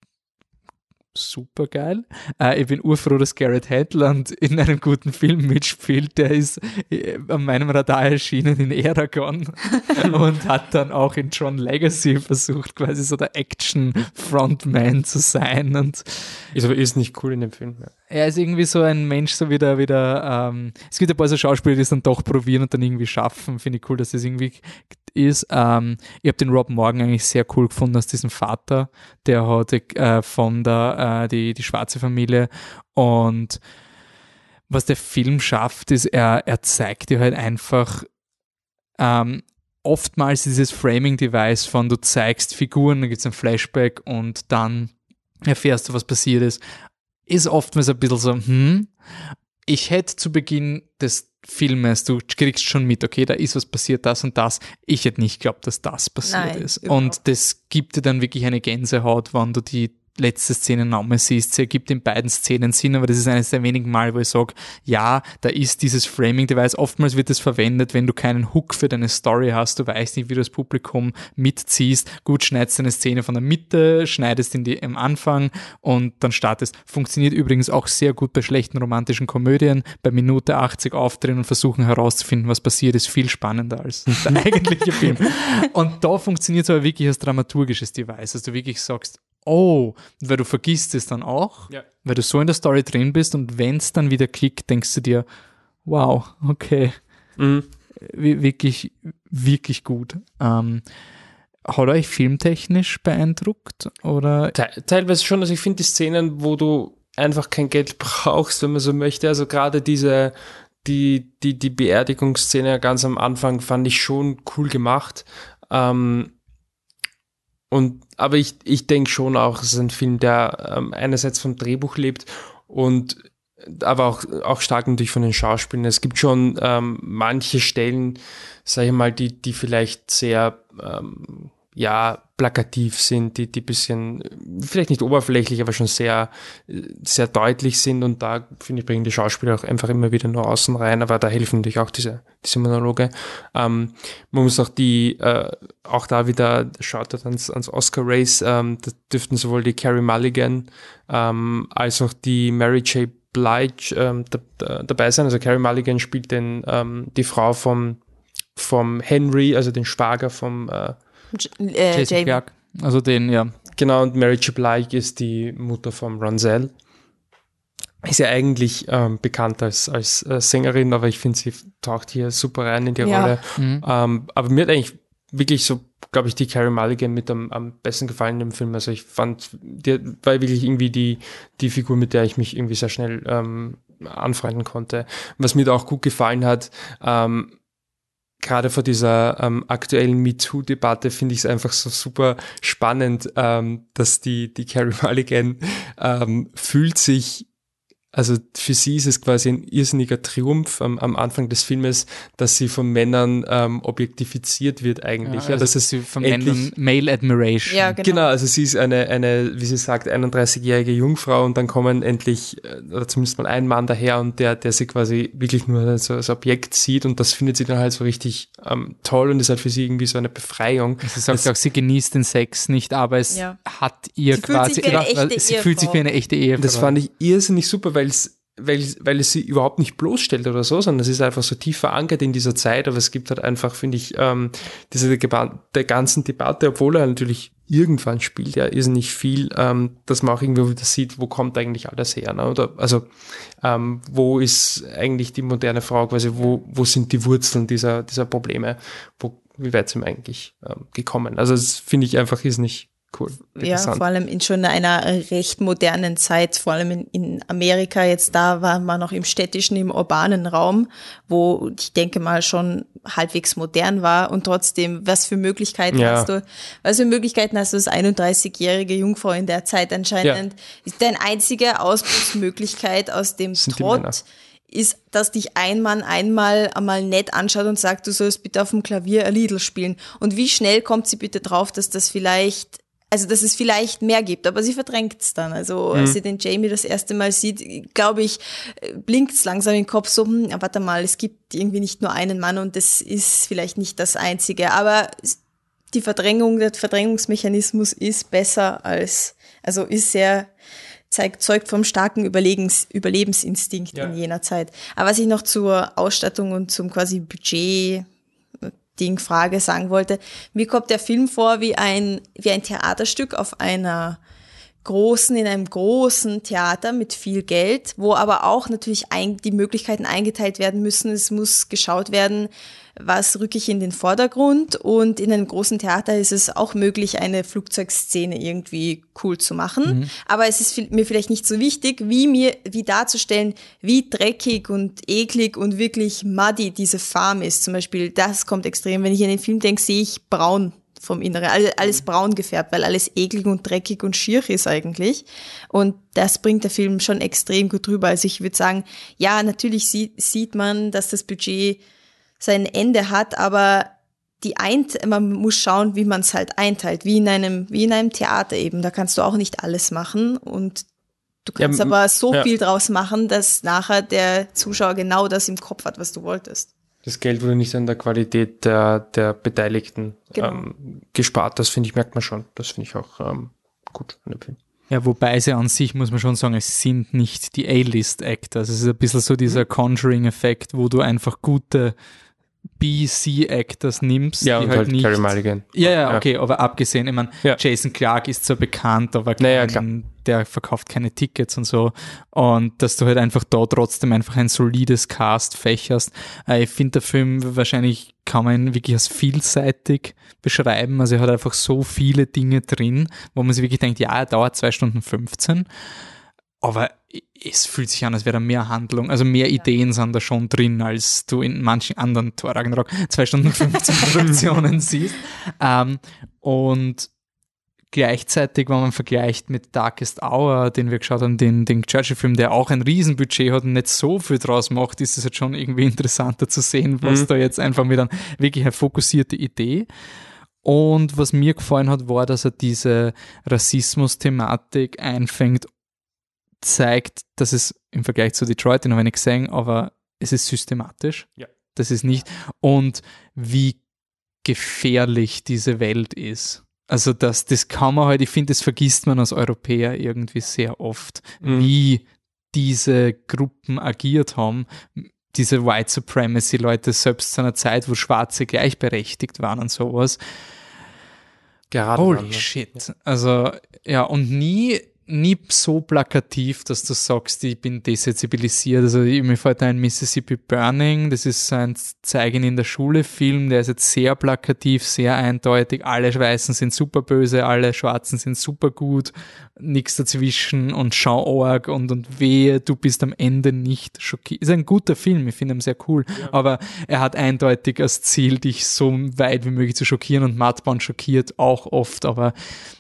super geil. Ich bin urfroh, dass Garrett Hedlund in einem guten Film mitspielt. Der ist an meinem Radar erschienen in Eragon und hat dann auch in Tron Legacy versucht, quasi so der Action-Frontman zu sein. Und ist aber nicht cool in dem Film. Ja. Er ist irgendwie so ein Mensch, so wieder es gibt ein paar so Schauspieler, die es dann doch probieren und dann irgendwie schaffen. Finde ich cool, dass das irgendwie ist. Ich habe den Rob Morgan eigentlich sehr cool gefunden als diesen Vater. Der hat von die schwarze Familie, und was der Film schafft, ist, er zeigt dir halt einfach oftmals dieses Framing-Device von, du zeigst Figuren, dann gibt es ein Flashback und dann erfährst du, was passiert ist oftmals ein bisschen so, ich hätte zu Beginn des Filmes, du kriegst schon mit, okay, da ist was passiert, das und das. Ich hätte nicht geglaubt, dass das passiert ist. Und das gibt dir dann wirklich eine Gänsehaut, wenn du die letzte Szene nochmal siehst. Sie ergibt in beiden Szenen Sinn, aber das ist eines der wenigen Mal, wo ich sage, ja, da ist dieses Framing-Device. Oftmals wird es verwendet, wenn du keinen Hook für deine Story hast, du weißt nicht, wie du das Publikum mitziehst. Gut, schneidest eine Szene von der Mitte, schneidest am Anfang und dann startest. Funktioniert übrigens auch sehr gut bei schlechten romantischen Komödien. Bei Minute 80 aufdrehen und versuchen herauszufinden, was passiert, ist viel spannender als der eigentliche Film. Und da funktioniert es aber wirklich als dramaturgisches Device, dass du wirklich sagst, oh, weil du vergisst es dann auch, weil du so in der Story drin bist, und wenn es dann wieder klickt, denkst du dir, wow, okay, wirklich, wirklich gut. Hat euch filmtechnisch beeindruckt? Oder? Teilweise schon, also ich finde die Szenen, wo du einfach kein Geld brauchst, wenn man so möchte, also gerade die Beerdigungsszene ganz am Anfang fand ich schon cool gemacht. Aber ich denke schon auch, es ist ein Film, der einerseits vom Drehbuch lebt aber auch stark natürlich von den Schauspielern. Es gibt schon manche Stellen, sage ich mal, die vielleicht sehr plakativ sind, die bisschen, vielleicht nicht oberflächlich, aber schon sehr, sehr deutlich sind, und da, finde ich, bringen die Schauspieler auch einfach immer wieder nur außen rein, aber da helfen natürlich auch diese Monologe. Man muss auch auch da wieder, Shoutout ans Oscar-Race, da dürften sowohl die Carey Mulligan als auch die Mary J. Blige dabei sein. Also Carey Mulligan spielt die Frau vom Henry, also den Schwager vom Jason Clarke. Also Genau, und Mary J. Blige ist die Mutter vom Ronzel. Ist ja eigentlich bekannt als Sängerin, aber ich finde, sie taucht hier super rein in die Rolle. Aber mir hat eigentlich wirklich so, glaube ich, die Carey Mulligan mit am besten gefallen in dem Film. Also ich fand, die war wirklich irgendwie die Figur, mit der ich mich irgendwie sehr schnell anfreunden konnte. Was mir da auch gut gefallen hat, gerade vor dieser aktuellen MeToo-Debatte finde ich es einfach so super spannend, dass die Carey Mulligan fühlt sich, also für sie ist es quasi ein irrsinniger Triumph am Anfang des Filmes, dass sie von Männern objektifiziert wird eigentlich. Ja, also dass es sie von Männern Male Admiration. Ja, genau, also sie ist eine, wie sie sagt, 31-jährige Jungfrau und dann kommen endlich, oder zumindest mal ein Mann daher und der sie quasi wirklich nur so als Objekt sieht und das findet sie dann halt so richtig toll und ist halt für sie irgendwie so eine Befreiung. Sie sagt auch, sie genießt den Sex nicht, aber es hat ihr sie quasi, sie fühlt sich wie eine echte Ehefrau. Das fand ich irrsinnig super, weil es sie überhaupt nicht bloßstellt oder so, sondern es ist einfach so tief verankert in dieser Zeit, aber es gibt halt einfach, finde ich, der ganzen Debatte, obwohl er natürlich irgendwann spielt, ja irrsinnig viel, dass man auch irgendwo wieder sieht, wo kommt eigentlich alles her, ne? Oder, also, wo ist eigentlich die moderne Frau quasi, wo sind die Wurzeln dieser Probleme, wie weit sind wir eigentlich gekommen? Also, das finde ich einfach irrsinnig cool. Ja, vor allem in schon einer recht modernen Zeit, vor allem in Amerika, jetzt da war man noch im städtischen, im urbanen Raum, wo ich denke mal schon halbwegs modern war und trotzdem, was für Möglichkeiten hast du als 31-jährige Jungfrau in der Zeit anscheinend, ist deine einzige Ausbruchsmöglichkeit aus dem Trott, ist, dass dich ein Mann einmal nett anschaut und sagt, du sollst bitte auf dem Klavier ein Liedl spielen. Und wie schnell kommt sie bitte drauf, dass es vielleicht mehr gibt, aber sie verdrängt es dann. Also als sie den Jamie das erste Mal sieht, glaube ich, blinkt es langsam im Kopf so, warte mal, es gibt irgendwie nicht nur einen Mann und das ist vielleicht nicht das Einzige. Aber der Verdrängungsmechanismus ist besser zeugt vom starken Überlebensinstinkt in jener Zeit. Aber was ich noch zur Ausstattung und zum quasi Budget Frage sagen wollte, mir kommt der Film vor wie ein Theaterstück in einem großen Theater mit viel Geld, wo aber auch natürlich die Möglichkeiten eingeteilt werden müssen. Es muss geschaut werden, was rücke ich in den Vordergrund, und in einem großen Theater ist es auch möglich, eine Flugzeugszene irgendwie cool zu machen. Aber es ist mir vielleicht nicht so wichtig, wie darzustellen, wie dreckig und eklig und wirklich muddy diese Farm ist. Zum Beispiel, das kommt extrem. Wenn ich an den Film denke, sehe ich braun vom Inneren, alles braun gefärbt, weil alles eklig und dreckig und schier ist eigentlich. Und das bringt der Film schon extrem gut rüber. Also ich würde sagen, ja, natürlich sieht man, dass das Budget sein Ende hat, aber man muss schauen, wie man es halt einteilt, wie in einem Theater eben. Da kannst du auch nicht alles machen und du kannst aber viel draus machen, dass nachher der Zuschauer genau das im Kopf hat, was du wolltest. Das Geld wurde nicht an der Qualität der Beteiligten gespart, das merkt man schon. Das finde ich auch gut an dem Film. Ja, wobei sie an sich, muss man schon sagen, es sind nicht die A-List-Actors. Es ist ein bisschen so dieser Conjuring-Effekt, wo du einfach gute B-C-Actors nimmst. Ja, die und halt nicht, Carey Mulligan. Ja, okay, aber abgesehen, ich meine, Jason Clarke ist zwar bekannt, aber der verkauft keine Tickets und so. Und dass du halt einfach da trotzdem einfach ein solides Cast fächerst. Ich finde, der Film wahrscheinlich kann man ihn wirklich als vielseitig beschreiben. Also er hat einfach so viele Dinge drin, wo man sich wirklich denkt, ja, er dauert 2 Stunden 15. Aber es fühlt sich an, als wäre da mehr Handlung, also mehr Ideen sind da schon drin, als du in manchen anderen Thor Ragnarok 2 Stunden 15 Produktionen siehst. Und gleichzeitig, wenn man vergleicht mit Darkest Hour, den wir geschaut haben, den Churchill-Film, der auch ein Riesenbudget hat und nicht so viel draus macht, ist es jetzt schon irgendwie interessanter zu sehen, was da jetzt einfach mit einer wirklich eine fokussierte Idee. Und was mir gefallen hat, war, dass er diese Rassismus-Thematik einfängt, zeigt, dass es im Vergleich zu Detroit, den habe ich nicht gesehen, aber es ist systematisch. Ja. Das ist nicht. Und wie gefährlich diese Welt ist. Also das kann man halt, ich finde, das vergisst man als Europäer irgendwie sehr oft, wie diese Gruppen agiert haben. Diese White Supremacy-Leute, selbst zu einer Zeit, wo Schwarze gleichberechtigt waren und sowas. Gerade Holy shit. Also, ja, und nie nie so plakativ, dass du sagst, ich bin desensibilisiert. Also mir fällt ein Mississippi Burning, das ist so ein Zeigen in der Schule-Film, der ist jetzt sehr plakativ, sehr eindeutig, alle Weißen sind super böse, alle Schwarzen sind super gut, nichts dazwischen und schau arg und wehe, du bist am Ende nicht schockiert. Ist ein guter Film, ich finde ihn sehr cool, aber er hat eindeutig als Ziel, dich so weit wie möglich zu schockieren, und Mudbound schockiert auch oft, aber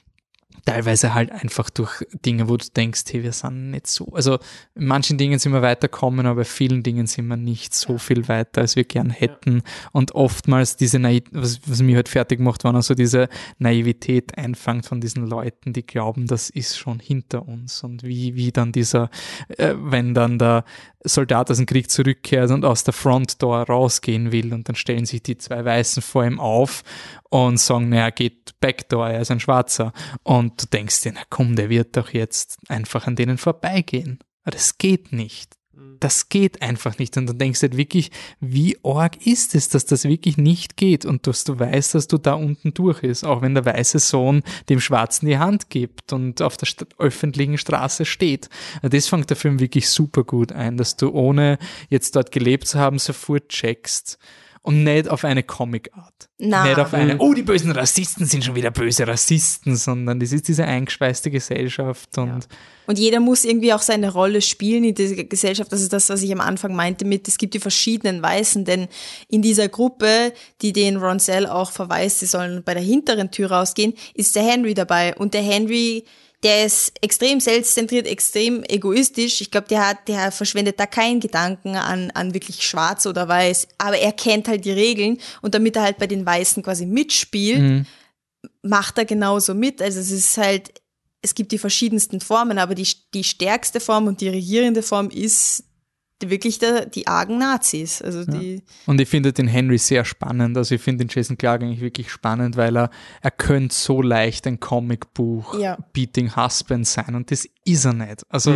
teilweise halt einfach durch Dinge, wo du denkst, hey, wir sind nicht so, also in manchen Dingen sind wir weitergekommen, aber bei vielen Dingen sind wir nicht so viel weiter, als wir gern hätten, und oftmals diese was mich halt fertig gemacht, war noch so diese Naivität einfängt von diesen Leuten, die glauben, das ist schon hinter uns, und wie dann dieser, wenn dann der Soldat aus dem Krieg zurückkehrt und aus der Frontdoor rausgehen will, und dann stellen sich die zwei Weißen vor ihm auf und sagen, naja, geht Backdoor, er ist ein Schwarzer. Und du denkst dir, na komm, der wird doch jetzt einfach an denen vorbeigehen. Aber das geht nicht. Das geht einfach nicht. Und dann denkst du halt wirklich, wie arg ist es, dass das wirklich nicht geht, und dass du weißt, dass du da unten durch ist, auch wenn der weiße Sohn dem Schwarzen die Hand gibt und auf der öffentlichen Straße steht. Also das fängt der Film wirklich super gut ein, dass du, ohne jetzt dort gelebt zu haben, sofort checkst. Und nicht auf eine Comic-Art. Nicht auf eine, oh, die bösen Rassisten sind schon wieder böse Rassisten, sondern das ist diese eingeschweißte Gesellschaft. Und jeder muss irgendwie auch seine Rolle spielen in dieser Gesellschaft. Das ist das, was ich am Anfang meinte mit, es gibt die verschiedenen Weißen, denn in dieser Gruppe, die den Ronsel auch verweist, sie sollen bei der hinteren Tür rausgehen, ist der Henry dabei. Und der Henry, der ist extrem selbstzentriert, extrem egoistisch. Ich glaube, der verschwendet da keinen Gedanken an wirklich schwarz oder weiß, aber er kennt halt die Regeln, und damit er halt bei den Weißen quasi mitspielt, macht er genauso mit. Also es ist halt, es gibt die verschiedensten Formen, aber die stärkste Form und die regierende Form ist wirklich die argen Nazis. Also Und ich finde den Henry sehr spannend. Also ich finde den Jason Clarke eigentlich wirklich spannend, weil er könnte so leicht ein Comicbuch Beating Husband sein, und das ist er nicht. Also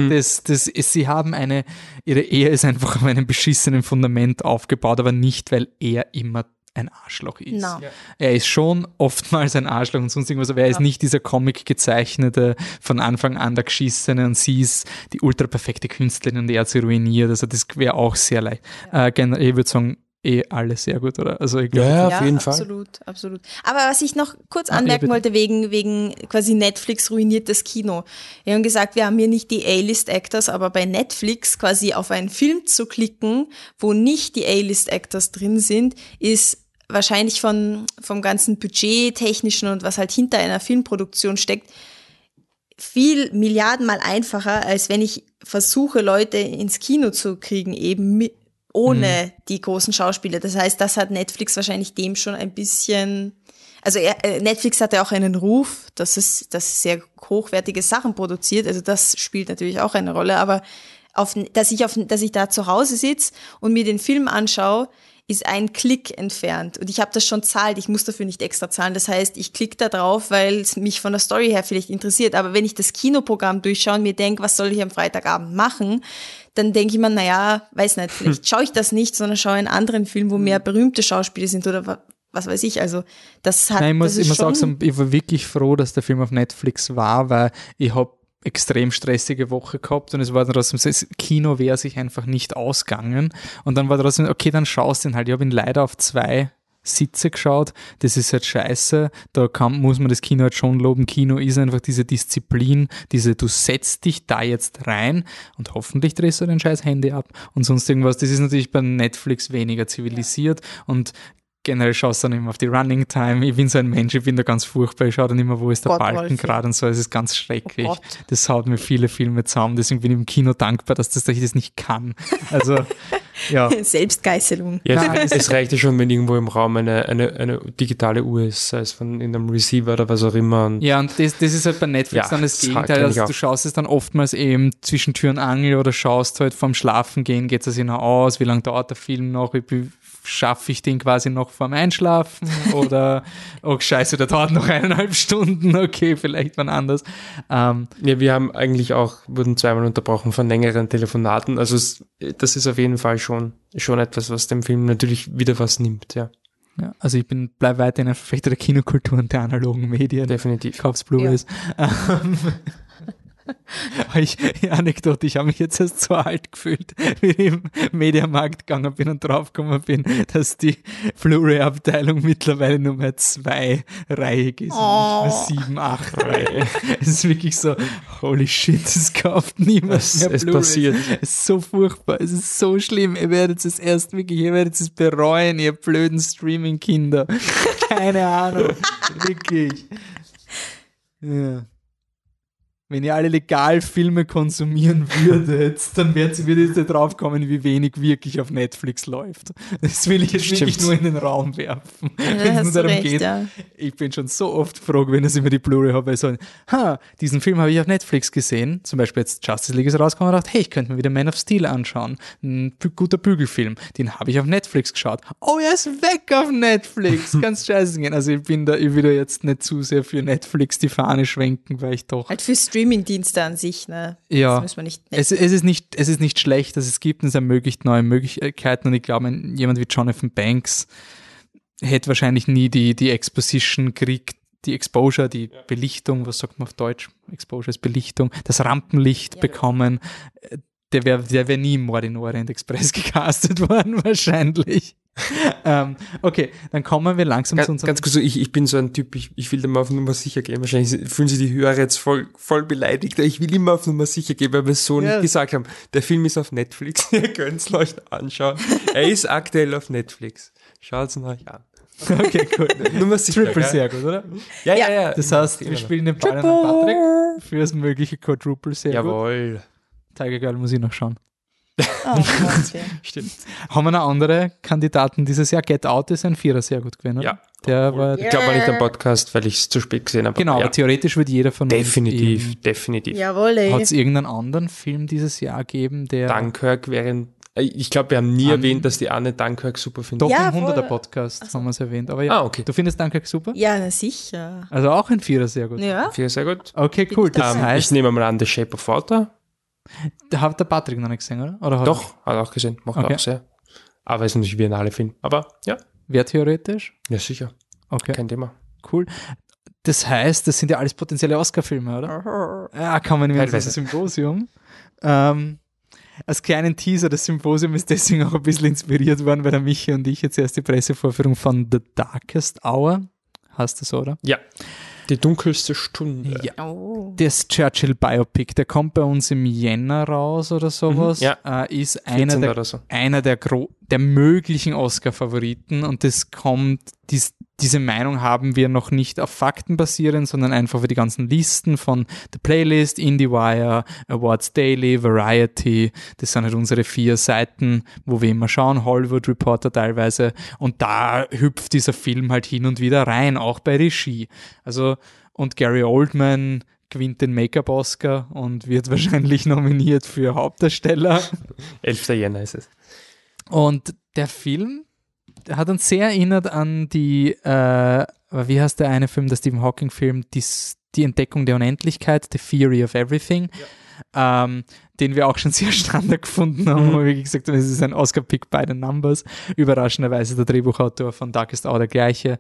sie haben ihre Ehe ist einfach auf einem beschissenen Fundament aufgebaut, aber nicht, weil er immer ein Arschloch ist. No. Er ist schon oftmals ein Arschloch und sonst irgendwas, aber er ist nicht dieser Comic-gezeichnete, von Anfang an der Geschissene, und sie ist die ultraperfekte Künstlerin und er hat sie ruiniert. Also das wäre auch sehr leicht. Ich würde sagen, alle sehr gut, oder? Also ich glaube, auf jeden Fall. Absolut. Aber was ich noch kurz anmerken wollte, wegen quasi Netflix ruiniert das Kino. Wir haben gesagt, wir haben hier nicht die A-List-Actors, aber bei Netflix quasi auf einen Film zu klicken, wo nicht die A-List-Actors drin sind, ist wahrscheinlich vom ganzen Budget, technischen und was halt hinter einer Filmproduktion steckt, viel Milliardenmal einfacher, als wenn ich versuche, Leute ins Kino zu kriegen, eben ohne die großen Schauspieler. Das heißt, das hat Netflix wahrscheinlich dem schon ein bisschen, also Netflix hat ja auch einen Ruf, dass es sehr hochwertige Sachen produziert, also das spielt natürlich auch eine Rolle, aber dass ich da zu Hause sitze und mir den Film anschaue, ist ein Klick entfernt. Und ich habe das schon zahlt, ich muss dafür nicht extra zahlen. Das heißt, ich klicke da drauf, weil es mich von der Story her vielleicht interessiert. Aber wenn ich das Kinoprogramm durchschaue und mir denke, was soll ich am Freitagabend machen, dann denke ich mir, naja, weiß nicht, vielleicht schaue ich das nicht, sondern schaue einen anderen Film, wo mehr berühmte Schauspieler sind oder was weiß ich. Also das hat. Nein, ich muss sagen, ich war wirklich froh, dass der Film auf Netflix war, weil ich habe extrem stressige Woche gehabt und es war trotzdem so, das Kino wäre sich einfach nicht ausgegangen und dann war trotzdem, okay, dann schaust du ihn halt. Ich habe ihn leider auf 2 Sitze geschaut, das ist halt scheiße, muss man das Kino halt schon loben. Kino ist einfach diese Disziplin, du setzt dich da jetzt rein und hoffentlich drehst du dein scheiß Handy ab und sonst irgendwas. Das ist natürlich bei Netflix weniger zivilisiert und generell schaust du dann immer auf die Running Time. Ich bin so ein Mensch, ich bin da ganz furchtbar. Ich schaue dann immer, wo ist der Balken gerade und so. Es ist ganz schrecklich. Oh das haut mir viele Filme zusammen. Deswegen bin ich im Kino dankbar, dass ich das nicht kann. Also, ja. Selbstgeißelung. Ja, es reicht ja schon, wenn irgendwo im Raum eine digitale Uhr ist, sei es von in einem Receiver oder was auch immer. Und ja, und das ist halt bei Netflix dann das Gegenteil. Also du schaust es dann oftmals eben zwischen Tür und Angel oder schaust halt vorm Schlafen gehen, geht es sich noch aus, wie lange dauert der Film noch, schaffe ich den quasi noch vorm Einschlafen oder oh scheiße, der dauert noch 1,5 Stunden, okay, vielleicht wann anders. Ja, wir haben eigentlich wurden 2-mal unterbrochen von längeren Telefonaten, also das ist auf jeden Fall schon etwas, was dem Film natürlich wieder was nimmt, ja. Ja, also ich bleib weiterhin ein Verfechter der Kinokultur und der analogen Medien. Definitiv. Kauf's Blu-rays. Ja. Anekdote, ich habe mich jetzt erst so alt gefühlt, wie ich im Mediamarkt gegangen bin und draufgekommen bin, dass die Blu-ray-Abteilung mittlerweile nur mehr 2-reihig ist, und nicht mehr 7, 8 Reihe. Es ist wirklich so, holy shit, es kauft niemand mehr Es Blu-ray. passiert. Es ist so furchtbar, es ist so schlimm, ihr werdet es bereuen, ihr blöden Streaming-Kinder. Keine Ahnung, wirklich. Ja. Wenn ihr alle legal Filme konsumieren würdet, dann würdet ihr drauf kommen, wie wenig wirklich auf Netflix läuft. Das will ich jetzt wirklich nur in den Raum werfen. Wenn es nur darum geht, ja. Ich bin schon so oft froh, wenn ich immer die Blu-ray habe, weil so, diesen Film habe ich auf Netflix gesehen, zum Beispiel jetzt Justice League ist rausgekommen und dachte, hey, ich könnte mir wieder Man of Steel anschauen. Ein guter Bügelfilm. Den habe ich auf Netflix geschaut. Oh, er ist weg auf Netflix. Ganz scheiße gehen. Also ich will da jetzt nicht zu sehr für Netflix die Fahne schwenken, weil ich doch... Halt für Streaming-Dienste an sich, ne? Ja, das müssen wir nicht es ist nicht schlecht, dass es gibt, es ermöglicht neue Möglichkeiten und ich glaube, jemand wie Jonathan Banks hätte wahrscheinlich nie die Exposition gekriegt, die Exposure, die Belichtung, was sagt man auf Deutsch? Exposure ist Belichtung, das Rampenlicht bekommen. Der wär nie im Mord in Orient Express gecastet worden, wahrscheinlich. Okay, dann kommen wir langsam zu unserem... Ganz kurz, ich bin so ein Typ, ich will immer auf Nummer sicher gehen. Wahrscheinlich fühlen sich die Hörer jetzt voll beleidigt. Ich will immer auf Nummer sicher gehen, weil wir es so nicht gesagt haben. Der Film ist auf Netflix, ihr könnt es euch anschauen. Er ist aktuell auf Netflix. Schaut es euch an. Okay, cool. Nummer sicher. Triple sehr gut, oder? Ja. Das heißt, wir spielen den Ball an Patrick für das mögliche Quadruple sehr Jawohl. gut. Tiger Girl muss ich noch schauen. Oh, okay. Stimmt. Haben wir noch andere Kandidaten dieses Jahr? Get Out ist ein Vierer sehr gut gewesen, oder? Ja. Der war, ich glaube nicht am Podcast, weil ich es zu spät gesehen habe. Genau, aber theoretisch wird jeder von definitiv. Jawohl. Hat es irgendeinen anderen Film dieses Jahr gegeben, der... Dunkirk ich glaube, wir haben nie erwähnt, dass die Anne Dunkirk super findet. Doch, im 100er Podcast haben wir es erwähnt. Aber ja, okay. Du findest Dunkirk super? Ja, na sicher. Also auch ein Vierer sehr gut. Ja. Vierer sehr gut. Okay, cool. Das heißt, ich nehme mal an, The Shape of Water. Hat der Patrick noch nicht gesehen, oder? Doch, hat er auch gesehen. Macht auch sehr. Aber ist natürlich wie ein Film. Aber ja. Wäre theoretisch? Ja, sicher. Okay. Kein Thema. Cool. Das heißt, das sind ja alles potenzielle Oscar-Filme, oder? Ja, kann man nicht mehr das Symposium. Als kleinen Teaser, das Symposium ist deswegen auch ein bisschen inspiriert worden, weil der Michi und ich jetzt erst die Pressevorführung von The Darkest Hour, hast du so, oder? Ja. Die dunkelste Stunde. Ja. Oh. Das Churchill Biopic, der kommt bei uns im Jänner raus oder sowas. Ist einer der möglichen Oscar-Favoriten und das kommt, diese Meinung haben wir noch nicht auf Fakten basierend, sondern einfach für die ganzen Listen von The Playlist, IndieWire, Awards Daily, Variety. Das sind halt unsere 4 Seiten, wo wir immer schauen, Hollywood Reporter teilweise. Und da hüpft dieser Film halt hin und wieder rein, auch bei Regie. Also, und Gary Oldman gewinnt den Make-up-Oscar und wird wahrscheinlich nominiert für Hauptdarsteller. 11. Jänner ist es. Und der Film hat uns sehr erinnert an die, wie heißt der eine Film, der Stephen Hawking-Film, die Entdeckung der Unendlichkeit, The Theory of Everything, den wir auch schon sehr Standard gefunden haben, wo wir gesagt haben, es ist ein Oscar-Pick by the Numbers. Überraschenderweise der Drehbuchautor von Darkest Hour der gleiche.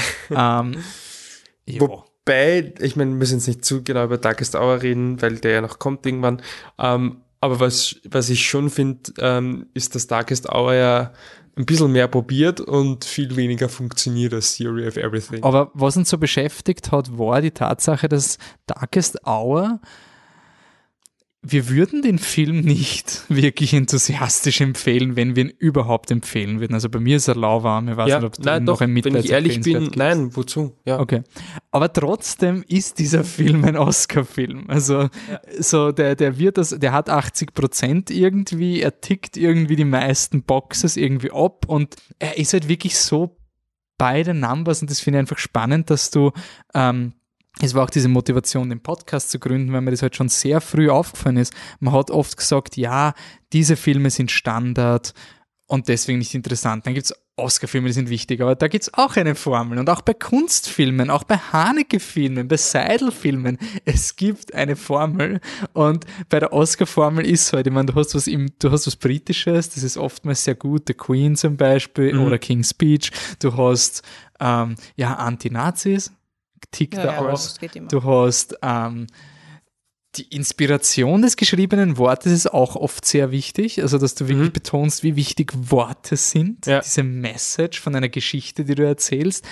Wobei, ich meine, wir müssen jetzt nicht zu genau über Darkest Hour reden, weil der ja noch kommt irgendwann. Aber was ich schon finde, ist, dass Darkest Hour ja ein bisschen mehr probiert und viel weniger funktioniert als Theory of Everything. Aber was uns so beschäftigt hat, war die Tatsache, dass Darkest Hour, wir würden den Film nicht wirklich enthusiastisch empfehlen, wenn wir ihn überhaupt empfehlen würden. Also bei mir ist er lauwarm, ich weiß nicht, ob du noch ein wenn ich ehrlich bin, nein, wozu? Ja. Okay. Aber trotzdem ist dieser Film ein Oscar-Film. Also so der hat 80% irgendwie, er tickt irgendwie die meisten Boxes irgendwie ab und er ist halt wirklich so bei den Numbers und das finde ich einfach spannend, dass du es war auch diese Motivation, den Podcast zu gründen, weil mir das halt schon sehr früh aufgefallen ist. Man hat oft gesagt, ja, diese Filme sind Standard und deswegen nicht interessant. Dann gibt es Oscar-Filme, die sind wichtig, aber da gibt es auch eine Formel. Und auch bei Kunstfilmen, auch bei Haneke-Filmen, bei Seidel-Filmen, es gibt eine Formel. Und bei der Oscar-Formel ist halt, ich meine, du hast was Britisches, das ist oftmals sehr gut, The Queen zum Beispiel oder King's Speech. Du hast Anti-Nazis, tickt da aus. Du hast Die Inspiration des geschriebenen Wortes ist auch oft sehr wichtig, also dass du wirklich betonst, wie wichtig Worte sind, diese Message von einer Geschichte, die du erzählst.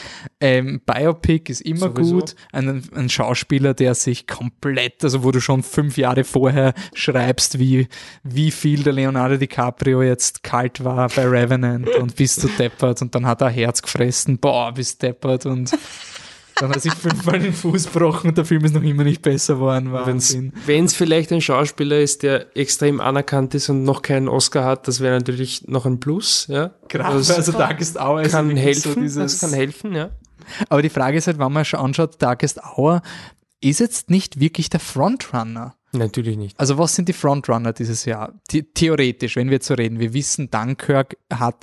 Biopic ist immer gut, ein Schauspieler, der sich komplett, also wo du schon 5 Jahre vorher schreibst, wie viel der Leonardo DiCaprio jetzt kalt war bei Revenant und bist du deppert und dann hat er ein Herz gefressen, boah, bist deppert und dann hat er sich 5-mal den Fuß gebrochen und der Film ist noch immer nicht besser geworden. Wenn es vielleicht ein Schauspieler ist, der extrem anerkannt ist und noch keinen Oscar hat, das wäre natürlich noch ein Plus. Ja. Gerade, also Darkest Hour ist kann helfen, so das kann helfen, ja. Aber die Frage ist halt, wenn man schon anschaut, Darkest Hour ist jetzt nicht wirklich der Frontrunner. Natürlich nicht. Also was sind die Frontrunner dieses Jahr? Theoretisch, wenn wir jetzt so reden, wir wissen, Dunkirk hat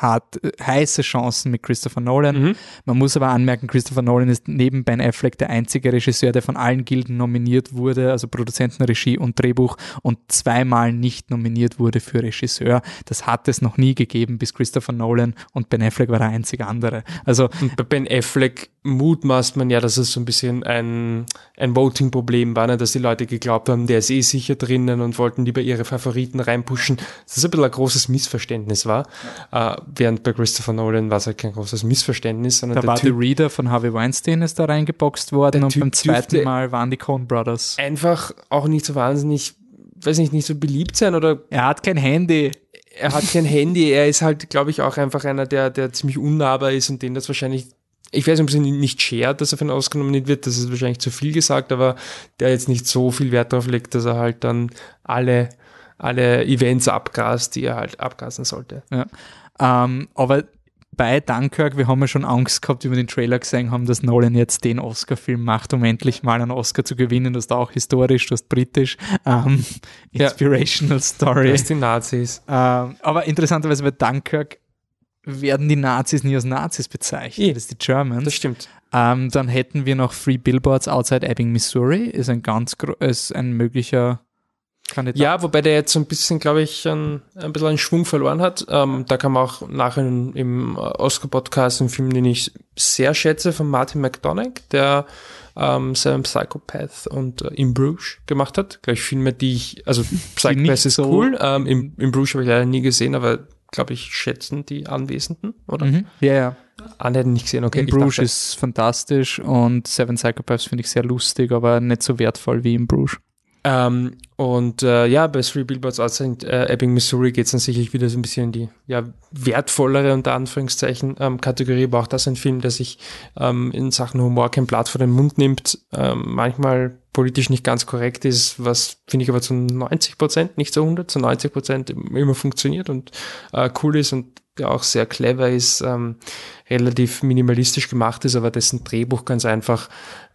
heiße Chancen mit Christopher Nolan. Man muss aber anmerken, Christopher Nolan ist neben Ben Affleck der einzige Regisseur, der von allen Gilden nominiert wurde, also Produzenten, Regie und Drehbuch, und 2-mal nicht nominiert wurde für Regisseur. Das hat es noch nie gegeben, bis Christopher Nolan, und Ben Affleck war der einzige andere. Also, und bei Ben Affleck mutmaßt man ja, dass es so ein bisschen ein Voting-Problem war, ne? Dass die Leute geglaubt haben, der ist eh sicher drinnen und wollten lieber ihre Favoriten reinpushen. Das ist ein bisschen ein großes Missverständnis war. Während bei Christopher Nolan war es halt kein großes Missverständnis, sondern da war The Reader von Harvey Weinstein ist da reingeboxt worden und beim zweiten Mal waren die Coen Brothers. Einfach auch nicht so wahnsinnig, weiß nicht so beliebt sein oder... Er hat kein Handy. Er hat kein Handy. Er ist halt, glaube ich, auch einfach einer, der ziemlich unnahbar ist und den das wahrscheinlich... Ich weiß nicht, ob es ihn nicht schert, dass er für einen Oscar nominiert wird, das ist wahrscheinlich zu viel gesagt, aber der jetzt nicht so viel Wert darauf legt, dass er halt dann alle Events abgrast, die er halt abgasen sollte. Ja. Aber bei Dunkirk, wir haben ja schon Angst gehabt, wie wir den Trailer gesehen haben, dass Nolan jetzt den Oscar-Film macht, um endlich mal einen Oscar zu gewinnen. Das ist auch historisch, das ist britisch. Inspirational Story. Das sind die Nazis. Aber interessanterweise bei Dunkirk werden die Nazis nie als Nazis bezeichnet. Das ist die Germans. Das stimmt. Dann hätten wir noch 3 Billboards Outside Ebbing, Missouri. Ist ein möglicher Kandidat. Ja, wobei der jetzt so ein bisschen, glaube ich, ein bisschen einen Schwung verloren hat. Da kann man auch nachher im Oscar-Podcast einen Film, den ich sehr schätze, von Martin McDonagh, der Seven Psychopath und In Bruges gemacht hat. Gleich Filme, die ich, also Psychopath ist cool. In Bruges habe ich leider nie gesehen, aber glaube ich, schätzen die Anwesenden, oder? Ja. Anne hätten nicht gesehen, okay. In Bruges ist fantastisch und Seven Psychopaths finde ich sehr lustig, aber nicht so wertvoll wie In Bruges. Bei 3 Billboards Outside Ebbing, Missouri geht es dann sicherlich wieder so ein bisschen in die wertvollere, unter Anführungszeichen, Kategorie, aber auch das ein Film, der sich in Sachen Humor kein Blatt vor den Mund nimmt, manchmal politisch nicht ganz korrekt ist, was finde ich aber zu 90%, nicht zu 100, zu 90% immer funktioniert und cool ist und auch sehr clever ist, relativ minimalistisch gemacht ist, aber dessen Drehbuch ganz einfach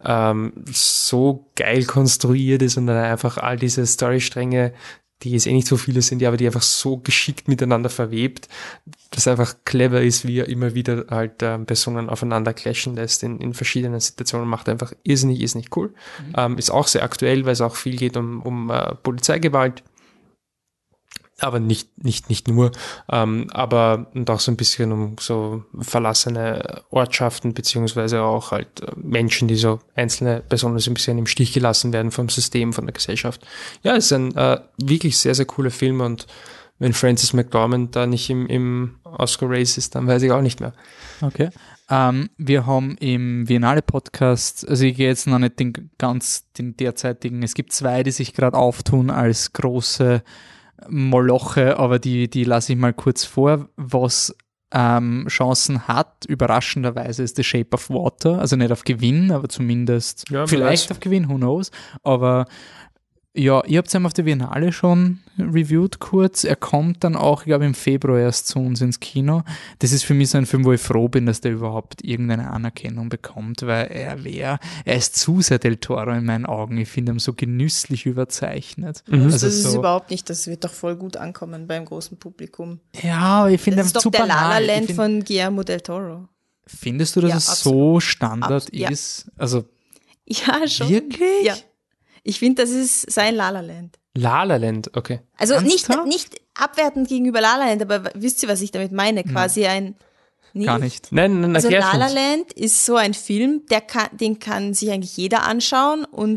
so geil konstruiert ist und dann einfach all diese Storystränge, die jetzt nicht so viele sind, aber die einfach so geschickt miteinander verwebt, dass einfach clever ist, wie er immer wieder halt Personen aufeinander clashen lässt in verschiedenen Situationen, macht einfach irrsinnig cool. Ist auch sehr aktuell, weil es auch viel geht um Polizeigewalt. Aber nicht nur, aber und auch so ein bisschen um so verlassene Ortschaften, beziehungsweise auch halt Menschen, die so einzelne Personen so ein bisschen im Stich gelassen werden vom System, von der Gesellschaft. Ja, es ist ein wirklich sehr, sehr cooler Film und wenn Frances McDormand da nicht im Oscar-Race ist, dann weiß ich auch nicht mehr. Okay. Wir haben im Biennale-Podcast, also ich gehe jetzt noch nicht den derzeitigen, es gibt 2, die sich gerade auftun als große Moloche, aber die lasse ich mal kurz vor. Was Chancen hat, überraschenderweise, ist The Shape of Water, also nicht auf Gewinn, aber zumindest vielleicht auf Gewinn, who knows, aber ja, ihr habt es auf der Biennale schon reviewed kurz. Er kommt dann auch, ich glaube, im Februar erst zu uns ins Kino. Das ist für mich so ein Film, wo ich froh bin, dass der überhaupt irgendeine Anerkennung bekommt, weil er ist zu sehr Del Toro in meinen Augen. Ich finde ihn so genüsslich überzeichnet. Also das ist überhaupt nicht, das wird doch voll gut ankommen beim großen Publikum. Ja, ich finde das ist doch der La La Land von Guillermo del Toro. Findest du, dass es absolut so Standard ist? Also ja, schon. Wirklich? Ja. Ich finde, das ist sein La La Land. La La Land, okay. Also nicht abwertend gegenüber La La Land, aber wisst ihr, was ich damit meine? Quasi ein... Nicht? Gar nicht. Nein, also La La Land ist so ein Film, den kann sich eigentlich jeder anschauen und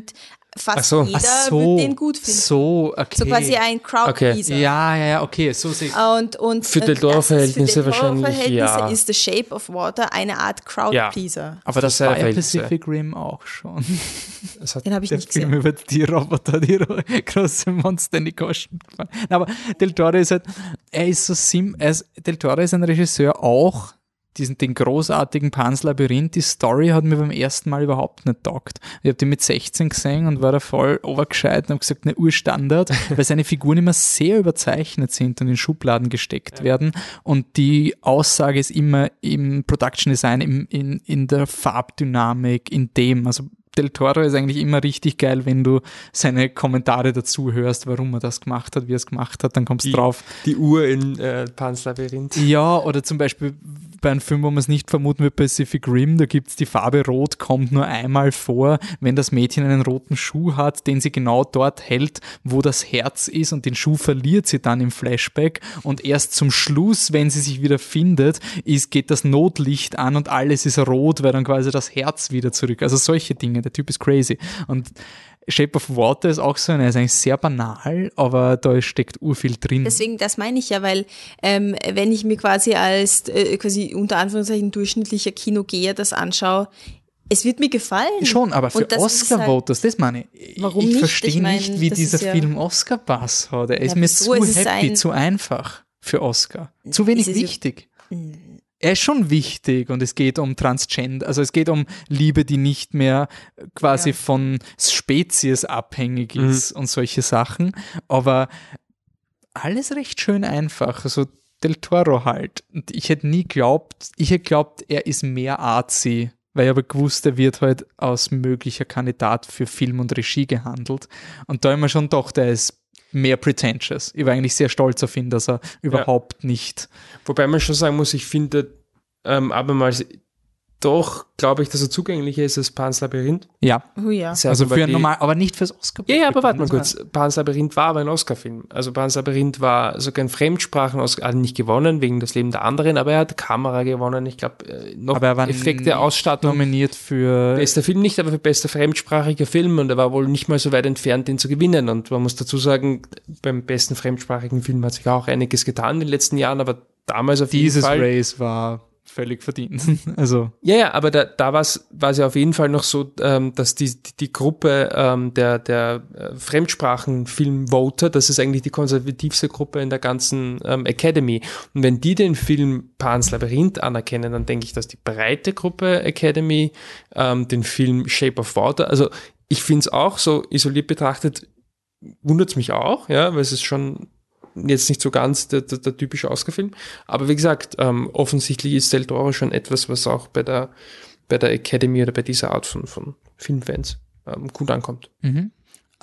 fast jeder wird den gut finden. So, okay. So quasi ein Crowd-Pleaser. Ja, okay, so sehe ich. Und für Del Toro-Verhältnisse wahrscheinlich, ja. Ist The Shape of Water eine Art Crowd-Pleaser. Ja, aber das war ja Pacific Rim auch schon. Den habe ich nicht gesehen. Der Film über die Roboter, die große Monster in die Goschen gefallen. Aber Del Toro ist halt, Del Toro ist ein Regisseur auch, den großartigen Pan's Labyrinth, die Story hat mir beim ersten Mal überhaupt nicht taugt. Ich habe die mit 16 gesehen und war da voll overgescheit und habe gesagt, eine Urstandard, weil seine Figuren immer sehr überzeichnet sind und in Schubladen gesteckt werden und die Aussage ist immer im Production Design, in der Farbdynamik, in dem, also Del Toro ist eigentlich immer richtig geil, wenn du seine Kommentare dazu hörst, warum er das gemacht hat, wie er es gemacht hat, dann kommst du drauf. Die Uhr in Pan's Labyrinth. Ja, oder zum Beispiel bei einem Film, wo man es nicht vermuten wird, Pacific Rim, da gibt's die Farbe Rot, kommt nur einmal vor, wenn das Mädchen einen roten Schuh hat, den sie genau dort hält, wo das Herz ist und den Schuh verliert sie dann im Flashback und erst zum Schluss, wenn sie sich wieder findet, geht das Notlicht an und alles ist rot, weil dann quasi das Herz wieder zurück, also solche Dinge, der Typ ist crazy und Shape of Water ist auch so, er ist eigentlich sehr banal, aber da steckt urviel drin. Deswegen, das meine ich ja, weil wenn ich mir quasi als quasi unter Anführungszeichen durchschnittlicher Kinogeher das anschaue, es wird mir gefallen. Schon, aber für Oscar-Voters, das meine ich. Warum ich nicht? Verstehe nicht, wie dieser Film Oscar-Bass hat. Er ist mir zu happy, zu einfach für Oscar. Zu wenig wichtig. Er ist schon wichtig und es geht um Transgender, also es geht um Liebe, die nicht mehr quasi von Spezies abhängig ist und solche Sachen, aber alles recht schön einfach, also Del Toro halt. Und ich hätte geglaubt, er ist mehr artsy, weil ich aber gewusst, er wird halt als möglicher Kandidat für Film und Regie gehandelt und da immer schon gedacht, er ist mehr pretentious. Ich war eigentlich sehr stolz auf ihn, dass er überhaupt nicht. Wobei man schon sagen muss, ich finde abermals doch, glaube ich, dass er zugänglicher ist als Pan's Labyrinth. Ja. Oh ja. Also für ein normal, aber nicht fürs Oscar. Ja, aber warte mal kurz. Pan's Labyrinth war aber ein Oscar-Film. Also Pan's Labyrinth war sogar ein Fremdsprachen-Oscar, also nicht gewonnen wegen das Leben der anderen, aber er hat Kamera gewonnen. Ich glaube, noch aber er war Effekte, Ausstattung. Nominiert für bester Film nicht, aber für bester fremdsprachiger Film und er war wohl nicht mal so weit entfernt, den zu gewinnen. Und man muss dazu sagen, beim besten fremdsprachigen Film hat sich auch einiges getan in den letzten Jahren, aber damals auf jeden Fall. Dieses Race war völlig verdient. Also. Ja, aber da war es ja auf jeden Fall noch so, dass die Gruppe der Fremdsprachenfilm-Voter, das ist eigentlich die konservativste Gruppe in der ganzen Academy. Und wenn die den Film Pan's Labyrinth anerkennen, dann denke ich, dass die breite Gruppe Academy den Film Shape of Water, also ich finde es auch so isoliert betrachtet, wundert es mich auch, ja, weil es ist schon jetzt nicht so ganz der typische Oscar-Film, aber wie gesagt, offensichtlich ist Del Toro schon etwas, was auch bei der Academy oder bei dieser Art von Filmfans gut ankommt. Mhm.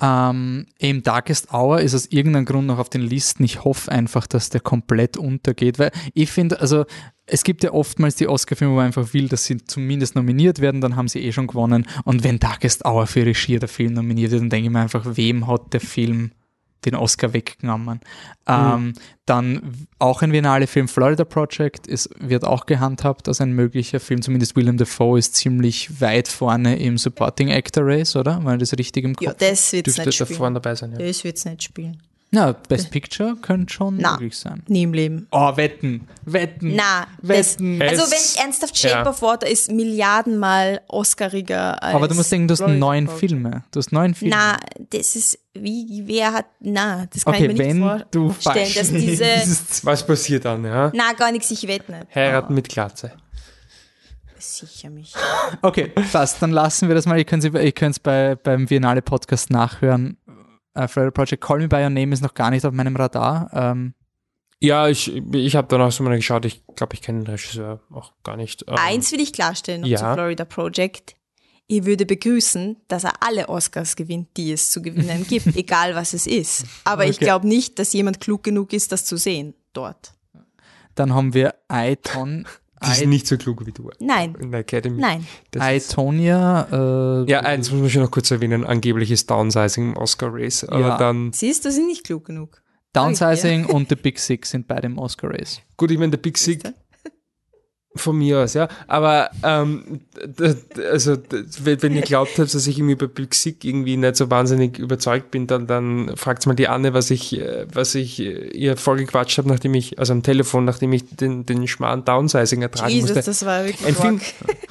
Im Darkest Hour ist aus irgendeinem Grund noch auf den Listen. Ich hoffe einfach, dass der komplett untergeht, weil ich finde, also es gibt ja oftmals die Oscar-Filme, wo man einfach will, dass sie zumindest nominiert werden, dann haben sie eh schon gewonnen und wenn Darkest Hour für Regie oder Film nominiert wird, dann denke ich mir einfach, wem hat der Film den Oscar weggenommen. Dann auch ein Biennale-Film Florida Project wird auch gehandhabt als ein möglicher Film, zumindest Willem Dafoe ist ziemlich weit vorne im Supporting Actor Race, oder? War das richtig im Kopf? Ja, das wird es nicht spielen. Da vorne dabei sein, ja. Das wird es nicht spielen. Na, Best Picture könnte schon möglich sein. Nie im Leben. Oh, wetten. Na, wetten. Also wenn ernsthaft Shape of Water ist milliardenmal Oscariger als aber du musst denken, du hast 9 Filme. Na, das ist, das kann okay, ich mir nicht vorstellen, dass diese... Was passiert dann, ja? Na, gar nichts, ich wette nicht. Heiraten mit Glatze. Sicher mich. Okay, passt, dann lassen wir das mal. Ihr könnt es beim Biennale-Podcast nachhören. Florida Project, Call Me By Your Name ist noch gar nicht auf meinem Radar. Ja, ich habe danach so mal geschaut, ich glaube, ich kenne den Regisseur auch gar nicht. Eins will ich klarstellen noch zu Florida Project. Ich würde begrüßen, dass er alle Oscars gewinnt, die es zu gewinnen gibt, egal was es ist. Aber ich glaube nicht, dass jemand klug genug ist, das zu sehen dort. Dann haben wir Aiton. Die sind nicht so klug wie du. Nein. In der Academy. Nein. Aitonia. Ja, eins muss man schon noch kurz erwähnen, angebliches Downsizing im Oscar-Race. Aber dann. Siehst du, sind nicht klug genug. Downsizing und The Big Sick sind beide im Oscar-Race. Gut, ich meine, The Big Sick Von mir aus, ja. Aber wenn ihr glaubt habt, dass ich irgendwie über Big Sick irgendwie nicht so wahnsinnig überzeugt bin, dann fragt mal die Anne, was ich ihr vorgequatscht habe, nachdem ich den schmalen Downsizing ertragen Jesus, musste. das war wirklich ein Film.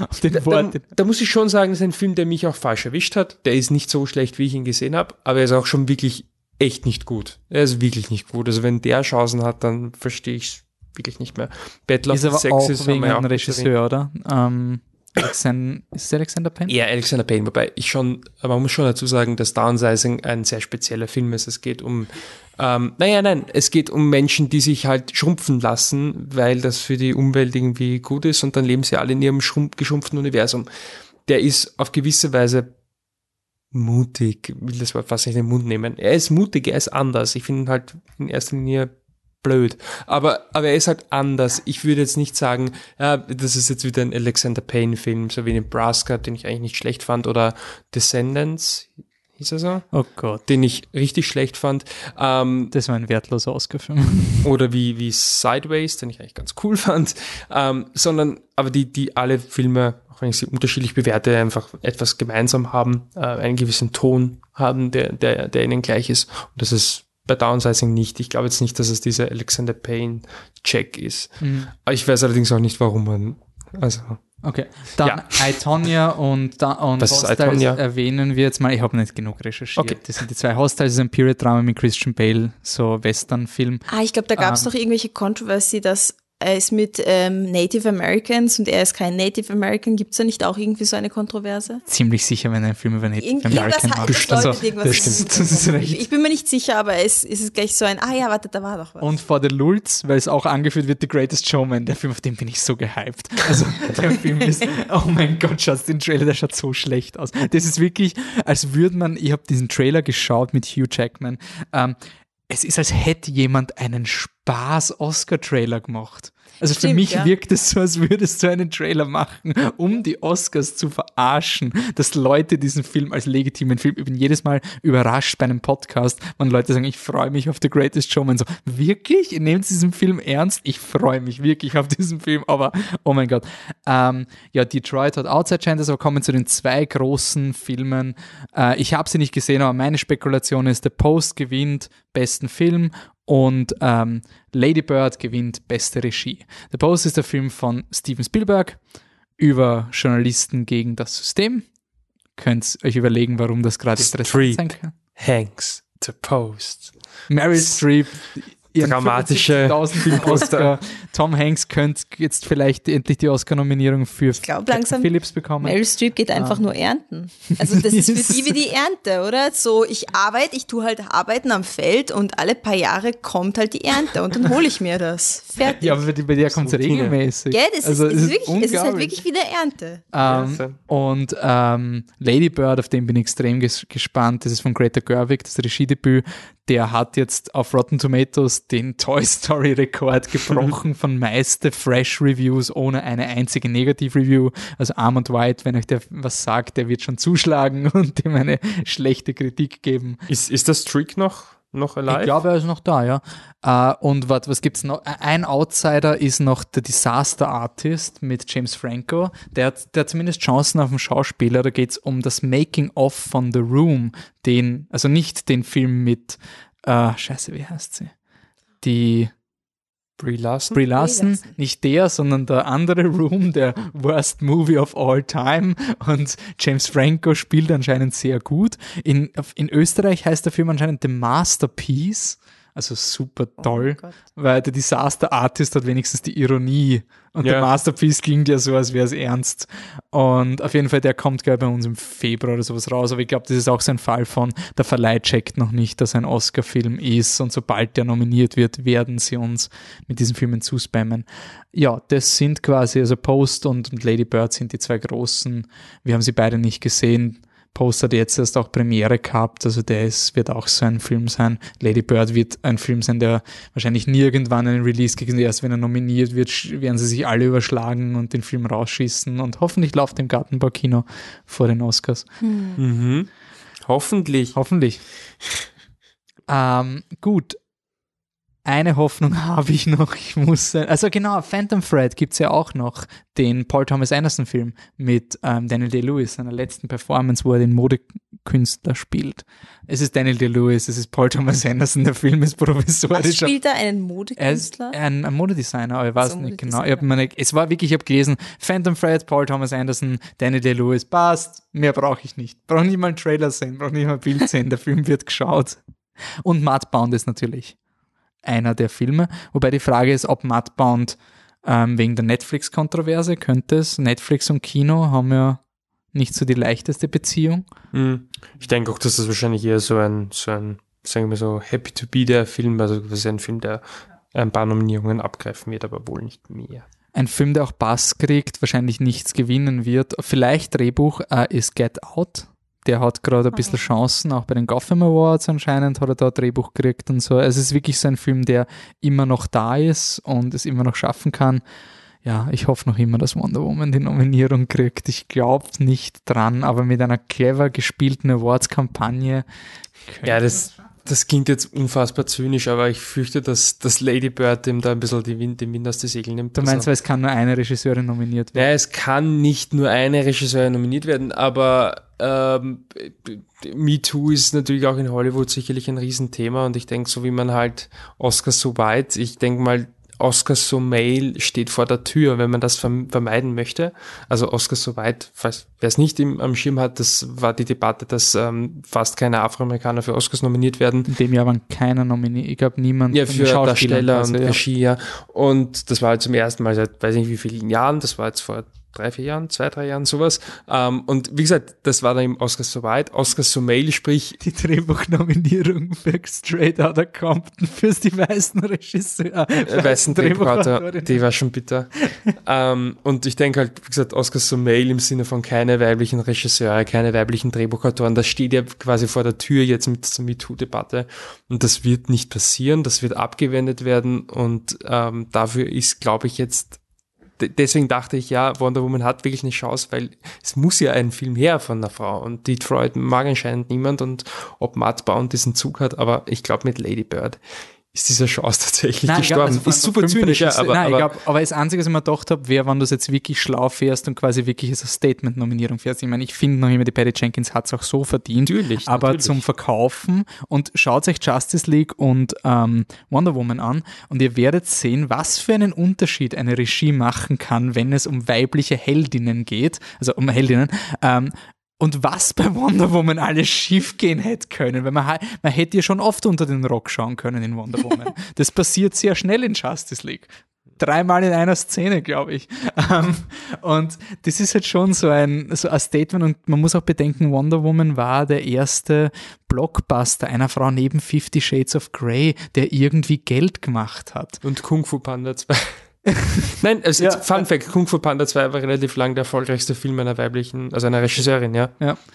Da muss ich schon sagen, das ist ein Film, der mich auch falsch erwischt hat. Der ist nicht so schlecht, wie ich ihn gesehen habe, aber er ist auch schon wirklich echt nicht gut. Er ist wirklich nicht gut. Also wenn der Chancen hat, dann verstehe ich wirklich nicht mehr. Battle of ist aber the auch Sexes wegen haben wir einem auch Regisseur, oder? Ist es Alexander Payne? Ja, Alexander Payne, wobei man muss schon dazu sagen, dass Downsizing ein sehr spezieller Film ist. Es geht um, es geht um Menschen, die sich halt schrumpfen lassen, weil das für die Umwelt irgendwie gut ist und dann leben sie alle in ihrem geschrumpften Universum. Der ist auf gewisse Weise mutig, will das Wort fast nicht in den Mund nehmen. Er ist mutig, er ist anders. Ich finde ihn halt in erster Linie blöd. Aber er ist halt anders. Ich würde jetzt nicht sagen, ja, das ist jetzt wieder ein Alexander Payne-Film, so wie Nebraska, den ich eigentlich nicht schlecht fand, oder Descendants, hieß er so? Oh Gott. Den ich richtig schlecht fand. Das war ein wertloser Oscar-Film. Oder wie Sideways, den ich eigentlich ganz cool fand. Aber die alle Filme, auch wenn ich sie unterschiedlich bewerte, einfach etwas gemeinsam haben, einen gewissen Ton haben, der ihnen gleich ist. Und das ist bei Downsizing nicht. Ich glaube jetzt nicht, dass es dieser Alexander Payne-Check ist. Aber ich weiß allerdings auch nicht, warum man, Okay, dann I, Tonya und Hostiles erwähnen wir jetzt mal. Ich habe nicht genug recherchiert. Okay. Das sind die zwei. Hostiles ist ein Period-Drama mit Christian Bale, so Western-Film. Ich glaube, da gab es noch irgendwelche Controversy, dass er ist mit Native Americans und er ist kein Native American. Gibt es da nicht auch irgendwie so eine Kontroverse? Ziemlich sicher, wenn ein Film über Native American macht. Das stimmt. Ich bin mir nicht sicher, aber es ist gleich so ein, da war doch was. Und For the Lulz, weil es auch angeführt wird, The Greatest Showman, der Film, auf den bin ich so gehypt. Also der Film ist, oh mein Gott, schaut den Trailer, der schaut so schlecht aus. Das ist wirklich, als würde man, ich habe diesen Trailer geschaut mit Hugh Jackman, es ist, als hätte jemand einen Spaß-Oscar-Trailer gemacht. Also für mich wirkt es so, als würdest du einen Trailer machen, um die Oscars zu verarschen, dass Leute diesen Film als legitimen Film, ich bin jedes Mal überrascht bei einem Podcast, wenn Leute sagen, ich freue mich auf The Greatest Showman. So, wirklich? Ihr nehmt diesen Film ernst? Ich freue mich wirklich auf diesen Film, aber oh mein Gott. Detroit hat Outside Chances, aber kommen zu den zwei großen Filmen. Ich habe sie nicht gesehen, aber meine Spekulation ist, The Post gewinnt besten Film und Lady Bird gewinnt beste Regie. The Post ist der Film von Steven Spielberg über Journalisten gegen das System. Könnt euch überlegen, warum das gerade interessant sein kann. Hanks, The Post. Meryl Streep, dramatische Oscar. Tom Hanks könnte jetzt vielleicht endlich die Oscar-Nominierung für Phillips bekommen. Meryl Streep geht einfach nur ernten. Also das ist für die wie die Ernte, oder? So, ich tue halt Arbeiten am Feld und alle paar Jahre kommt halt die Ernte und dann hole ich mir das. Fertig. Ja, aber bei der kommt es regelmäßig. Ja, es ist halt wirklich wie der Ernte. Und Lady Bird, auf den bin ich extrem gespannt. Das ist von Greta Gerwig, das Regiedebüt. Der hat jetzt auf Rotten Tomatoes den Toy Story Rekord gebrochen von meiste Fresh Reviews ohne eine einzige Negativ-Review. Also Armand White, wenn euch der was sagt, der wird schon zuschlagen und dem eine schlechte Kritik geben. Ist das Trick noch alive? Ich glaube, er ist noch da, ja. Und was gibt's noch? Ein Outsider ist noch der Disaster Artist mit James Franco. Der hat zumindest Chancen auf den Schauspieler. Da geht's um das Making-of von The Room. Also nicht den Film mit, wie heißt sie? Die Brie Larson? Nicht der, sondern der andere Room, der Worst Movie of All Time, und James Franco spielt anscheinend sehr gut. In Österreich heißt der Film anscheinend The Masterpiece, also super toll, weil der Disaster Artist hat wenigstens die Ironie und der Masterpiece klingt ja so, als wäre es ernst. Und auf jeden Fall, der kommt, glaube ich, bei uns im Februar oder sowas raus, aber ich glaube, das ist auch so ein Fall von, der Verleih checkt noch nicht, dass ein Oscar-Film ist, und sobald der nominiert wird, werden sie uns mit diesen Filmen zuspammen. Ja, das sind quasi, also Post und Lady Bird sind die zwei großen. Wir haben sie beide nicht gesehen. Post hat jetzt erst auch Premiere gehabt, also wird auch so ein Film sein. Lady Bird wird ein Film sein, der wahrscheinlich nie irgendwann einen Release kriegt, und erst wenn er nominiert wird, werden sie sich alle überschlagen und den Film rausschießen, und hoffentlich läuft im Gartenbaukino vor den Oscars. Mhm. Hoffentlich. Gut. eine Hoffnung habe ich noch. Also genau, Phantom Thread gibt es ja auch noch, den Paul Thomas Anderson Film mit Daniel Day-Lewis, seiner letzten Performance, wo er den Modekünstler spielt. Es ist Daniel Day-Lewis, es ist Paul Thomas Anderson, der Film ist provisorisch. Was spielt er, einen Modekünstler? Er ist ein Modedesigner, aber ich weiß nicht genau. Ich habe gelesen, Phantom Thread, Paul Thomas Anderson, Daniel Day-Lewis, passt, mehr brauche ich nicht. Brauche nicht mal einen Trailer sehen, brauche nicht mal ein Bild sehen, der Film wird geschaut. Und Mudbound ist natürlich einer der Filme, wobei die Frage ist, ob Mudbound wegen der Netflix-Kontroverse könnte es. Netflix und Kino haben ja nicht so die leichteste Beziehung. Ich denke auch, dass das wahrscheinlich eher so ein sagen wir so, Happy to be der Film, also das ist ein Film, der ein paar Nominierungen abgreifen wird, aber wohl nicht mehr. Ein Film, der auch Bass kriegt, wahrscheinlich nichts gewinnen wird. Vielleicht Drehbuch ist Get Out. Der hat gerade ein bisschen Chancen, auch bei den Gotham Awards anscheinend hat er da ein Drehbuch gekriegt und so. Also es ist wirklich so ein Film, der immer noch da ist und es immer noch schaffen kann. Ja, ich hoffe noch immer, dass Wonder Woman die Nominierung kriegt. Ich glaube nicht dran, aber mit einer clever gespielten Awards-Kampagne. Ja, das klingt jetzt unfassbar zynisch, aber ich fürchte, dass Lady Bird dem da ein bisschen den Wind aus die Segel nimmt. Du meinst, weil es kann nur eine Regisseurin nominiert werden? Ja, es kann nicht nur eine Regisseurin nominiert werden, aber Me Too ist natürlich auch in Hollywood sicherlich ein Riesenthema und ich denke, so wie man halt Oscars so weit, ich denke mal, Oscars so Male steht vor der Tür, wenn man das vermeiden möchte. Also Oscars so weit, wer es nicht am Schirm hat, das war die Debatte, dass fast keine Afroamerikaner für Oscars nominiert werden. In dem Jahr waren keiner nominiert, ich glaube niemand. Ja, für Darsteller und Regie, ja. Und das war halt zum ersten Mal seit, weiß nicht wie vielen Jahren, das war jetzt vor 3-4 Jahren, 2-3 Jahren, sowas. Und wie gesagt, das war dann im Oscars so weit. Oscars so Male, sprich die Drehbuchnominierung für Straight Outta Compton für die weißen Regisseure. Weißen Drehbuchautor, die war schon bitter. Und ich denke halt, wie gesagt, Oscars so Male im Sinne von keine weiblichen Regisseure, keine weiblichen Drehbuchautoren, das steht ja quasi vor der Tür jetzt mit der MeToo-Debatte. Und das wird nicht passieren, das wird abgewendet werden und dafür ist, glaube ich, jetzt deswegen dachte ich, ja, Wonder Woman hat wirklich eine Chance, weil es muss ja ein Film her von einer Frau und Detroit mag anscheinend niemand und ob Mudbound diesen Zug hat, aber ich glaube mit Lady Bird ist diese Chance tatsächlich gestorben. Also ist super zynisch, ja, aber das Einzige, was ich mir gedacht habe, wäre, wenn du es jetzt wirklich schlau fährst und quasi wirklich als Statement-Nominierung fährst. Ich meine, ich finde noch immer, die Patty Jenkins hat es auch so verdient. Natürlich. Zum Verkaufen und schaut euch Justice League und Wonder Woman an und ihr werdet sehen, was für einen Unterschied eine Regie machen kann, wenn es um weibliche Heldinnen geht, also um Heldinnen, und was bei Wonder Woman alles schief gehen hätte können, weil man hätte ja schon oft unter den Rock schauen können in Wonder Woman. Das passiert sehr schnell in Justice League. 3-mal in einer Szene, glaube ich. Und das ist halt schon so ein Statement und man muss auch bedenken, Wonder Woman war der erste Blockbuster einer Frau neben 50 Shades of Grey, der irgendwie Geld gemacht hat. Und Kung Fu Panda 2. Nein, also jetzt Fun Fact, Kung Fu Panda 2 war relativ lang der erfolgreichste Film einer weiblichen, also einer Regisseurin, ja.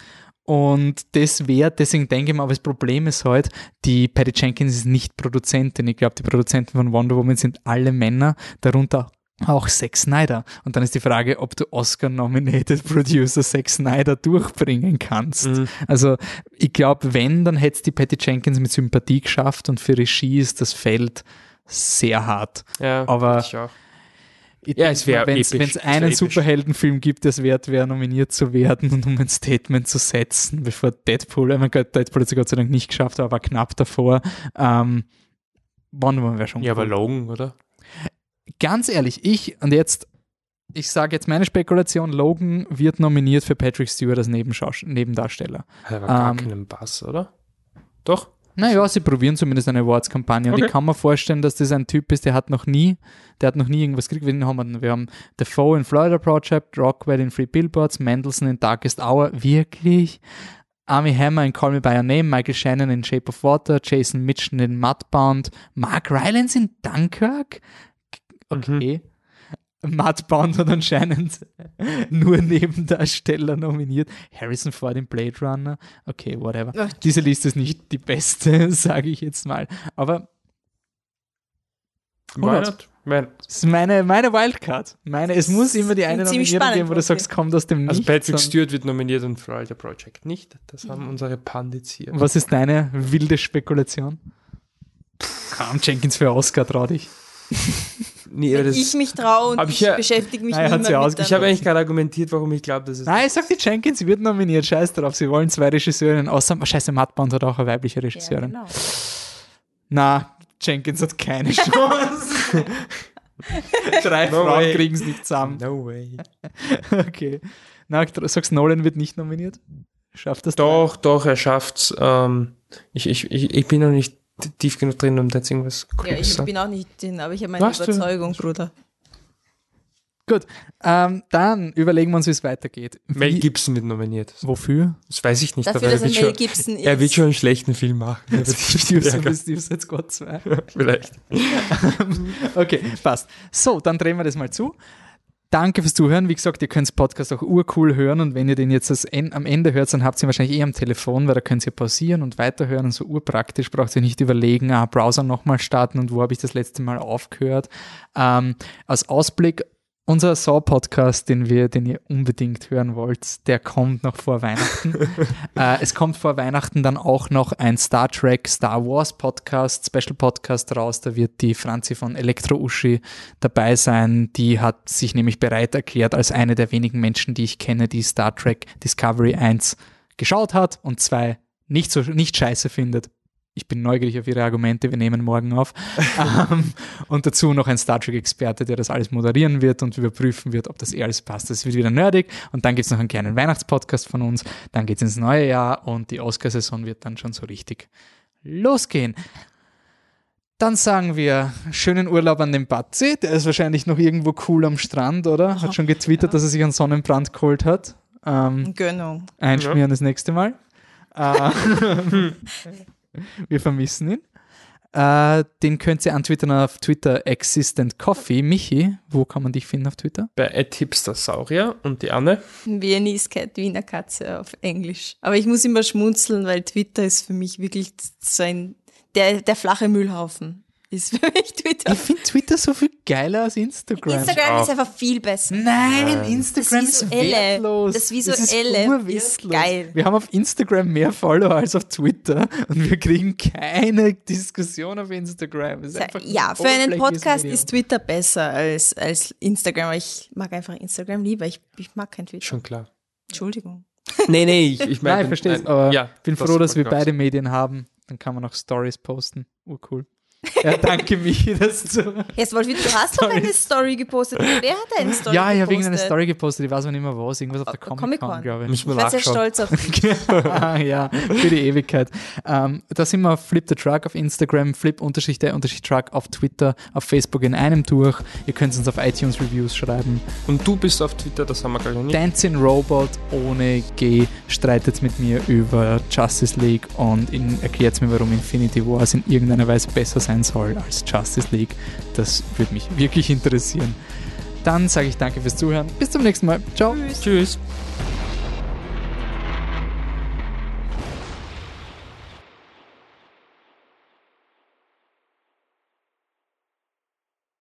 Und deswegen denke ich mal, aber das Problem ist halt, die Patty Jenkins ist nicht Produzentin. Ich glaube, die Produzenten von Wonder Woman sind alle Männer, darunter auch Zack Snyder. Und dann ist die Frage, ob du Oscar-nominated Producer Zack Snyder durchbringen kannst. Also ich glaube, wenn, dann hätte es die Patty Jenkins mit Sympathie geschafft und für Regie ist das Feld sehr hart. Ja, aber ich auch. Es wäre, wenn es einen Superheldenfilm gibt, das wert wäre, nominiert zu werden und um ein Statement zu setzen, bevor Deadpool hat es Gott sei Dank nicht geschafft, aber war knapp davor. Wonder Woman wäre schon cool. Aber Logan, oder? Ganz ehrlich, ich sage jetzt meine Spekulation, Logan wird nominiert für Patrick Stewart als Nebendarsteller. Er war gar keinen Bass, oder? Doch? Naja, sie probieren zumindest eine Awards-Kampagne und ich kann mir vorstellen, dass das ein Typ ist, der hat noch nie irgendwas gekriegt. Wir haben Dafoe in Florida Project, Rockwell in Free Billboards, Mendelssohn in Darkest Hour, wirklich? Armie Hammer in Call Me By Your Name, Michael Shannon in Shape of Water, Jason Mitchell in Mudbound, Mark Rylance in Dunkirk? Okay. Mudbound hat anscheinend nur Nebendarsteller nominiert. Harrison Ford in Blade Runner. Okay, whatever. Diese Liste ist nicht die beste, sage ich jetzt mal. Aber das ist meine Wildcard. Es muss immer die eine Nominierung geben, wo du sagst, kommt aus dem Nichts. Also Patrick Stewart wird nominiert und Florida Project nicht. Das haben unsere Pandits hier. Was ist deine wilde Spekulation? Komm, Jenkins für Oscar, trau dich. Nee, aber Wenn ich mich traue und ich beschäftige mich nicht mehr mit Ich habe eigentlich gerade argumentiert, warum ich glaube, dass es... Nein, ich sag, die Jenkins wird nominiert. Scheiß drauf, sie wollen 2 Regisseurinnen. Außer, scheiße, Matt Bond hat auch eine weibliche Regisseurin. Ja, genau. Na, Jenkins hat keine Chance. 3 Frauen kriegen es nicht zusammen. No way. Okay. Na, sagst du, Nolan wird nicht nominiert? Schafft das? Doch, er schafft's. Ich bin noch nicht tief genug drin, um da jetzt irgendwas Ja, ich bin auch nicht drin, aber ich habe meine Überzeugung, Bruder. Gut, dann überlegen wir uns, wie es weitergeht. Mel Gibson wird nominiert. Wofür? Das weiß ich nicht. Dafür, aber dass er Mel Gibson ist. Er wird schon einen schlechten Film machen. Suicide Squad 2. Vielleicht. Okay, passt. So, dann drehen wir das mal zu. Danke fürs Zuhören. Wie gesagt, ihr könnt den Podcast auch urcool hören und wenn ihr den jetzt am Ende hört, dann habt ihr ihn wahrscheinlich am Telefon, weil da könnt ihr pausieren und weiterhören und so urpraktisch. Braucht ihr nicht überlegen, Browser nochmal starten und wo habe ich das letzte Mal aufgehört. Als Ausblick, unser Saw-Podcast, den ihr unbedingt hören wollt, der kommt noch vor Weihnachten. Es kommt vor Weihnachten dann auch noch ein Star Trek, Star Wars Podcast, Special Podcast raus. Da wird die Franzi von Elektro Uschi dabei sein. Die hat sich nämlich bereit erklärt, als eine der wenigen Menschen, die ich kenne, die Star Trek Discovery 1 geschaut hat und 2 nicht scheiße findet. Ich bin neugierig auf ihre Argumente, wir nehmen morgen auf. Und dazu noch ein Star Trek-Experte, der das alles moderieren wird und überprüfen wird, ob das alles passt. Das wird wieder nerdig. Und dann gibt es noch einen kleinen Weihnachtspodcast von uns. Dann geht es ins neue Jahr und die Oscar-Saison wird dann schon so richtig losgehen. Dann sagen wir, schönen Urlaub an den Batzi. Der ist wahrscheinlich noch irgendwo cool am Strand, oder? Hat schon getwittert, dass er sich einen Sonnenbrand geholt hat. Gönnung. Einschmieren das nächste Mal. Wir vermissen ihn. Den könnt ihr antwittern auf Twitter Existent Coffee. Michi, wo kann man dich finden auf Twitter? Bei @hipstersaurier und die Anne. Viennese Cat, Wiener Katze auf Englisch. Aber ich muss immer schmunzeln, weil Twitter ist für mich wirklich so der flache Müllhaufen. Ist für mich Twitter. Ich finde Twitter so viel geiler als Instagram. Instagram ist einfach viel besser. Nein, Instagram ist wertlos. Das Visuelle ist geil. Wir haben auf Instagram mehr Follower als auf Twitter und wir kriegen keine Diskussion auf Instagram. Ja, für einen Podcast ist Twitter besser als Instagram. Aber ich mag einfach Instagram lieber. Ich mag kein Twitter. Schon klar. Entschuldigung. Nee, ich meine... Nein, ich verstehe es, aber ich bin froh, dass wir beide Medien haben. Dann kann man auch Stories posten. Urcool. Ja, danke Michi, dass du... Jetzt, Wolfi, du hast doch eine Story gepostet. Wer hat eine Story gepostet? Ja, ich habe irgendeine Story gepostet, ich weiß nicht mehr was. Irgendwas auf der Comic-Con, glaube ich. Müssen wir ich war sehr stolz auf dich. Ja, für die Ewigkeit. Da sind wir auf Flip the Truck auf Instagram, Flip_der_Truck auf Twitter, auf Facebook in einem durch. Ihr könnt uns auf iTunes Reviews schreiben. Und du bist auf Twitter, das haben wir gerade nicht. Dancing Robot ohne G streitet mit mir über Justice League und erklärt mir, warum Infinity Wars in irgendeiner Weise besser sein soll als Justice League. Das würde mich wirklich interessieren. Dann sage ich danke fürs Zuhören. Bis zum nächsten Mal. Ciao. Tschüss.